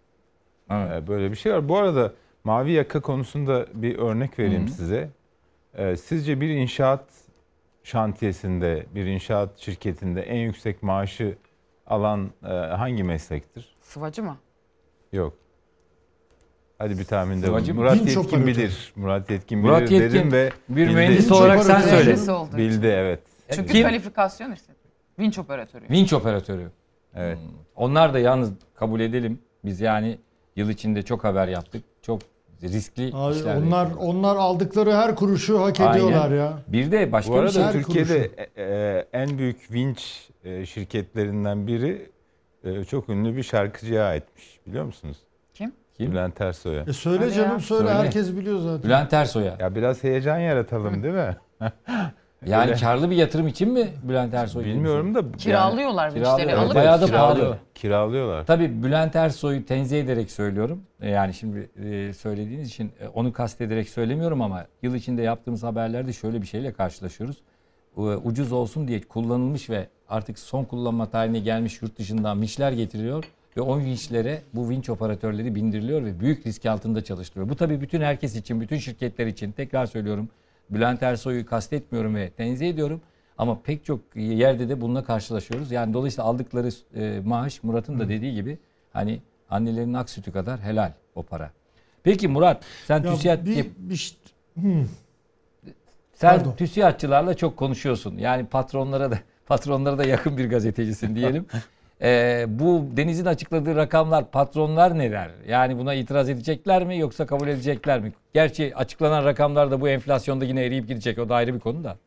E, böyle bir şey var. Bu arada mavi yaka konusunda bir örnek vereyim Hı-hı. size. E, sizce bir inşaat şantiyesinde, bir inşaat şirketinde en yüksek maaşı alan e, hangi meslektir? Sıvacı mı? Yok. Hadi bir tahminde Sıvacı bulun. mı? Murat Vinç Yetkin operatörü. bilir. Murat Yetkin bilir Murat Yetkin, dedim ve bir bildi. mühendis olarak sen söyle. Mühendis olduğu için. Bildi evet. Çünkü Kim? kalifikasyon işte. Vinç operatörü. Vinç operatörü. Evet. Hmm. Onlar da yalnız kabul edelim. Biz yani yıl içinde çok haber yaptık. Çok riskli Abi işler. onlar yapıyorlar. onlar aldıkları her kuruşu hak ediyorlar Aynen. ya. Bir de başka Bu arada bir şey. Türkiye'de e, e, en büyük vinç e, şirketlerinden biri e, çok ünlü bir şarkıcıya aitmiş. Biliyor musunuz? Kim? Kim? Bülent Ersoy'a. E söyle Hadi canım ya. söyle. Söyle. Herkes biliyor zaten. Bülent Ersoy'a. Ya biraz heyecan yaratalım değil mi? Yani Öyle. karlı bir yatırım için mi Bülent Ersoy? Bilmiyorum da Kiralıyorlar yani, vinçleri kiralıyor. alıp Bayağı da kiralıyor. pahalı. Kiralıyorlar. Tabii Bülent Ersoy'u tenzih ederek söylüyorum. Yani şimdi e, söylediğiniz için e, onu kastederek söylemiyorum ama yıl içinde yaptığımız haberlerde şöyle bir şeyle karşılaşıyoruz. E, ucuz olsun diye kullanılmış ve artık son kullanma tarihine gelmiş yurt dışından vinçler getiriliyor ve o vinçlere bu vinç operatörleri bindiriliyor ve büyük risk altında çalıştırıyor. Bu tabii bütün herkes için, bütün şirketler için, tekrar söylüyorum, Bülent Ersoy'u kastetmiyorum ve tenzih ediyorum. Ama pek çok yerde de bununla karşılaşıyoruz. Yani dolayısıyla aldıkları e, maaş Murat'ın da dediği gibi hani annelerin ak sütü kadar helal o para. Peki Murat sen Ya TÜSİAD bir, bir, hmm. sen Pardon. TÜSİADçılarla çok konuşuyorsun. Yani patronlara da patronlara da yakın bir gazetecisin diyelim. e, bu Deniz'in açıkladığı rakamlar patronlar ne der? Yani buna itiraz edecekler mi yoksa kabul edecekler mi? Gerçi açıklanan rakamlar da bu enflasyonda yine eriyip gidecek. O da ayrı bir konu da.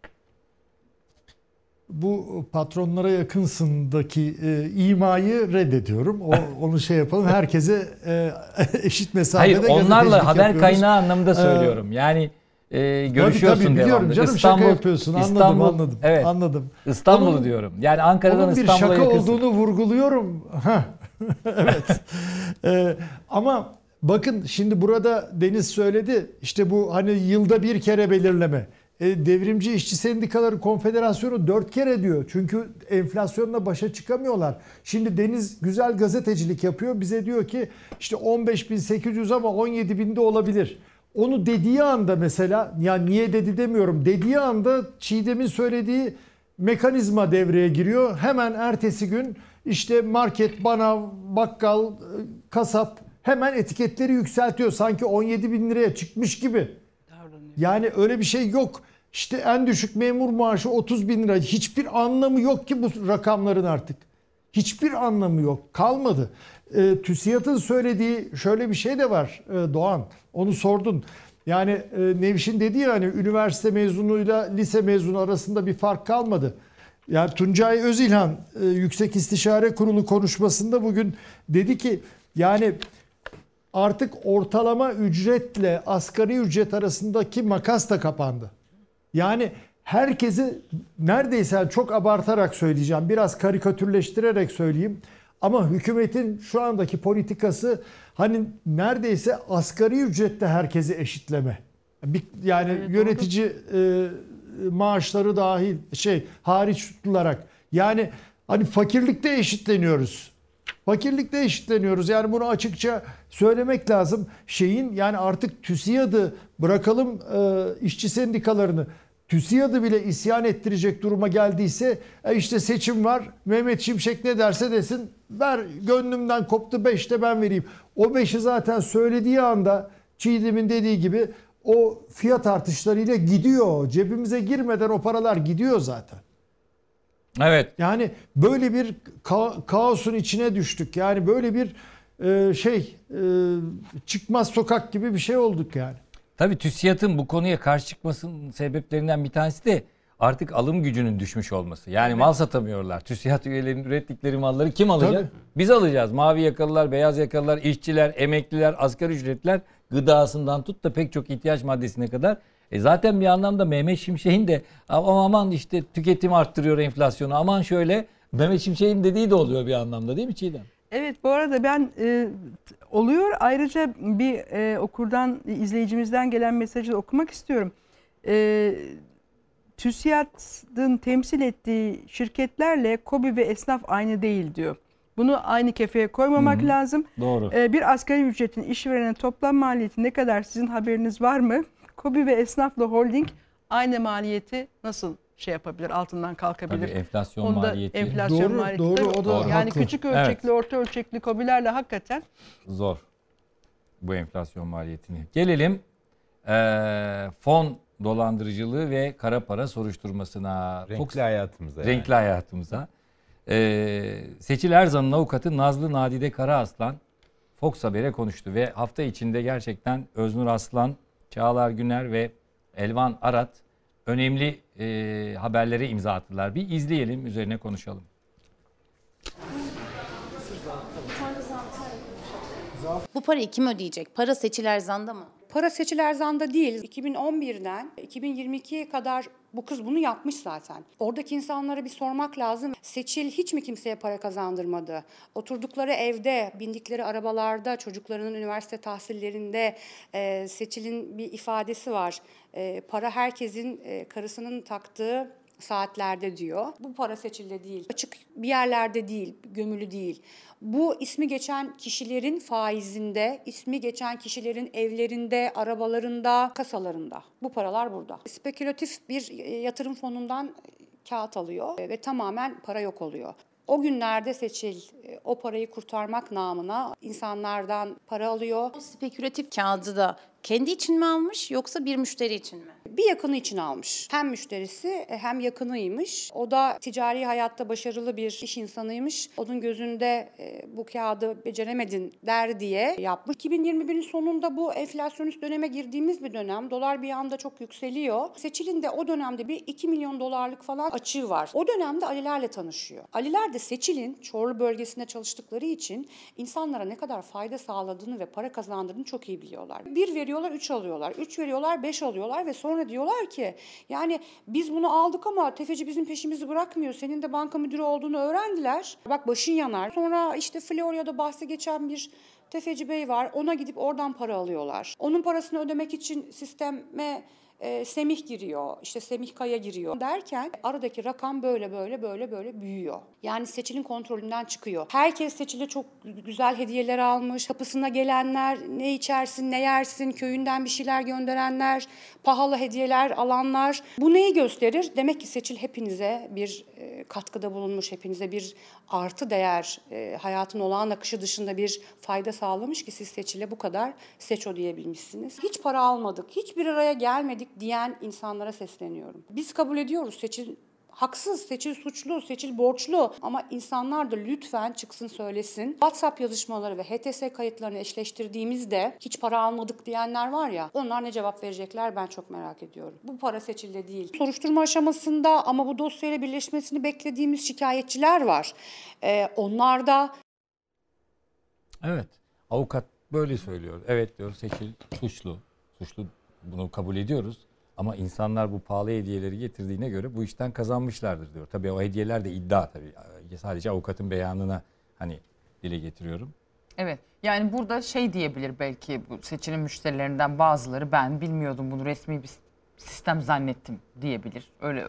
Bu patronlara yakınsındaki e, imayı reddediyorum. O, onu şey yapalım. Herkese e, eşit mesafede Hayır onlarla gazetecilik haber yapıyoruz. kaynağı anlamında söylüyorum. Yani e, görüşüyorsun tabii, biliyorum devamlı. canım, İstanbul, şaka yapıyorsun. Anladım, İstanbul, anladım. Evet. Anladım. İstanbul'u Onun- diyorum. Yani Ankara'dan Onun bir İstanbul'a şaka yakınsın. olduğunu vurguluyorum. Heh, evet. Ee, ama bakın şimdi burada Deniz söyledi. İşte bu hani yılda bir kere belirleme. E, Devrimci İşçi Sendikaları Konfederasyonu dört kere diyor. Çünkü enflasyonla başa çıkamıyorlar. Şimdi Deniz güzel gazetecilik yapıyor. Bize diyor ki işte on beş bin sekiz yüz ama on yedi binde olabilir. Onu dediği anda mesela, ya niye dedi demiyorum. Dediği anda Çiğdem'in söylediği mekanizma devreye giriyor. Hemen ertesi gün işte market, manav, bakkal, kasap hemen etiketleri yükseltiyor. Sanki on yedi bin liraya çıkmış gibi. Yani öyle bir şey yok. İşte en düşük memur maaşı otuz bin lira. Hiçbir anlamı yok ki bu rakamların artık. Hiçbir anlamı yok. Kalmadı. E, TÜSİAD'ın söylediği şöyle bir şey de var e, Doğan. Onu sordun. Yani e, Nevşin dedi ya hani üniversite mezunuyla lise mezunu arasında bir fark kalmadı. Yani Tuncay Özilhan e, Yüksek İstişare Kurulu konuşmasında bugün dedi ki yani artık ortalama ücretle asgari ücret arasındaki makas da kapandı. Yani herkesi neredeyse çok abartarak söyleyeceğim, biraz karikatürleştirerek söyleyeyim. Ama hükümetin şu andaki politikası hani neredeyse asgari ücretle herkesi eşitleme. Bir- Yani Evet, yönetici e, maaşları dahil şey hariç tutularak. Yani hani fakirlikte eşitleniyoruz. Fakirlikte eşitleniyoruz. Yani bunu açıkça söylemek lazım. Şeyin yani artık TÜSİAD'ı bırakalım e, işçi sendikalarını. TÜSİAD'ı bile isyan ettirecek duruma geldiyse e işte seçim var. Mehmet Şimşek ne derse desin ver gönlümden koptu beşte ben vereyim. O beşi zaten söylediği anda Çiğdem'in dediği gibi o fiyat artışlarıyla gidiyor. Cebimize girmeden o paralar gidiyor zaten. Evet. Yani böyle bir ka- kaosun içine düştük. Yani böyle bir e, şey e, çıkmaz sokak gibi bir şey olduk yani. Tabii TÜSİAD'ın bu konuya karşı çıkmasının sebeplerinden bir tanesi de artık alım gücünün düşmüş olması. Yani mal satamıyorlar. TÜSİAD üyelerinin ürettikleri malları kim alacak? Tabii. Biz alacağız. Mavi yakalılar, beyaz yakalılar, işçiler, emekliler, asgari ücretliler gıdasından tut da pek çok ihtiyaç maddesine kadar. E zaten bir anlamda Mehmet Şimşek'in de aman, aman işte tüketim arttırıyor enflasyonu, aman şöyle Mehmet Şimşek'in dediği de oluyor bir anlamda değil mi Çiğdem? Evet, bu arada ben e, oluyor. Ayrıca bir e, okurdan, izleyicimizden gelen mesajı da okumak istiyorum. E, TÜSİAD'ın temsil ettiği şirketlerle KOBİ ve esnaf aynı değil diyor. Bunu aynı kefeye koymamak Hı-hı. lazım. Doğru. E, bir asgari ücretin işverenin toplam maliyeti ne kadar, sizin haberiniz var mı? KOBİ ve esnafla holding aynı maliyeti nasıl şey yapabilir, altından kalkabilir? Tabii enflasyon Onda maliyeti. Enflasyon Doğru, maliyeti. doğru, Tabii, o da yani haklı. küçük ölçekli, evet. orta ölçekli KOBİ'lerle hakikaten zor bu enflasyon maliyetini. Gelelim e, fon dolandırıcılığı ve kara para soruşturmasına. Renkli Fox, hayatımıza. Renkli yani. hayatımıza. E, Seçil Erzan'ın avukatı Nazlı Nadide Karaaslan Fox Haber'e konuştu ve hafta içinde gerçekten Öznur Aslan, Çağlar Güner ve Elvan Arat önemli e, haberlere imza attılar. Bir izleyelim, üzerine konuşalım. Bu parayı kim ödeyecek? Para Seçil Erzan'da mı? Para Seçil Erzan'da değil. iki bin on birden iki bin yirmi ikiye kadar bu kız bunu yapmış zaten. Oradaki insanlara bir sormak lazım. Seçil hiç mi kimseye para kazandırmadı? Oturdukları evde, bindikleri arabalarda, çocuklarının üniversite tahsillerinde e, Seçil'in bir ifadesi var. E, para herkesin e, karısının taktığı saatlerde diyor. Bu para Seçil'de değil. Açık bir yerlerde değil, gömülü değil. Bu ismi geçen kişilerin faizinde, ismi geçen kişilerin evlerinde, arabalarında, kasalarında. Bu paralar burada. Spekülatif bir yatırım fonundan kağıt alıyor ve tamamen para yok oluyor. O günlerde Seçil o parayı kurtarmak namına insanlardan para alıyor. O spekülatif kağıdı da kendi için mi almış yoksa bir müşteri için mi? Bir yakını için almış. Hem müşterisi hem yakınıymış. O da ticari hayatta başarılı bir iş insanıymış. Onun gözünde bu kağıdı beceremedin der diye yapmış. iki bin yirmi birin sonunda bu enflasyonist döneme girdiğimiz bir dönem. Dolar bir anda çok yükseliyor. Seçil'in de o dönemde bir iki milyon dolarlık falan açığı var. O dönemde Alilerle tanışıyor. Aliler de Seçil'in Çorlu bölgesinde çalıştıkları için insanlara ne kadar fayda sağladığını ve para kazandırdığını çok iyi biliyorlar. Bir veriyorlar, üç alıyorlar. Üç veriyorlar, beş alıyorlar ve sonra diyorlar ki yani biz bunu aldık ama tefeci bizim peşimizi bırakmıyor. Senin de banka müdürü olduğunu öğrendiler. Bak başın yanar. Sonra işte Florya'da bahsi geçen bir tefeci bey var. Ona gidip oradan para alıyorlar. Onun parasını ödemek için sisteme E, Semih giriyor, işte Semih Kaya giriyor derken aradaki rakam böyle böyle böyle böyle büyüyor. Yani Seçil'in kontrolünden çıkıyor. Herkes Seçil'e çok güzel hediyeler almış. Kapısına gelenler ne içersin, ne yersin, köyünden bir şeyler gönderenler, pahalı hediyeler alanlar. Bu neyi gösterir? Demek ki Seçil hepinize bir e, katkıda bulunmuş, hepinize bir artı değer, e, hayatın olağan akışı dışında bir fayda sağlamış ki siz Seçil'e bu kadar Seço diyebilmişsiniz. Hiç para almadık, hiçbir araya gelmedik diyen insanlara sesleniyorum. Biz kabul ediyoruz Seçil haksız, Seçil suçlu, Seçil borçlu ama insanlar da lütfen çıksın söylesin. WhatsApp yazışmaları ve H T S kayıtlarını eşleştirdiğimizde hiç para almadık diyenler var ya, onlar ne cevap verecekler ben çok merak ediyorum. Bu para Seçil'de değil. Soruşturma aşamasında ama bu dosyayla birleşmesini beklediğimiz şikayetçiler var. Ee, onlar da Evet, avukat böyle söylüyor. Evet diyor, Seçil suçlu. Suçlu, bunu kabul ediyoruz. Ama insanlar bu pahalı hediyeleri getirdiğine göre bu işten kazanmışlardır diyor. Tabii o hediyeler de iddia tabii. Sadece avukatın beyanına hani dile getiriyorum. Evet. Yani burada şey diyebilir belki bu Seçil'in müşterilerinden bazıları, ben bilmiyordum bunu, resmi bir sistem zannettim diyebilir. Öyle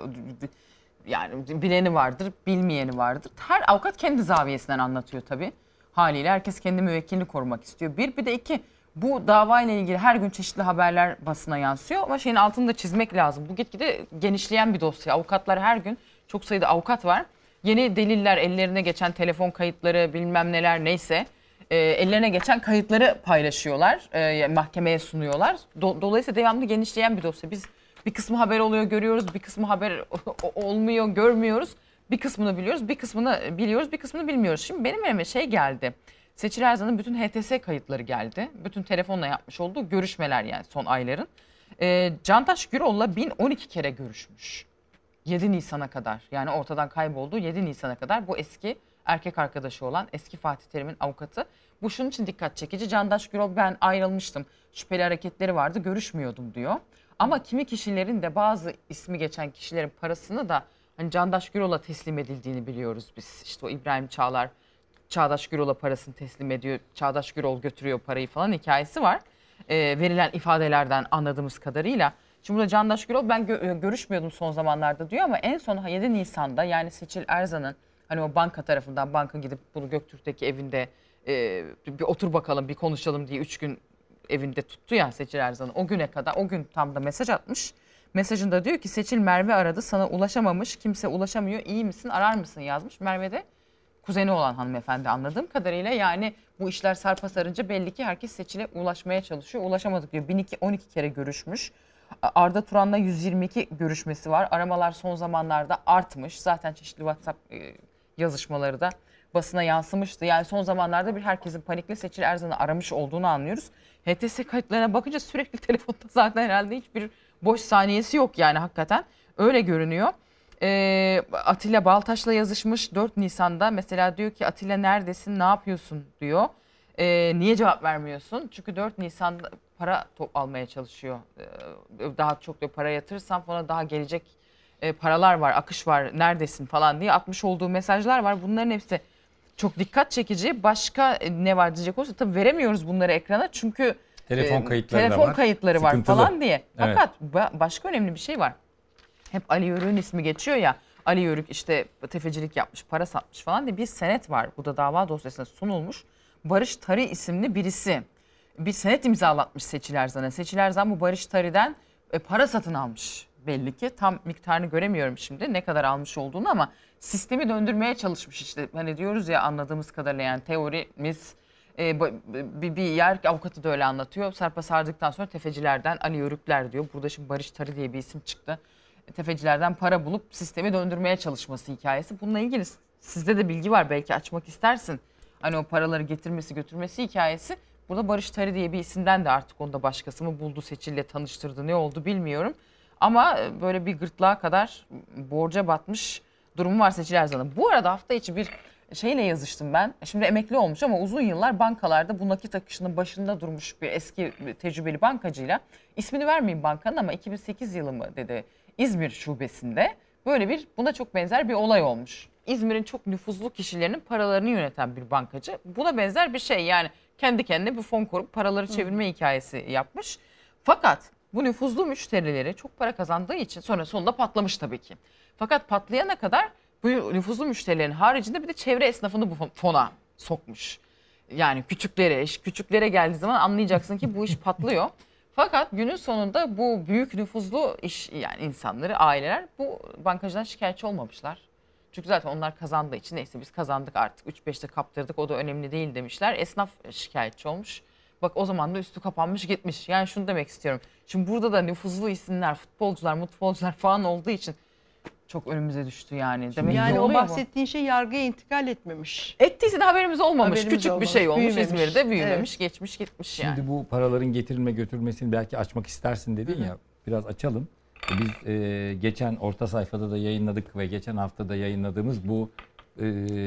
yani bileni vardır, bilmeyeni vardır. Her avukat kendi zaviyesinden anlatıyor tabii. Haliyle herkes kendi müvekkilini korumak istiyor. Bir, bir de iki, bu davayla ilgili her gün çeşitli haberler basına yansıyor ama şeyin altını da çizmek lazım. Bu gitgide genişleyen bir dosya. Avukatlar her gün, çok sayıda avukat var. Yeni deliller, ellerine geçen telefon kayıtları, bilmem neler neyse, e, ellerine geçen kayıtları paylaşıyorlar, e, mahkemeye sunuyorlar. Do, dolayısıyla devamlı genişleyen bir dosya. Biz bir kısmı haber oluyor, görüyoruz, bir kısmı haber olmuyor, görmüyoruz. Bir kısmını biliyoruz, bir kısmını biliyoruz, bir kısmını bilmiyoruz. Şimdi benim elime şey geldi. Seçil Erzan'ın bütün H T S kayıtları geldi. Bütün telefonla yapmış olduğu görüşmeler, yani son ayların. E, Candaş Gürol'la bin on iki kere görüşmüş. yedi Nisan'a kadar, yani ortadan kaybolduğu yedi Nisan'a kadar bu eski erkek arkadaşı olan eski Fatih Terim'in avukatı. Bu şunun için dikkat çekici. Candaş Gürol, ben ayrılmıştım, şüpheli hareketleri vardı, görüşmüyordum diyor. Ama kimi kişilerin de, bazı ismi geçen kişilerin parasını da hani Candaş Gürol'a teslim edildiğini biliyoruz biz. İşte o İbrahim Çağlar, Çağdaş Gürol'a parasını teslim ediyor. Çağdaş Gürol götürüyor parayı falan hikayesi var. E, verilen ifadelerden anladığımız kadarıyla. Şimdi burada Candaş Gürol ben gö- görüşmüyordum son zamanlarda diyor ama en son yedi Nisan'da yani Seçil Erzan'ın hani o banka tarafından banka gidip bunu Göktürk'teki evinde e, bir otur bakalım bir konuşalım diye üç gün evinde tuttu ya Seçil Erzan'ı. O güne kadar o gün tam da mesaj atmış. Mesajında diyor ki Seçil Merve aradı sana ulaşamamış kimse ulaşamıyor iyi misin arar mısın yazmış. Merve de kuzeni olan hanımefendi anladığım kadarıyla yani bu işler sarpa sarınca belli ki herkes Seçil'e ulaşmaya çalışıyor. Ulaşamadık diyor. bin on iki kere görüşmüş. Arda Turan'la yüz yirmi iki görüşmesi var. Aramalar son zamanlarda artmış. Zaten çeşitli WhatsApp yazışmaları da basına yansımıştı. Yani son zamanlarda bir herkesin panikle Seçil Erzan'ı aramış olduğunu anlıyoruz. H T S kayıtlarına bakınca sürekli telefonda zaten herhalde hiçbir boş saniyesi yok yani hakikaten. Öyle görünüyor. Ee, Atilla Baltaş'la yazışmış dört Nisan'da. Mesela diyor ki Atilla neredesin, ne yapıyorsun diyor. Ee, niye cevap vermiyorsun? Çünkü dört Nisan'da para top almaya çalışıyor. Ee, daha çok diyor para yatırırsam sonra daha gelecek e, paralar var, akış var, neredesin falan diye atmış olduğu mesajlar var. Bunların hepsi çok dikkat çekici. Başka e, ne var diyecek olursa tabii veremiyoruz bunları ekrana çünkü telefon kayıtları, telefon var. kayıtları var Sıkıntılı. falan diye. Evet. Fakat ba- başka önemli bir şey var. Hep Ali Yörük'ün ismi geçiyor ya. Ali Yörük işte tefecilik yapmış, para satmış falan diye bir senet var. Bu da dava dosyasına sunulmuş. Barış Tari isimli birisi bir senet imzalatmış Seçil Erzan'a. Seçil Erzan bu Barış Tari'den e, para satın almış belli ki. Tam miktarını göremiyorum şimdi ne kadar almış olduğunu ama sistemi döndürmeye çalışmış işte. Hani diyoruz ya anladığımız kadarıyla yani teorimiz e, bir, bir yer avukatı da öyle anlatıyor. Sarpa sardıktan sonra tefecilerden Ali Yörükler diyor. Burada şimdi Barış Tari diye bir isim çıktı. Tefecilerden para bulup sistemi döndürmeye çalışması hikayesi. Bununla ilgili sizde de bilgi var belki açmak istersin. Hani o paraları getirmesi götürmesi hikayesi. Burada Barış Tari diye bir isimden de artık onda başkası mı buldu Seçil'le tanıştırdı ne oldu bilmiyorum. Ama böyle bir gırtlağa kadar borca batmış durumu var Seçil Erzan'ın. Bu arada hafta içi bir şeyle yazıştım ben. Şimdi emekli olmuş ama uzun yıllar bankalarda bu nakit akışının başında durmuş bir eski tecrübeli bankacıyla. İsmini vermeyeyim bankanın ama iki bin sekiz yılı mı dedi İzmir şubesinde böyle bir buna çok benzer bir olay olmuş. İzmir'in çok nüfuzlu kişilerinin paralarını yöneten bir bankacı. Buna benzer bir şey yani kendi kendine bir fon kurup paraları çevirme Hı. hikayesi yapmış. Fakat bu nüfuzlu müşterileri çok para kazandığı için sonra sonunda patlamış tabii ki. Fakat patlayana kadar bu nüfuzlu müşterilerin haricinde bir de çevre esnafını bu fona sokmuş. Yani küçüklere, küçüklere geldiği zaman anlayacaksın ki bu iş patlıyor. Fakat günün sonunda bu büyük nüfuzlu iş yani insanları, aileler bu bankacıdan şikayetçi olmamışlar. Çünkü zaten onlar kazandığı için neyse biz kazandık artık üç beşte kaptırdık o da önemli değil demişler. Esnaf şikayetçi olmuş. Bak o zaman da üstü kapanmış gitmiş. Yani şunu demek istiyorum. Şimdi burada da nüfuzlu isimler, futbolcular, futbolcular falan olduğu için çok önümüze düştü yani. Demek yani o bahsettiğin bu. şey yargıya intikal etmemiş. Ettiyse de haberimiz olmamış. Haberimiz Küçük olmamış. bir şey olmuş. Büyümemiş. İzmir'de büyümemiş, Evet. geçmiş gitmiş yani. Şimdi bu paraların getirilme götürmesini belki açmak istersin dedin Hı-hı. ya. Biraz açalım. Biz e, geçen orta sayfada da yayınladık ve geçen hafta da yayınladığımız bu e,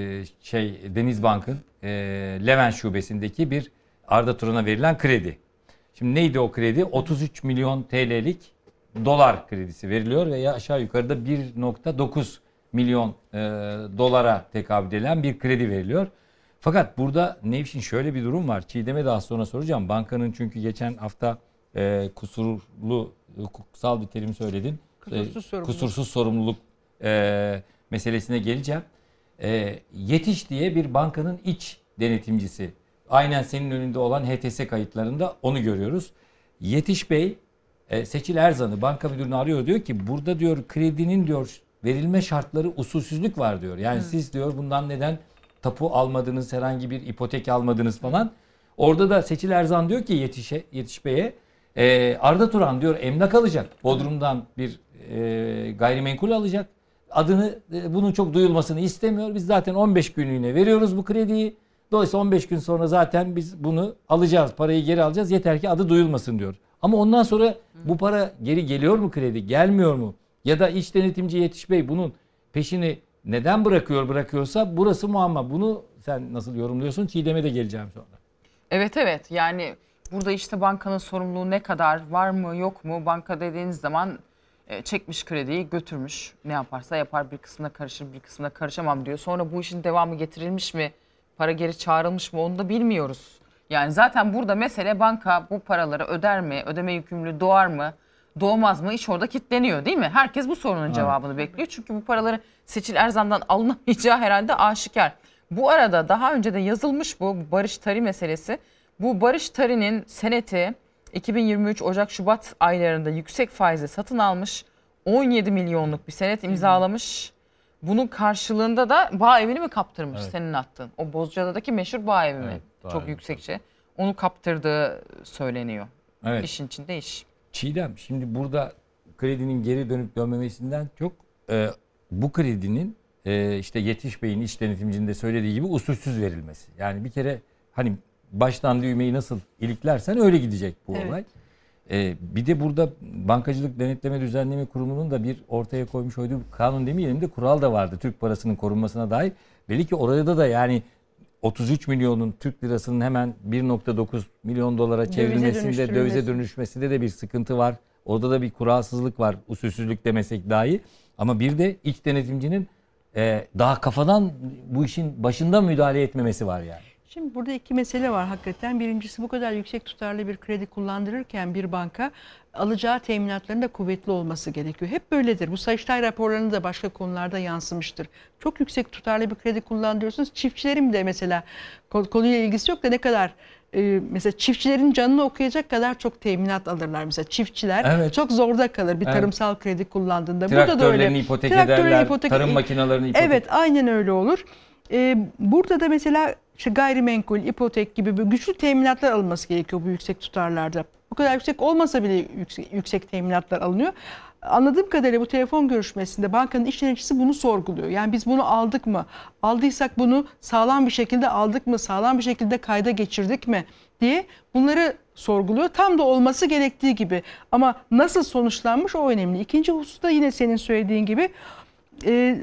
şey Denizbank'ın e, Levent şubesindeki bir Arda Turan'a verilen kredi. Şimdi neydi o kredi? otuz üç milyon T L'lik dolar kredisi veriliyor ve aşağı yukarıda bir nokta dokuz milyon e, dolara tekabül eden bir kredi veriliyor. Fakat burada Nevşin şöyle bir durum var. Çiğdem'e daha sonra soracağım. Bankanın çünkü geçen hafta e, kusurlu hukuksal bir terim söyledin. Kusursuz sorumluluk. Kusursuz sorumluluk e, meselesine geleceğim. E, Yetiş diye bir bankanın iç denetimcisi. Aynen senin önünde olan H T S kayıtlarında onu görüyoruz. Yetiş Bey e, Seçil Erzan'ı banka müdürünü arıyor diyor ki burada diyor kredinin diyor verilme şartları usulsüzlük var diyor. Yani Hı. siz diyor bundan neden tapu almadınız, herhangi bir ipotek almadınız falan. Orada da Seçil Erzan diyor ki Yetiş'e, Yetiş Bey'e e, Arda Turan diyor emlak alacak. Bodrum'dan bir e, gayrimenkul alacak. Adını e, bunun çok duyulmasını istemiyor. Biz zaten on beş günlüğüne veriyoruz bu krediyi. Dolayısıyla on beş gün sonra zaten biz bunu alacağız. Parayı geri alacağız. Yeter ki adı duyulmasın diyor. Ama ondan sonra bu para geri geliyor mu kredi? Gelmiyor mu? Ya da iç denetimci Yetiş Bey bunun peşini neden bırakıyor bırakıyorsa burası muamma. Bunu sen nasıl yorumluyorsun? Çiğdem'e de geleceğim sonra. Evet evet yani burada işte bankanın sorumluluğu ne kadar var mı yok mu? Banka dediğiniz zaman e, çekmiş krediyi götürmüş. Ne yaparsa yapar bir kısmına karışır bir kısmına karışamam diyor. Sonra bu işin devamı getirilmiş mi? Para geri çağrılmış mı onu da bilmiyoruz. Yani zaten burada mesele banka bu paraları öder mi, ödeme yükümlülüğü doğar mı, doğmaz mı, iş orada kilitleniyor değil mi? Herkes bu sorunun evet. cevabını bekliyor. Çünkü bu paraları Seçil Erzan'dan alınamayacağı herhalde aşikar. Bu arada daha önce de yazılmış bu Barış Tari meselesi. Bu Barış Tari'nin seneti iki bin yirmi üç Ocak-Şubat aylarında yüksek faizle satın almış. on yedi milyonluk bir senet imzalamış. Bunun karşılığında da bağ evini mi kaptırmış evet. senin attığın? O Bozcaada'daki meşhur bağ evi mi? Evet, çok yüksekçe. Onu kaptırdığı söyleniyor. Evet. İşin içinde iş. Çiğdem, şimdi burada kredinin geri dönüp dönmemesinden çok e, bu kredinin e, işte Yetiş Bey'in iç denetimcinin de söylediği gibi usulsüz verilmesi. Yani bir kere hani baştan düğmeyi nasıl iliklersen öyle gidecek bu evet. olay. Ee, bir de burada Bankacılık Denetleme Düzenleme Kurumu'nun da bir ortaya koymuş olduğu kanun demeyelim de kural da vardı Türk parasının korunmasına dair. Belli ki orada da yani otuz üç milyonun Türk lirasının hemen bir nokta dokuz milyon dolara çevrilmesinde, dövize dönüşmesinde de bir sıkıntı var. Orada da bir kuralsızlık var, usulsüzlük demesek dahi. Ama bir de iç denetimcinin e, daha kafadan bu işin başında müdahale etmemesi var yani. Şimdi burada iki mesele var hakikaten. Birincisi bu kadar yüksek tutarlı bir kredi kullandırırken bir banka alacağı teminatların da kuvvetli olması gerekiyor. Hep böyledir. Bu Sayıştay raporlarında da başka konularda yansımıştır. Çok yüksek tutarlı bir kredi kullandırıyorsunuz. Çiftçilerin de mesela konuyla ilgisi yok da ne kadar e, mesela çiftçilerin canını okuyacak kadar çok teminat alırlar. Mesela çiftçiler evet. çok zorda kalır bir evet. tarımsal kredi kullandığında. Traktörlerini burada da öyle. ipotek ederler, ipotek... tarım makinelerini ipotek. Evet, aynen öyle olur. Ee, burada da mesela işte gayrimenkul, ipotek gibi böyle güçlü teminatlar alınması gerekiyor bu yüksek tutarlarda. Bu kadar yüksek olmasa bile yüksek, yüksek teminatlar alınıyor. Anladığım kadarıyla bu telefon görüşmesinde bankanın iş yöneticisi bunu sorguluyor. Yani biz bunu aldık mı? Aldıysak bunu sağlam bir şekilde aldık mı? Sağlam bir şekilde kayda geçirdik mi? Diye bunları sorguluyor. Tam da olması gerektiği gibi. Ama nasıl sonuçlanmış o önemli. İkinci hususta yine senin söylediğin gibi... E,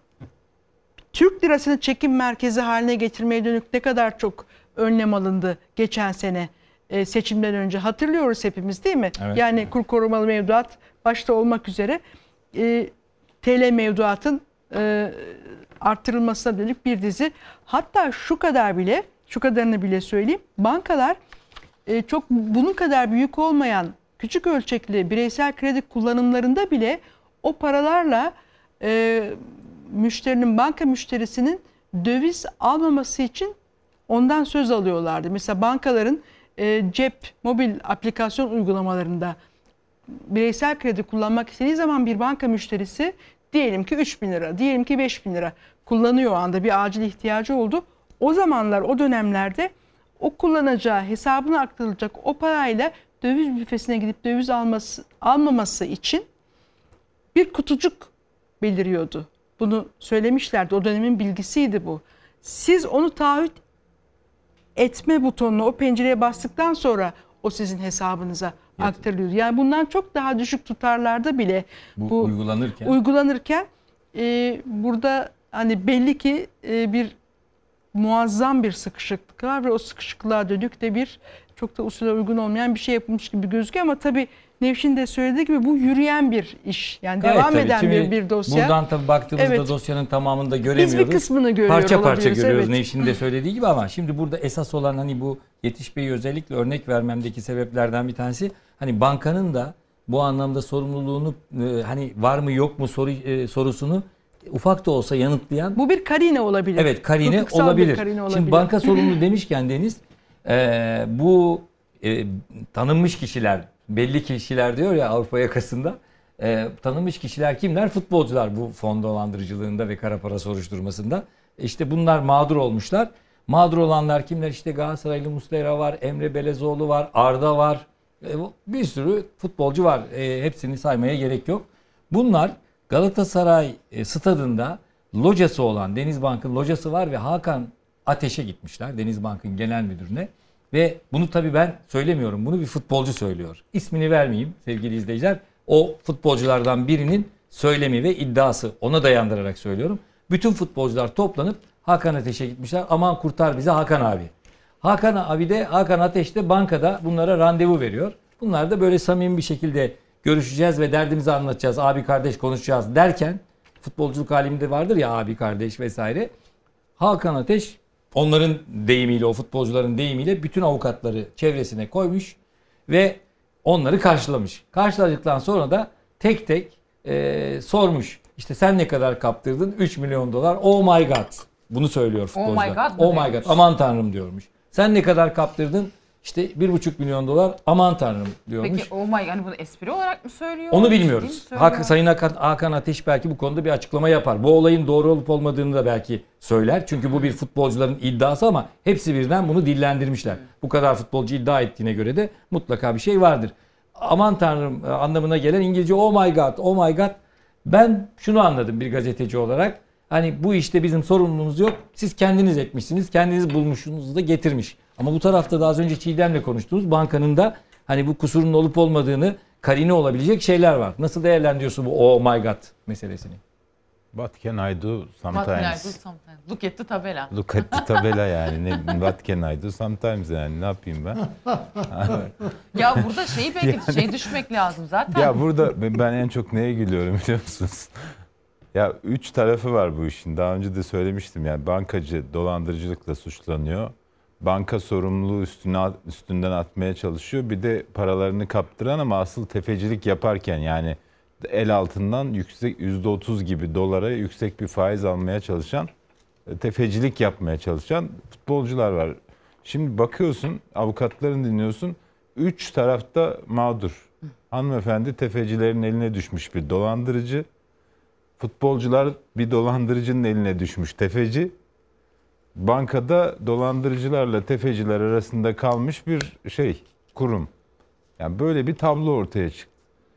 Türk lirasını çekim merkezi haline getirmeye dönük ne kadar çok önlem alındı geçen sene e, seçimden önce hatırlıyoruz hepimiz değil mi? Evet. Yani kur korumalı mevduat başta olmak üzere e, T L mevduatın e, arttırılmasına dönük bir dizi. Hatta şu kadar bile, şu kadarını bile söyleyeyim. Bankalar e, çok bunun kadar büyük olmayan küçük ölçekli bireysel kredi kullanımlarında bile o paralarla e, müşterinin, banka müşterisinin döviz almaması için ondan söz alıyorlardı. Mesela bankaların e, cep, mobil aplikasyon uygulamalarında bireysel kredi kullanmak istediği zaman bir banka müşterisi diyelim ki üç bin lira, diyelim ki beş bin lira kullanıyor o anda, bir acil ihtiyacı oldu. O zamanlar, o dönemlerde o kullanacağı, hesabına aktarılacak o parayla döviz büfesine gidip döviz alması, almaması için bir kutucuk beliriyordu. Bunu söylemişlerdi. O dönemin bilgisiydi bu. Siz onu taahhüt etme butonuna, o pencereye bastıktan sonra o sizin hesabınıza evet. aktarılıyor. Yani bundan çok daha düşük tutarlarda bile bu, bu uygulanırken, uygulanırken e, burada hani belli ki e, bir muazzam bir sıkışıklık var ve o sıkışıklığa dönük de bir çok da usule uygun olmayan bir şey yapılmış gibi gözüküyor ama tabii Nevşin de söylediği gibi bu yürüyen bir iş. Yani Gayet devam tabii. eden Şimdi bir, bir dosya. Buradan tabii baktığımızda evet. dosyanın tamamını da göremiyoruz. Biz bir kısmını görüyoruz. Parça parça görüyoruz evet. Nevşin de söylediği gibi ama şimdi burada esas olan hani bu Yetiş Bey'i özellikle örnek vermemdeki sebeplerden bir tanesi hani bankanın da bu anlamda sorumluluğunu hani var mı yok mu soru sorusunu ufak da olsa yanıtlayan. Bu bir karine olabilir. Evet karine olabilir. karine olabilir. Şimdi banka sorumluluğu demişken Deniz e, bu e, tanınmış kişiler belli kişiler diyor ya Avrupa yakasında. E, tanınmış kişiler kimler? Futbolcular bu fon dolandırıcılığında ve kara para soruşturmasında. İşte bunlar mağdur olmuşlar. Mağdur olanlar kimler? İşte Galatasaraylı Muslera var, Emre Belezoğlu var, Arda var. E, bir sürü futbolcu var. E, hepsini saymaya gerek yok. Bunlar Galatasaray e, stadında locası olan Denizbank'ın locası var ve Hakan Ateş'e gitmişler. Denizbank'ın genel müdürüne. Ve bunu tabii ben söylemiyorum. Bunu bir futbolcu söylüyor. İsmini vermeyeyim sevgili izleyiciler. O futbolculardan birinin söylemi ve iddiası. Ona dayandırarak söylüyorum. Bütün futbolcular toplanıp Hakan Ateş'e gitmişler. Aman kurtar bizi Hakan abi. Hakan abi de Hakan Ateş de bankada bunlara randevu veriyor. Bunlar da böyle samimi bir şekilde görüşeceğiz ve derdimizi anlatacağız. Abi kardeş konuşacağız derken futbolculuk halimde vardır ya abi kardeş vesaire. Hakan Ateş onların deyimiyle, o futbolcuların deyimiyle bütün avukatları çevresine koymuş ve onları karşılamış. Karşıladıktan sonra da tek tek e, sormuş. İşte sen ne kadar kaptırdın? üç milyon dolar. Oh my god. Bunu söylüyor futbolcular. Oh my god. Oh my god. Aman tanrım diyormuş. Sen ne kadar kaptırdın? İşte bir buçuk milyon dolar. Aman tanrım diyormuş. Peki oh my yani bunu espri olarak mı söylüyor? Onu ciddi mi bilmiyoruz. söylüyor? Hak, Sayın Hakan, Hakan Ateş belki bu konuda bir açıklama yapar. Bu olayın doğru olup olmadığını da belki söyler. Çünkü bu bir futbolcuların iddiası ama hepsi birden bunu dillendirmişler. Bu kadar futbolcu iddia ettiğine göre de mutlaka bir şey vardır. Aman tanrım anlamına gelen İngilizce oh my god, oh my god. Ben şunu anladım bir gazeteci olarak. Hani bu işte bizim sorumluluğumuz yok. Siz kendiniz etmişsiniz, kendiniz bulmuşsunuz da getirmiş. Ama bu tarafta da az önce Çiğdem'le konuştuğumuz bankanın da hani bu kusurun olup olmadığını karine olabilecek şeyler var. Nasıl değerlendiriyorsun bu oh my god meselesini? What can I do sometimes? What can I do sometimes? Look at the tabela. Look at the tabela yani. Ne, what can I do sometimes yani ne yapayım ben? Ya burada şeyi belki Yani- şey düşmek lazım zaten. Ya burada ben en çok neye gülüyorum biliyor musunuz? Ya üç tarafı var bu işin. Daha önce de söylemiştim yani bankacı dolandırıcılıkla suçlanıyor. Banka sorumluluğu üstüne üstünden atmaya çalışıyor. Bir de paralarını kaptıran ama asıl tefecilik yaparken yani el altından yüksek yüzde otuz gibi dolara yüksek bir faiz almaya çalışan, tefecilik yapmaya çalışan futbolcular var. Şimdi bakıyorsun, avukatlarını dinliyorsun. Üç tarafta mağdur. Hanımefendi tefecilerin eline düşmüş bir dolandırıcı. Futbolcular bir dolandırıcının eline düşmüş tefeci. Bankada dolandırıcılarla tefeciler arasında kalmış bir şey, kurum. Yani böyle bir tablo ortaya çıktı.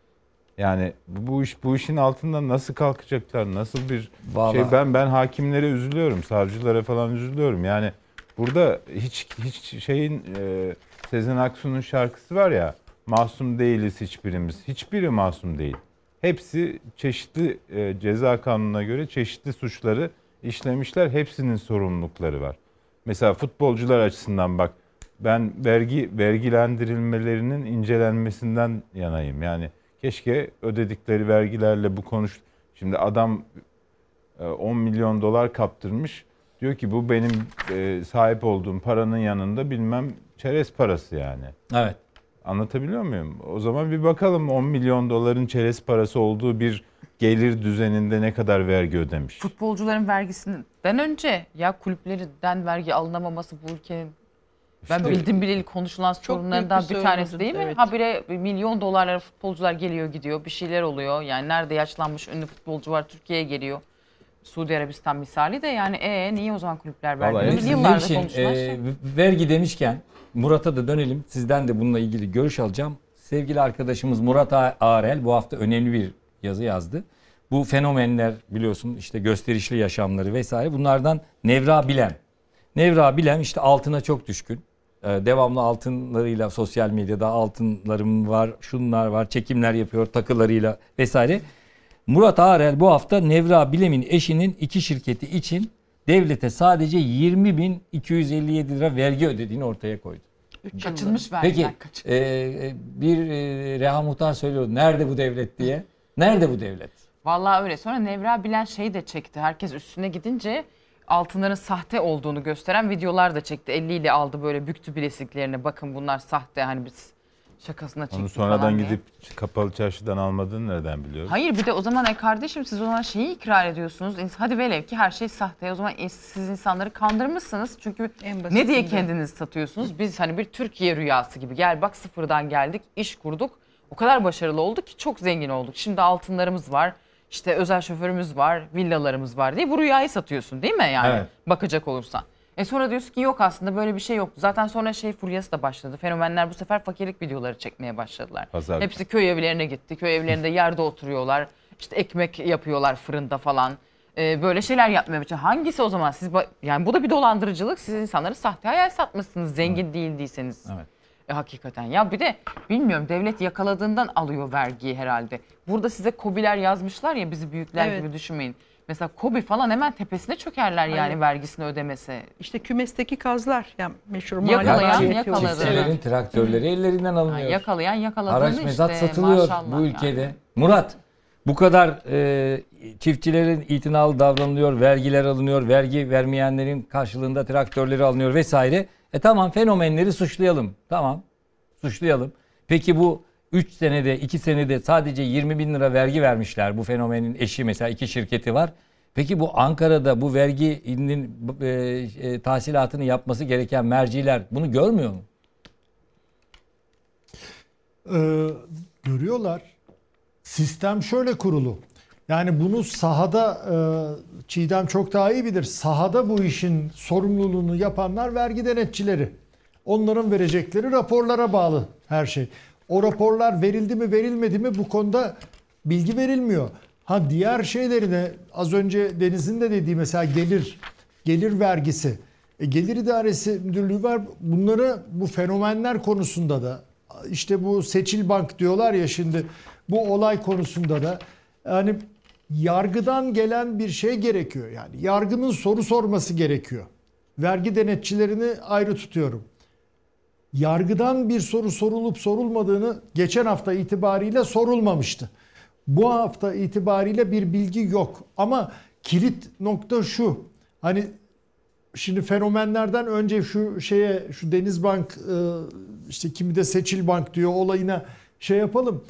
Yani bu iş bu işin altından nasıl kalkacaklar? Nasıl bir Vallahi. şey ben ben hakimlere üzülüyorum, savcılara falan üzülüyorum. Yani burada hiç hiç şeyin e, Sezen Aksu'nun şarkısı var ya. Masum değiliz hiçbirimiz. Hiçbiri masum değil. Hepsi çeşitli e, ceza kanununa göre çeşitli suçları işlemişler. Hepsinin sorumlulukları var. Mesela futbolcular açısından bak ben vergi vergilendirilmelerinin incelenmesinden yanayım. Yani keşke ödedikleri vergilerle bu konuş. Şimdi adam on milyon dolar kaptırmış. Diyor ki bu benim e, sahip olduğum paranın yanında bilmem çerez parası yani. Evet. Anlatabiliyor muyum? O zaman bir bakalım on milyon doların çerez parası olduğu bir gelir düzeninde ne kadar vergi ödemiş? Futbolcuların vergisinden önce ya kulüplerden vergi alınamaması bu ülkenin ben İşte bildim bileli konuşulan sorunlarından büyük bir bir tanesi sorundu, değil mi? evet. Habire milyon dolarlara futbolcular geliyor gidiyor bir şeyler oluyor. Yani nerede yaşlanmış ünlü futbolcu var Türkiye'ye geliyor. Suudi Arabistan misali de yani e niye o zaman kulüpler vergi? Vallahi Biz sizin yıllardır için, konuşulan e, şey. vergi demişken Murat'a da dönelim. Sizden de bununla ilgili görüş alacağım. Sevgili arkadaşımız Murat Arel bu hafta önemli bir yazı yazdı. Bu fenomenler biliyorsun işte gösterişli yaşamları vesaire bunlardan Nevra Bilem. Nevra Bilem işte altına çok düşkün. Ee, devamlı altınlarıyla sosyal medyada altınlarım var, şunlar var, çekimler yapıyor takılarıyla vesaire. Murat Arel bu hafta Nevra Bilem'in eşinin iki şirketi için devlete sadece yirmi bin iki yüz elli yedi lira vergi ödediğini ortaya koydu. Kaçınmış vergiler. Peki e, bir e, Reha Muhtar söylüyor nerede bu devlet diye. Nerede bu devlet? Vallahi öyle. Sonra Nevra Bilen şey de çekti. Herkes üstüne gidince altınların sahte olduğunu gösteren videolar da çekti. Eliyle aldı böyle büktü bileziklerini. Bakın bunlar sahte hani biz şakasına çektik Onu sonradan falan diye. gidip kapalı çarşıdan almadığını nereden biliyoruz? Hayır bir de o zaman e kardeşim siz o zaman şeyi ikrar ediyorsunuz. Hadi velev ki her şey sahte. O zaman e, siz insanları kandırmışsınız. Çünkü ne diye kendinizi satıyorsunuz? Biz hani bir Türkiye rüyası gibi. Gel bak sıfırdan geldik, iş kurduk. O kadar başarılı olduk ki çok zengin olduk. Şimdi altınlarımız var. İşte özel şoförümüz var, villalarımız var diye bu rüyayı satıyorsun değil mi yani Evet. bakacak olursan. E sonra diyorsun ki yok aslında böyle bir şey yok. Zaten sonra şey furyası da başladı. Fenomenler bu sefer fakirlik videoları çekmeye başladılar. Pazar. Hepsi köy evlerine gitti. Köy evlerinde yerde oturuyorlar. İşte ekmek yapıyorlar fırında falan. Ee, böyle şeyler yapmaya başladı. Hangisi o zaman? Siz yani bu da bir dolandırıcılık. Siz insanları sahte hayal satmışsınız. Zengin evet. değil değilseniz. Evet. E, hakikaten. Ya bir de bilmiyorum devlet yakaladığından alıyor vergiyi herhalde. Burada size KOBİ'ler yazmışlar ya bizi büyükler Evet. gibi düşünmeyin. Mesela KOBİ falan hemen tepesine çökerler yani Aynen. vergisini ödemese. İşte kümesteki kazlar yani meşhur Yakalayan mali- yakaladı. Çiftçilerin traktörleri ellerinden alınıyor. Ha, yakalayan yakaladığını Araç mezat işte, satılıyor maşallah bu ülkede. yani. Murat Bu kadar e, çiftçilerin itinalı davranılıyor, vergiler alınıyor, vergi vermeyenlerin karşılığında traktörleri alınıyor vesaire. E tamam, fenomenleri suçlayalım. Tamam, suçlayalım. Peki bu üç senede, iki senede sadece yirmi bin lira vergi vermişler. Bu fenomenin eşi mesela, iki şirketi var. Peki bu Ankara'da bu verginin e, e, tahsilatını yapması gereken merciler bunu görmüyor mu? Ee, görüyorlar. Sistem şöyle kurulu. Yani bunu sahada e, Çiğdem çok daha iyi bilir. Sahada bu işin sorumluluğunu yapanlar vergi denetçileri. Onların verecekleri raporlara bağlı her şey. O raporlar verildi mi verilmedi mi bu konuda bilgi verilmiyor. Ha diğer şeylerine az önce Deniz'in de dediği mesela gelir gelir vergisi. E, Gelir İdaresi Müdürlüğü var. Bunları bu fenomenler konusunda da işte bu Seçil Bank diyorlar ya şimdi bu olay konusunda da yani yargıdan gelen bir şey gerekiyor. Yani yargının soru sorması gerekiyor. Vergi denetçilerini ayrı tutuyorum. Yargıdan bir soru sorulup sorulmadığını geçen hafta itibariyle sorulmamıştı. Bu hafta itibariyle bir bilgi yok. Ama kilit nokta şu. Hani şimdi fenomenlerden önce şu şeye şu Denizbank işte kimi de Seçil Bank diyor olayına şey yapalım.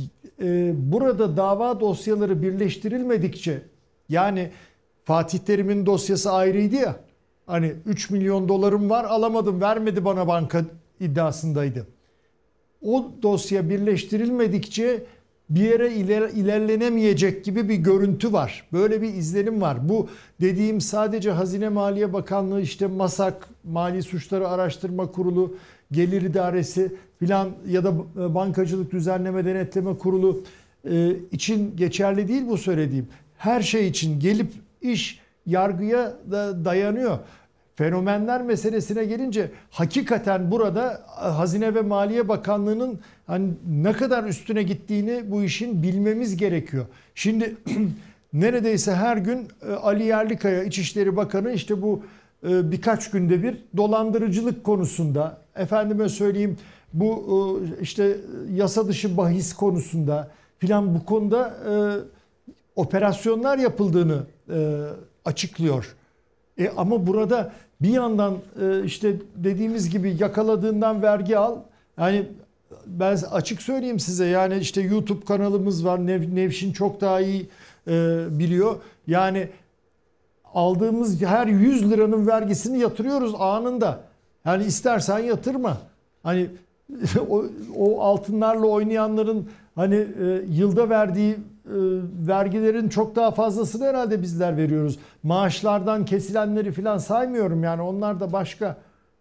Burada dava dosyaları birleştirilmedikçe yani Fatih Terim'in dosyası ayrıydı ya. Hani üç milyon dolarım var alamadım vermedi bana banka iddiasındaydı. O dosya birleştirilmedikçe bir yere iler, ilerlenemeyecek gibi bir görüntü var. Böyle bir izlenim var. Bu dediğim sadece Hazine Maliye Bakanlığı, işte MASAK, Mali Suçları Araştırma Kurulu, Gelir İdaresi filan ya da Bankacılık Düzenleme Denetleme Kurulu için geçerli değil bu söylediğim. Her şey için gelip iş yargıya da dayanıyor. Fenomenler meselesine gelince hakikaten burada Hazine ve Maliye Bakanlığı'nın hani ne kadar üstüne gittiğini bu işin bilmemiz gerekiyor. Şimdi neredeyse her gün Ali Yerlikaya İçişleri Bakanı işte bu birkaç günde bir dolandırıcılık konusunda, efendime söyleyeyim bu işte yasa dışı bahis konusunda filan bu konuda operasyonlar yapıldığını açıklıyor. E ama burada bir yandan işte dediğimiz gibi yakaladığından vergi al. Yani ben açık söyleyeyim size yani işte YouTube kanalımız var. Nev, Nevşin çok daha iyi e, biliyor. Yani aldığımız her yüz liranın vergisini yatırıyoruz anında. Yani istersen yatırma. Hani o, o altınlarla oynayanların hani e, yılda verdiği vergilerin çok daha fazlasını herhalde bizler veriyoruz. Maaşlardan kesilenleri falan saymıyorum yani onlar da başka.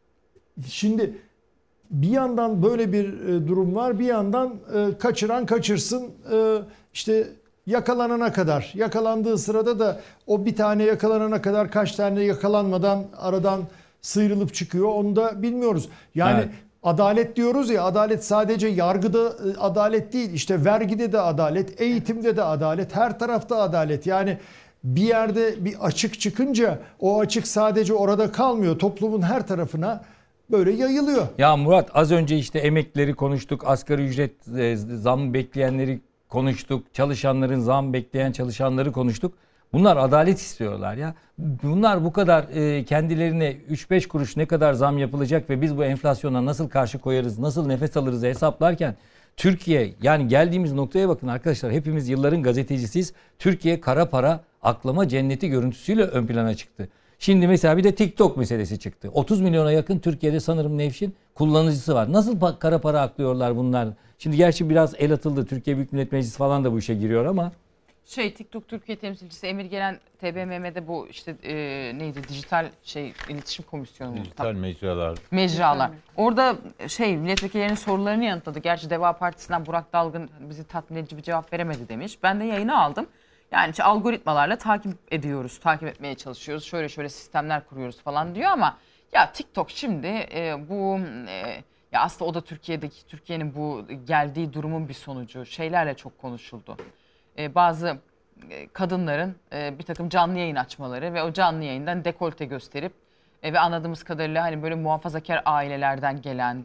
Şimdi bir yandan böyle bir durum var, bir yandan kaçıran kaçırsın işte yakalanana kadar. Yakalandığı sırada da o bir tane yakalanana kadar kaç tane yakalanmadan aradan sıyrılıp çıkıyor onu da bilmiyoruz. Yani evet. Adalet diyoruz ya, adalet sadece yargıda adalet değil, işte vergide de adalet, eğitimde de adalet, her tarafta adalet. Yani bir yerde bir açık çıkınca o açık sadece orada kalmıyor, toplumun her tarafına böyle yayılıyor. Ya Murat, az önce işte emeklileri konuştuk, asgari ücret zam bekleyenleri konuştuk, çalışanların zam bekleyen çalışanları konuştuk. Bunlar adalet istiyorlar ya. Bunlar bu kadar e, kendilerine üç beş kuruş ne kadar zam yapılacak ve biz bu enflasyona nasıl karşı koyarız, nasıl nefes alırız hesaplarken Türkiye, yani geldiğimiz noktaya bakın arkadaşlar, hepimiz yılların gazetecisiyiz. Türkiye kara para aklama cenneti görüntüsüyle ön plana çıktı. Şimdi mesela bir de TikTok meselesi çıktı. otuz milyona yakın Türkiye'de sanırım Nevşin kullanıcısı var. Nasıl kara para aklıyorlar bunlar? Şimdi gerçi biraz el atıldı. Türkiye Büyük Millet Meclisi falan da bu işe giriyor ama Şey TikTok Türkiye temsilcisi Emir Gelen T B M M'de bu işte e, neydi dijital şey iletişim komisyonu dijital mecralar mecralar orada şey milletvekillerinin sorularını yanıtladı. Gerçi Deva Partisi'nden Burak Dalgın bizi tatmin edici bir cevap veremedi demiş. Ben de yayını aldım. Yani işte algoritmalarla takip ediyoruz, takip etmeye çalışıyoruz. Şöyle şöyle sistemler kuruyoruz falan diyor ama ya TikTok şimdi e, bu e, ya aslında o da Türkiye'deki Türkiye'nin bu geldiği durumun bir sonucu. Şeylerle çok konuşuldu. Bazı kadınların bir takım canlı yayın açmaları ve o canlı yayından dekolte gösterip ve anladığımız kadarıyla hani böyle muhafazakar ailelerden gelen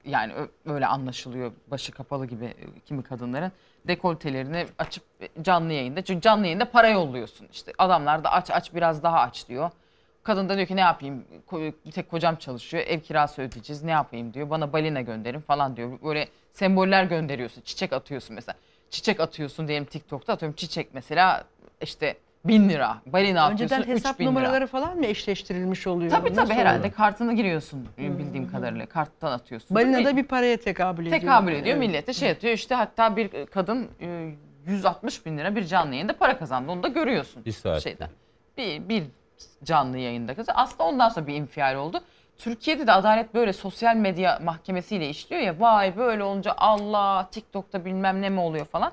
Yani öyle anlaşılıyor, başı kapalı gibi kimi kadınların dekoltelerini açıp canlı yayında. Çünkü canlı yayında para yolluyorsun. İşte adamlar da aç aç biraz daha aç diyor. Kadın da diyor ki ne yapayım, bir tek kocam çalışıyor, ev kirası ödeyeceğiz, ne yapayım diyor. Bana balina gönderin falan diyor. Böyle semboller gönderiyorsun, çiçek atıyorsun mesela. Çiçek atıyorsun diyelim TikTok'ta, atıyorum çiçek mesela işte bin lira. Balina önceden atıyorsun hesap üç bin lira. numaraları falan mı eşleştirilmiş oluyor? Tabii Nasıl tabii herhalde oluyor? kartına giriyorsun bildiğim kadarıyla. Karttan atıyorsun. Balina da bir paraya tekabül ediyor. Tekabül ediyor. Evet. Millete şey atıyor. İşte hatta bir kadın yüz altmış bin lira bir canlı yayında para kazandı. Onu da görüyorsun. Bir saatte. Şeyden. Bir, bir canlı yayında kazandı. Aslında ondan sonra bir infial oldu. Türkiye'de de adalet böyle sosyal medya mahkemesiyle işliyor ya. Vay böyle olunca Allah TikTok'ta bilmem ne mi oluyor falan.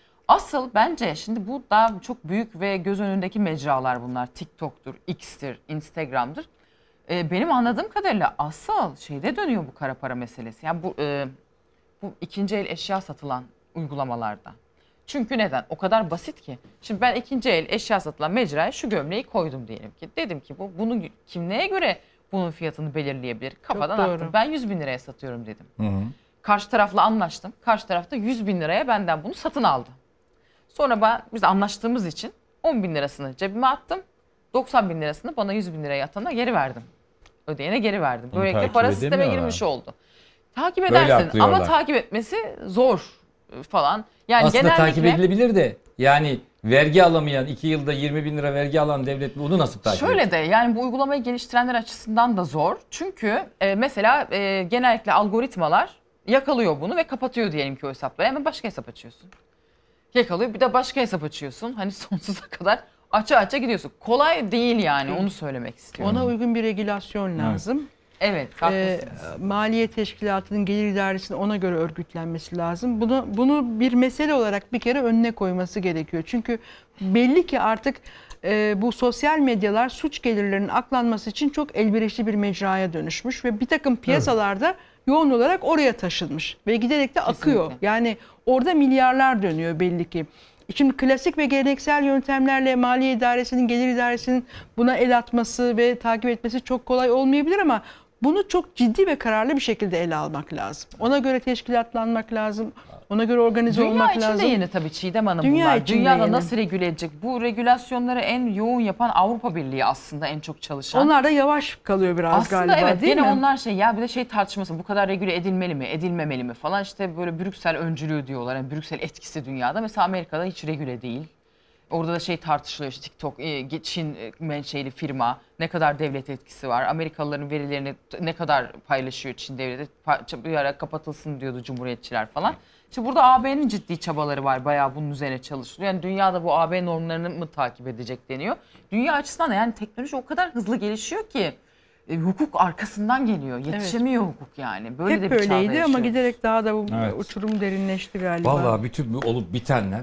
Asıl bence şimdi bu daha çok büyük ve göz önündeki mecralar bunlar. TikTok'tur, X'tir, Instagram'dır. Ee, benim anladığım kadarıyla asıl şeyde dönüyor bu kara para meselesi. Yani bu e, bu ikinci el eşya satılan uygulamalarda. Çünkü neden? O kadar basit ki. Şimdi ben ikinci el eşya satılan mecraya şu gömleği koydum diyelim ki. Dedim ki bu bunu kim neye göre bunun fiyatını belirleyebilir? Kafadan attım. Ben yüz bin liraya satıyorum dedim. Hı hı. Karşı tarafla anlaştım. Karşı tarafta yüz bin liraya benden bunu satın aldı. Sonra ben biz anlaştığımız için on bin lirasını cebime attım. doksan bin lirasını bana yüz bin liraya atana geri verdim. Ödeyene geri verdim. Böylelikle para sisteme girmiş oldu. Takip edersin ama takip etmesi zor falan. Yani aslında genellikle, takip edilebilir de yani vergi alamayan iki yılda yirmi bin lira vergi alan devlet bunu nasıl takip ediyor? Şöyle de yani bu uygulamayı geliştirenler açısından da zor. Çünkü e, mesela e, genellikle algoritmalar yakalıyor bunu ve kapatıyor diyelim ki o hesapları. Hemen başka hesap açıyorsun. Yakalıyor bir de başka hesap açıyorsun. Hani sonsuza kadar aça aça gidiyorsun. Kolay değil yani onu söylemek istiyorum. Ona uygun bir regülasyon lazım. Evet, Ee, Maliye Teşkilatı'nın gelir idaresinin ona göre örgütlenmesi lazım. Bunu bunu bir mesele olarak bir kere önüne koyması gerekiyor. Çünkü belli ki artık e, bu sosyal medyalar suç gelirlerinin aklanması için çok elverişli bir mecraya dönüşmüş ve bir takım piyasalarda evet. yoğun olarak oraya taşınmış ve giderek de Kesinlikle. akıyor. Yani orada milyarlar dönüyor belli ki. Şimdi klasik ve geleneksel yöntemlerle Maliye İdaresi'nin, Gelir İdaresi'nin buna el atması ve takip etmesi çok kolay olmayabilir ama bunu çok ciddi ve kararlı bir şekilde ele almak lazım. Ona göre teşkilatlanmak lazım. Ona göre organize Dünya olmak lazım. Dünya içinde yeni tabii Çiğdem Hanım Dünya bunlar. Dünyada yeni. nasıl regüle edecek? Bu regülasyonları en yoğun yapan Avrupa Birliği aslında en çok çalışan. Onlar da yavaş kalıyor biraz aslında galiba evet, değil mi? Aslında mi? evet onlar şey ya bir de şey tartışması bu kadar regüle edilmeli mi edilmemeli mi falan işte böyle Brüksel öncülüğü diyorlar. Yani Brüksel etkisi dünyada. Mesela Amerika'da hiç regüle değil. Orada da şey tartışılıyor işte TikTok, Çin menşeli firma ne kadar devlet etkisi var. Amerikalıların verilerini ne kadar paylaşıyor Çin devleti. Bir ara kapatılsın diyordu Cumhuriyetçiler falan. İşte burada A B'nin ciddi çabaları var. Bayağı bunun üzerine çalışılıyor. Yani dünyada bu A B normlarını mı takip edecek deniyor. Dünya açısından da yani teknoloji o kadar hızlı gelişiyor ki e, hukuk arkasından geliyor. Yetişemiyor evet. hukuk yani. Böyle Hep de bir çağda öyleydi yaşıyoruz. ama giderek daha da bu evet. uçurum derinleşti galiba. Vallahi bütün bu olup bitenler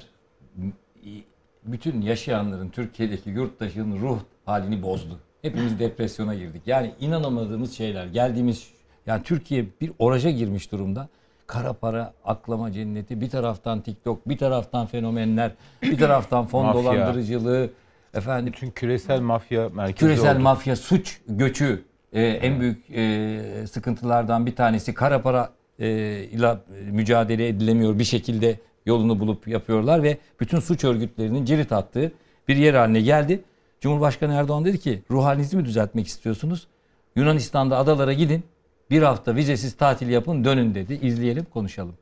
bütün yaşayanların Türkiye'deki yurttaşının ruh halini bozdu. Hepimiz depresyona girdik. Yani inanamadığımız şeyler. Geldiğimiz yani Türkiye bir oraja girmiş durumda. Kara para, aklama cenneti, bir taraftan TikTok, bir taraftan fenomenler, bir taraftan fon Mafya. dolandırıcılığı, efendim bütün küresel mafya merkezi küresel oldu. mafya, suç göçü e, en büyük e, sıkıntılardan bir tanesi. Kara para e, ile mücadele edilemiyor bir şekilde yolunu bulup yapıyorlar ve bütün suç örgütlerinin cirit attığı bir yer haline geldi. Cumhurbaşkanı Erdoğan dedi ki ruh halinizi mi düzeltmek istiyorsunuz? Yunanistan'da adalara gidin. Bir hafta vizesiz tatil yapın dönün dedi. İzleyelim konuşalım.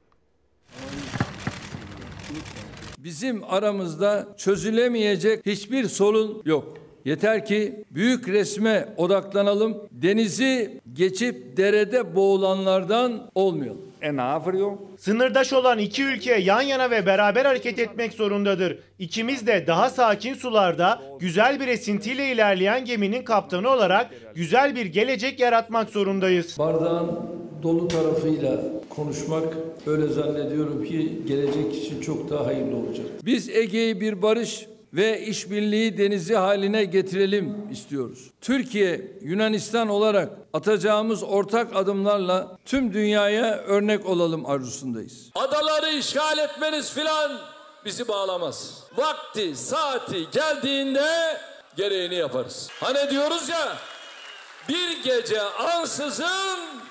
Bizim aramızda çözülemeyecek hiçbir sorun yok. Yeter ki büyük resme odaklanalım. Denizi geçip derede boğulanlardan olmayalım. En avril. Sınırdaş olan iki ülke yan yana ve beraber hareket etmek zorundadır. İkimiz de daha sakin sularda güzel bir esintiyle ilerleyen geminin kaptanı olarak güzel bir gelecek yaratmak zorundayız. Bardağın dolu tarafıyla konuşmak öyle zannediyorum ki gelecek için çok daha hayırlı olacak. Biz Ege'yi bir barış ve işbirliği denizi haline getirelim istiyoruz. Türkiye, Yunanistan olarak atacağımız ortak adımlarla tüm dünyaya örnek olalım arzusundayız. Adaları işgal etmeniz filan bizi bağlamaz. Vakti, saati geldiğinde gereğini yaparız. Hani diyoruz ya, bir gece ansızın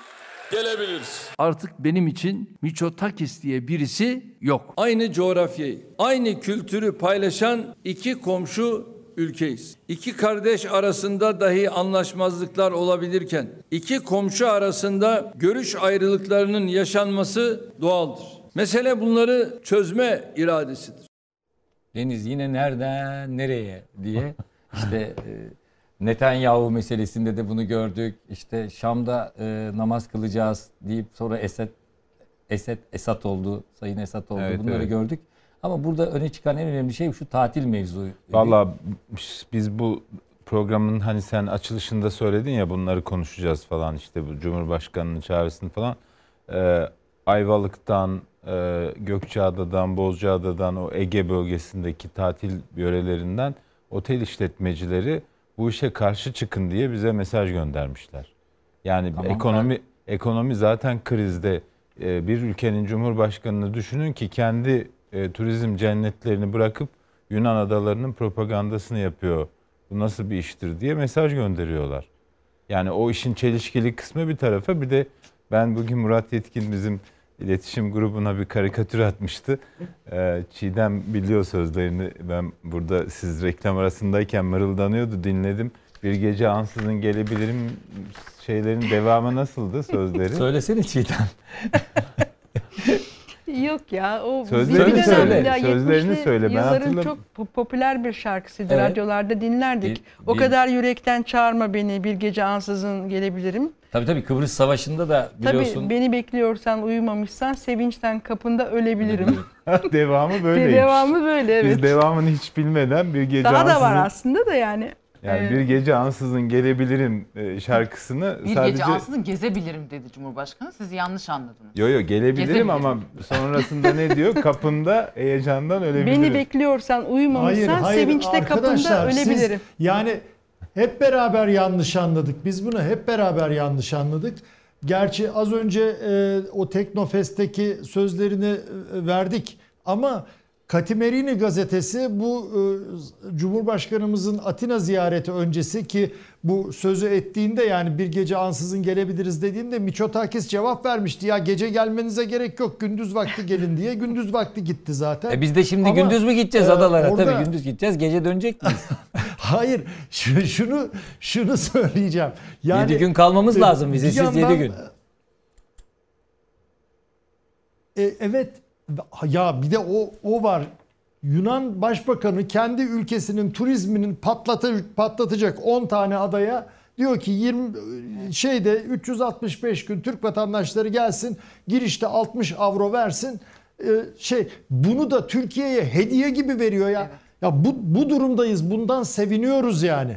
gelebiliriz. Artık benim için Mitsotakis diye birisi yok. Aynı coğrafyayı, aynı kültürü paylaşan iki komşu ülkeyiz. İki kardeş arasında dahi anlaşmazlıklar olabilirken iki komşu arasında görüş ayrılıklarının yaşanması doğaldır. Mesele bunları çözme iradesidir. Deniz yine nereden nereye diye işte e, Netanyahu meselesinde de bunu gördük. İşte Şam'da e, namaz kılacağız deyip sonra Esed Esed Esad oldu, Sayın Esad oldu. Evet, Bunları evet. gördük. Ama burada öne çıkan en önemli şey şu tatil mevzu. Vallahi biz bu programın hani sen açılışında söyledin ya bunları konuşacağız falan işte bu Cumhurbaşkanı'nın çağrısını falan. Ee, Ayvalık'tan, e, Gökçeada'dan, Bozcaada'dan o Ege bölgesindeki tatil yörelerinden otel işletmecileri bu işe karşı çıkın diye bize mesaj göndermişler. Yani Tamam, ekonomi ben... ekonomi zaten krizde. Ee, bir ülkenin cumhurbaşkanını düşünün ki kendi e, turizm cennetlerini bırakıp Yunan adalarının propagandasını yapıyor. Bu nasıl bir iştir diye mesaj gönderiyorlar. Yani o işin çelişkili kısmı bir tarafa, bir de ben bugün Murat Yetkin bizim iletişim grubuna bir karikatür atmıştı. Ee, Çiğdem biliyor sözlerini. Ben burada siz reklam arasındayken mırıldanıyordu, dinledim. Bir gece ansızın gelebilirim şeylerin devamı nasıldı sözleri? Söylesene Çiğdem. Yok ya. O Sözlerini bir söyle, ya, sözlerini söyle. Ben yılların hatırlam- çok po- popüler bir şarkısıydı. Evet. Radyolarda dinlerdik. Bir- o bir- kadar yürekten çağırma beni, bir gece ansızın gelebilirim. Tabii tabii Kıbrıs Savaşı'nda da biliyorsun. Tabii beni bekliyorsan, uyumamışsan sevinçten kapında ölebilirim. Devamı böyleymiş. Devamı böyle, evet. Biz devamını hiç bilmeden bir gece Daha ansızın... da var aslında da yani. Yani Ee, bir gece ansızın gelebilirim e, şarkısını Bir sadece... gece ansızın gezebilirim dedi Cumhurbaşkanı. Siz yanlış anladınız. Yo yo gelebilirim Gezebilirim. ama sonrasında ne diyor? Kapında heyecandan ölebilirim. Beni bekliyorsan, uyumamışsan sevinçte kapında arkadaşlar, ölebilirim. Siz, yani hep beraber yanlış anladık. Biz bunu hep beraber yanlış anladık. Gerçi az önce e, o Teknofest'teki sözlerini e, verdik ama Katimerini gazetesi bu e, Cumhurbaşkanımızın Atina ziyareti öncesi ki bu sözü ettiğinde, yani bir gece ansızın gelebiliriz dediğinde Mitsotakis cevap vermişti. Ya gece gelmenize gerek yok, gündüz vakti gelin diye. Gündüz vakti gitti zaten. E biz de şimdi Ama, gündüz mü gideceğiz e, adalara? orada- Tabii gündüz gideceğiz. Gece dönecek miyiz? Hayır, şu- şunu şunu söyleyeceğim. Yedi gün kalmamız e, lazım, bir vizesiz yedi yandan, gün. E, evet. Ya bir de o o var. Yunan Başbakanı kendi ülkesinin turizminin patlatı, patlatacak on tane adaya diyor ki yirmi şeyde üç yüz altmış beş gün Türk vatandaşları gelsin, girişte altmış avro versin. E, şey bunu da Türkiye'ye hediye gibi veriyor ya. Evet. Ya bu bu durumdayız. Bundan seviniyoruz yani.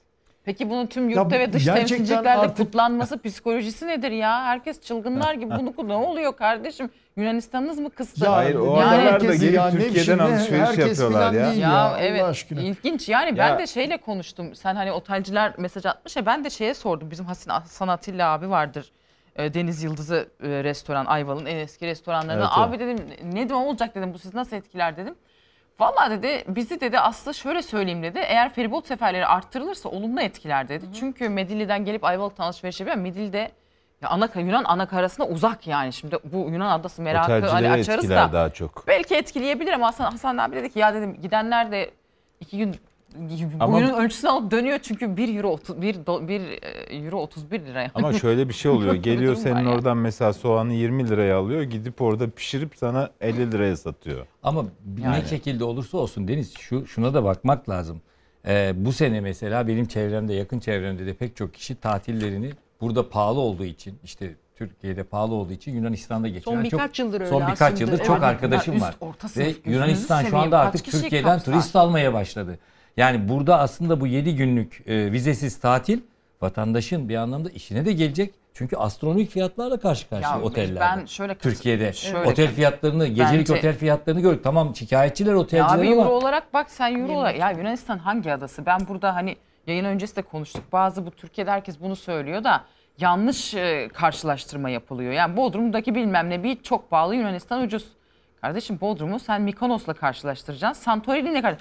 Peki bunun tüm yurtta Ya ve dış gerçekten temsilciliklerde artık- kutlanması psikolojisi nedir ya? Herkes çılgınlar gibi bunu ne oluyor kardeşim? Yunanistan'ınız mı kıstı? Ya Hayır, o yani adalarda herkes gelip ya, ne Türkiye'den biçim, ne- alışveriş herkes yapıyorlar filan ya. değil Ya, ya, evet, Allah aşkına. ilginç yani. Ya- Ben de şeyle konuştum. Sen hani otelciler mesaj atmış ya, ben de şeye sordum. Bizim Hasan, Hasan Atilla abi vardır. E, Deniz Yıldızı e, restoran, Ayvalık'ın en eski restoranlarından. Evet, Abi dedim ne de olacak dedim, bu sizi nasıl etkiler dedim. Vallahi dedi bizi dedi aslında şöyle söyleyeyim dedi. Eğer feribot seferleri arttırılırsa olumlu etkiler dedi. Çünkü Midilli'den gelip Ayvalık'tan alışveriş yapıyor. Midilli'de ya ana Yunan ana karasına uzak yani. Şimdi bu Yunan adası merakı hani Otelcileri açarız etkiler da. daha çok. Belki etkileyebilir ama Hasan, Hasan abi dedi ki ya dedim gidenler de iki gün Ama- boyunun ölçüsünü alıp dönüyor çünkü bir euro otuz bir do- bir euro otuz bir lira. Yani. Ama şöyle bir şey oluyor. Böyle bir Geliyor durum var senin ya. oradan mesela soğanı yirmi liraya alıyor. Gidip orada pişirip sana elli liraya satıyor. Ama Yani. ne şekilde olursa olsun Deniz, şu şuna da bakmak lazım. Ee, bu sene mesela benim çevremde, yakın çevremde de pek çok kişi tatillerini burada pahalı olduğu için, işte Türkiye'de pahalı olduğu için Yunanistan'da geçiren Son çok birkaç yıldır öyle son birkaç aslında. yıldır Evet. çok arkadaşım Üst, var. orta Ve sınıf, gözünüzü Yunanistan şu seveyim, anda kaç artık kişiyi Türkiye'den kapsar? turist almaya başladı. Yani burada aslında bu yedi günlük e, vizesiz tatil vatandaşın bir anlamda işine de gelecek. Çünkü astronomik fiyatlarla karşı karşıya Ya otellerde. ben şöyle katıl- Türkiye'de şöyle otel katıl- fiyatlarını, gecelik Bence- otel fiyatlarını gördük. Tamam şikayetçiler Ya otelciler abi euro ama olarak bak sen euro olarak. Ya Yunanistan hangi adası? Ben burada hani yayın öncesi de konuştuk. Bazı bu Türkiye'de herkes bunu söylüyor da yanlış e, karşılaştırma yapılıyor. Yani Bodrum'daki bilmem ne bir çok pahalı, Yunanistan ucuz. Kardeşim Bodrum'u sen Mikonos'la karşılaştıracaksın. Santorini'yle karşı.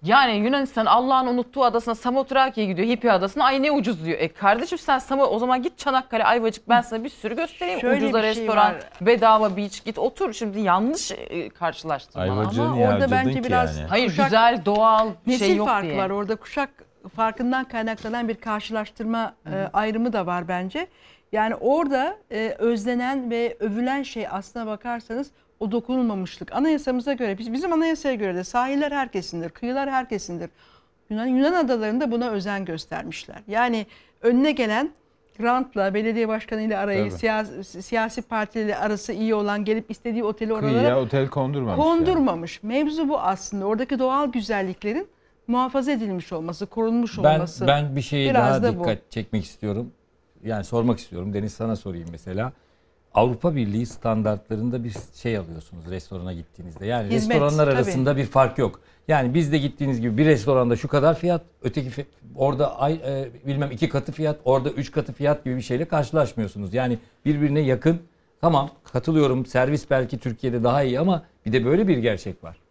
Yani Yunanistan Allah'ın unuttuğu adasına Samotrakia'ya gidiyor. Hipi adasına ay ne ucuz diyor. E kardeşim sen Samo o zaman git Çanakkale, Ayvacık ben sana bir sürü göstereyim. Şöyle Ucuza bir şey restoran, var. bedava beach git otur. Şimdi yanlış e, karşılaştırmalar. Ayvacığı Ama niye orada harcadın bence ki biraz yani? Hayır kuşak- güzel doğal Nesil şey yok farkı diye. var orada, kuşak farkından kaynaklanan bir karşılaştırma e, ayrımı da var bence. Yani orada e, özlenen ve övülen şey aslına bakarsanız o dokunulmamışlık. Anayasamıza göre, biz bizim anayasaya göre de sahiller herkesindir, kıyılar herkesindir. Yunan, Yunan adalarında buna özen göstermişler. Yani önüne gelen rantla, belediye başkanıyla arayı, Tabii. siyasi, siyasi partiyle arası iyi olan gelip istediği oteli oralara Kıyıya otel kondurmamış. kondurmamış. Yani. Mevzu bu aslında. Oradaki doğal güzelliklerin muhafaza edilmiş olması, korunmuş Ben, olması. ben bir şeye Biraz daha da dikkat bu. çekmek istiyorum. Yani sormak istiyorum. Deniz sana sorayım mesela. Avrupa Birliği standartlarında bir şey alıyorsunuz restorana gittiğinizde. Yani Hizmet, restoranlar tabii. arasında bir fark yok. Yani bizde gittiğiniz gibi bir restoranda şu kadar fiyat, öteki fi- orada ay, e, bilmem iki katı fiyat, orada üç katı fiyat gibi bir şeyle karşılaşmıyorsunuz. Yani birbirine yakın. Tamam, katılıyorum. Servis belki Türkiye'de daha iyi ama bir de böyle bir gerçek var.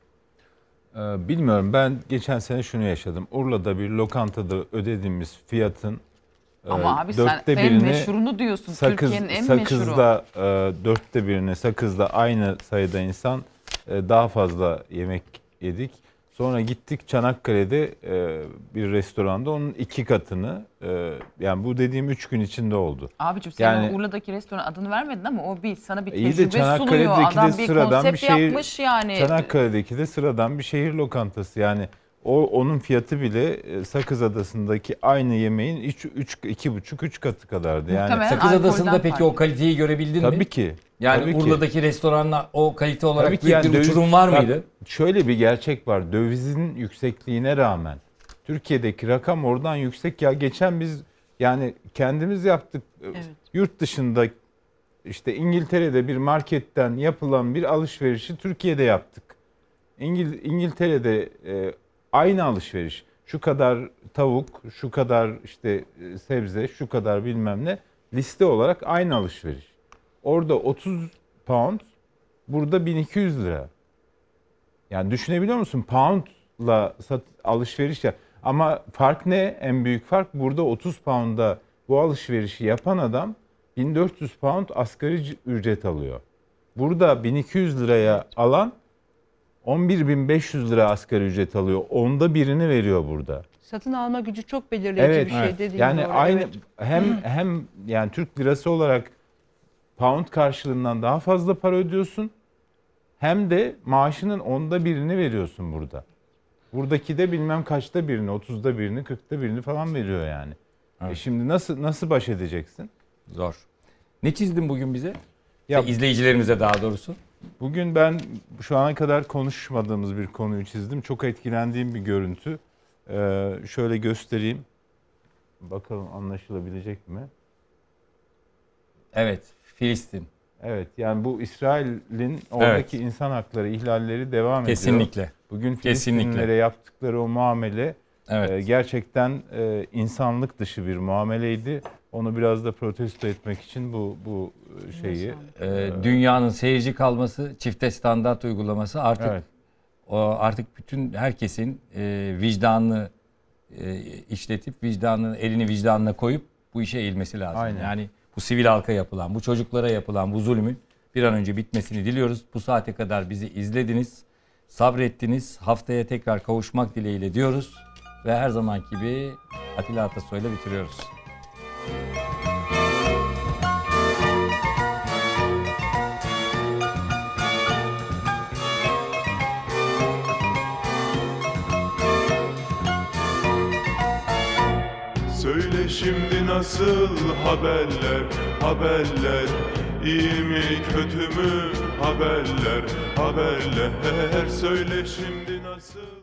Ee, bilmiyorum, ben geçen sene şunu yaşadım. Urla'da bir lokantada ödediğimiz fiyatın Ama e, abi sen dörtte en birini meşhurunu diyorsun. Sakız, Türkiye'nin en Sakız'da e, dörtte birini, Sakız'da aynı sayıda insan e, daha fazla yemek yedik. Sonra gittik Çanakkale'de e, bir restoranda onun iki katını, e, yani bu dediğim üç gün içinde oldu. Abicim sen Yani- o Urla'daki restoran adını vermedin ama o bir sana bir İyi de tecrübe sunuyor. Çanakkale'deki Adam de bir sıradan konsept bir şehir, yapmış yani. Çanakkale'deki de sıradan bir şehir lokantası. Yani o onun fiyatı bile e, Sakız Adası'ndaki aynı yemeğin üç iki buçuk üç katı kadardı. Yani Muhtemelen Sakız Adası'nda alkolden peki fark. o kaliteyi görebildin mi? tabii ki. Yani tabii ki. Urla'daki restoranla o kalite olarak Tabii ki büyük yani bir döviz- uçurum var bak, mıydı? Şöyle bir gerçek var. Dövizin yüksekliğine rağmen Türkiye'deki rakam oradan yüksek. Ya geçen biz yani kendimiz yaptık. Evet. Yurt dışında işte İngiltere'de bir marketten yapılan bir alışverişi Türkiye'de yaptık. İngil İngiltere'de e, aynı alışveriş. Şu kadar tavuk, şu kadar işte e, sebze, şu kadar bilmem ne, liste olarak aynı alışveriş. Orada otuz pound, burada bin iki yüz lira. Yani düşünebiliyor musun? Pound'la sat, alışveriş ya. Ama fark ne? En büyük fark burada otuz pound'a bu alışverişi yapan adam bin dört yüz pound asgari c- ücret alıyor. Burada bin iki yüz liraya alan on bir bin beş yüz lira asgari ücret alıyor. Onda birini veriyor burada. Satın alma gücü çok belirleyici Evet. bir şey evet. dediğin Yani doğru. aynı Evet. hem hem yani Türk lirası olarak pound karşılığından daha fazla para ödüyorsun. Hem de maaşının onda birini veriyorsun burada. Buradaki de bilmem kaçta birini, otuzda birini, kırkta birini falan veriyor yani. Evet. E şimdi nasıl nasıl baş edeceksin? Zor. Ne çizdin bugün bize? Ya- Ya izleyicilerimize daha doğrusu. Bugün ben şu ana kadar konuşmadığımız bir konuyu çizdim. Çok etkilendiğim bir görüntü. Ee, şöyle göstereyim. Bakalım anlaşılabilecek mi? Evet, Filistin. Evet, yani bu İsrail'in oradaki insan hakları ihlalleri devam ediyor. Kesinlikle. Bugün Kesinlikle. Filistinlilere yaptıkları o muamele Evet. e, gerçekten e, insanlık dışı bir muameleydi. Onu biraz da protesto etmek için bu bu şeyi Ee, dünyanın seyirci kalması, çifte standart uygulaması artık Evet. o artık bütün herkesin e, vicdanını e, işletip vicdanını elini vicdanına koyup bu işe eğilmesi lazım. Aynen. Yani bu sivil halka yapılan, bu çocuklara yapılan bu zulmün bir an önce bitmesini diliyoruz. Bu saate kadar bizi izlediniz, sabrettiniz. Haftaya tekrar kavuşmak dileğiyle diyoruz ve her zamanki gibi Atilla Atasoy'la bitiriyoruz. Söyle şimdi nasıl haberler, haberler, iyi mi kötü mü haberler, haberler. Söyle şimdi nasıl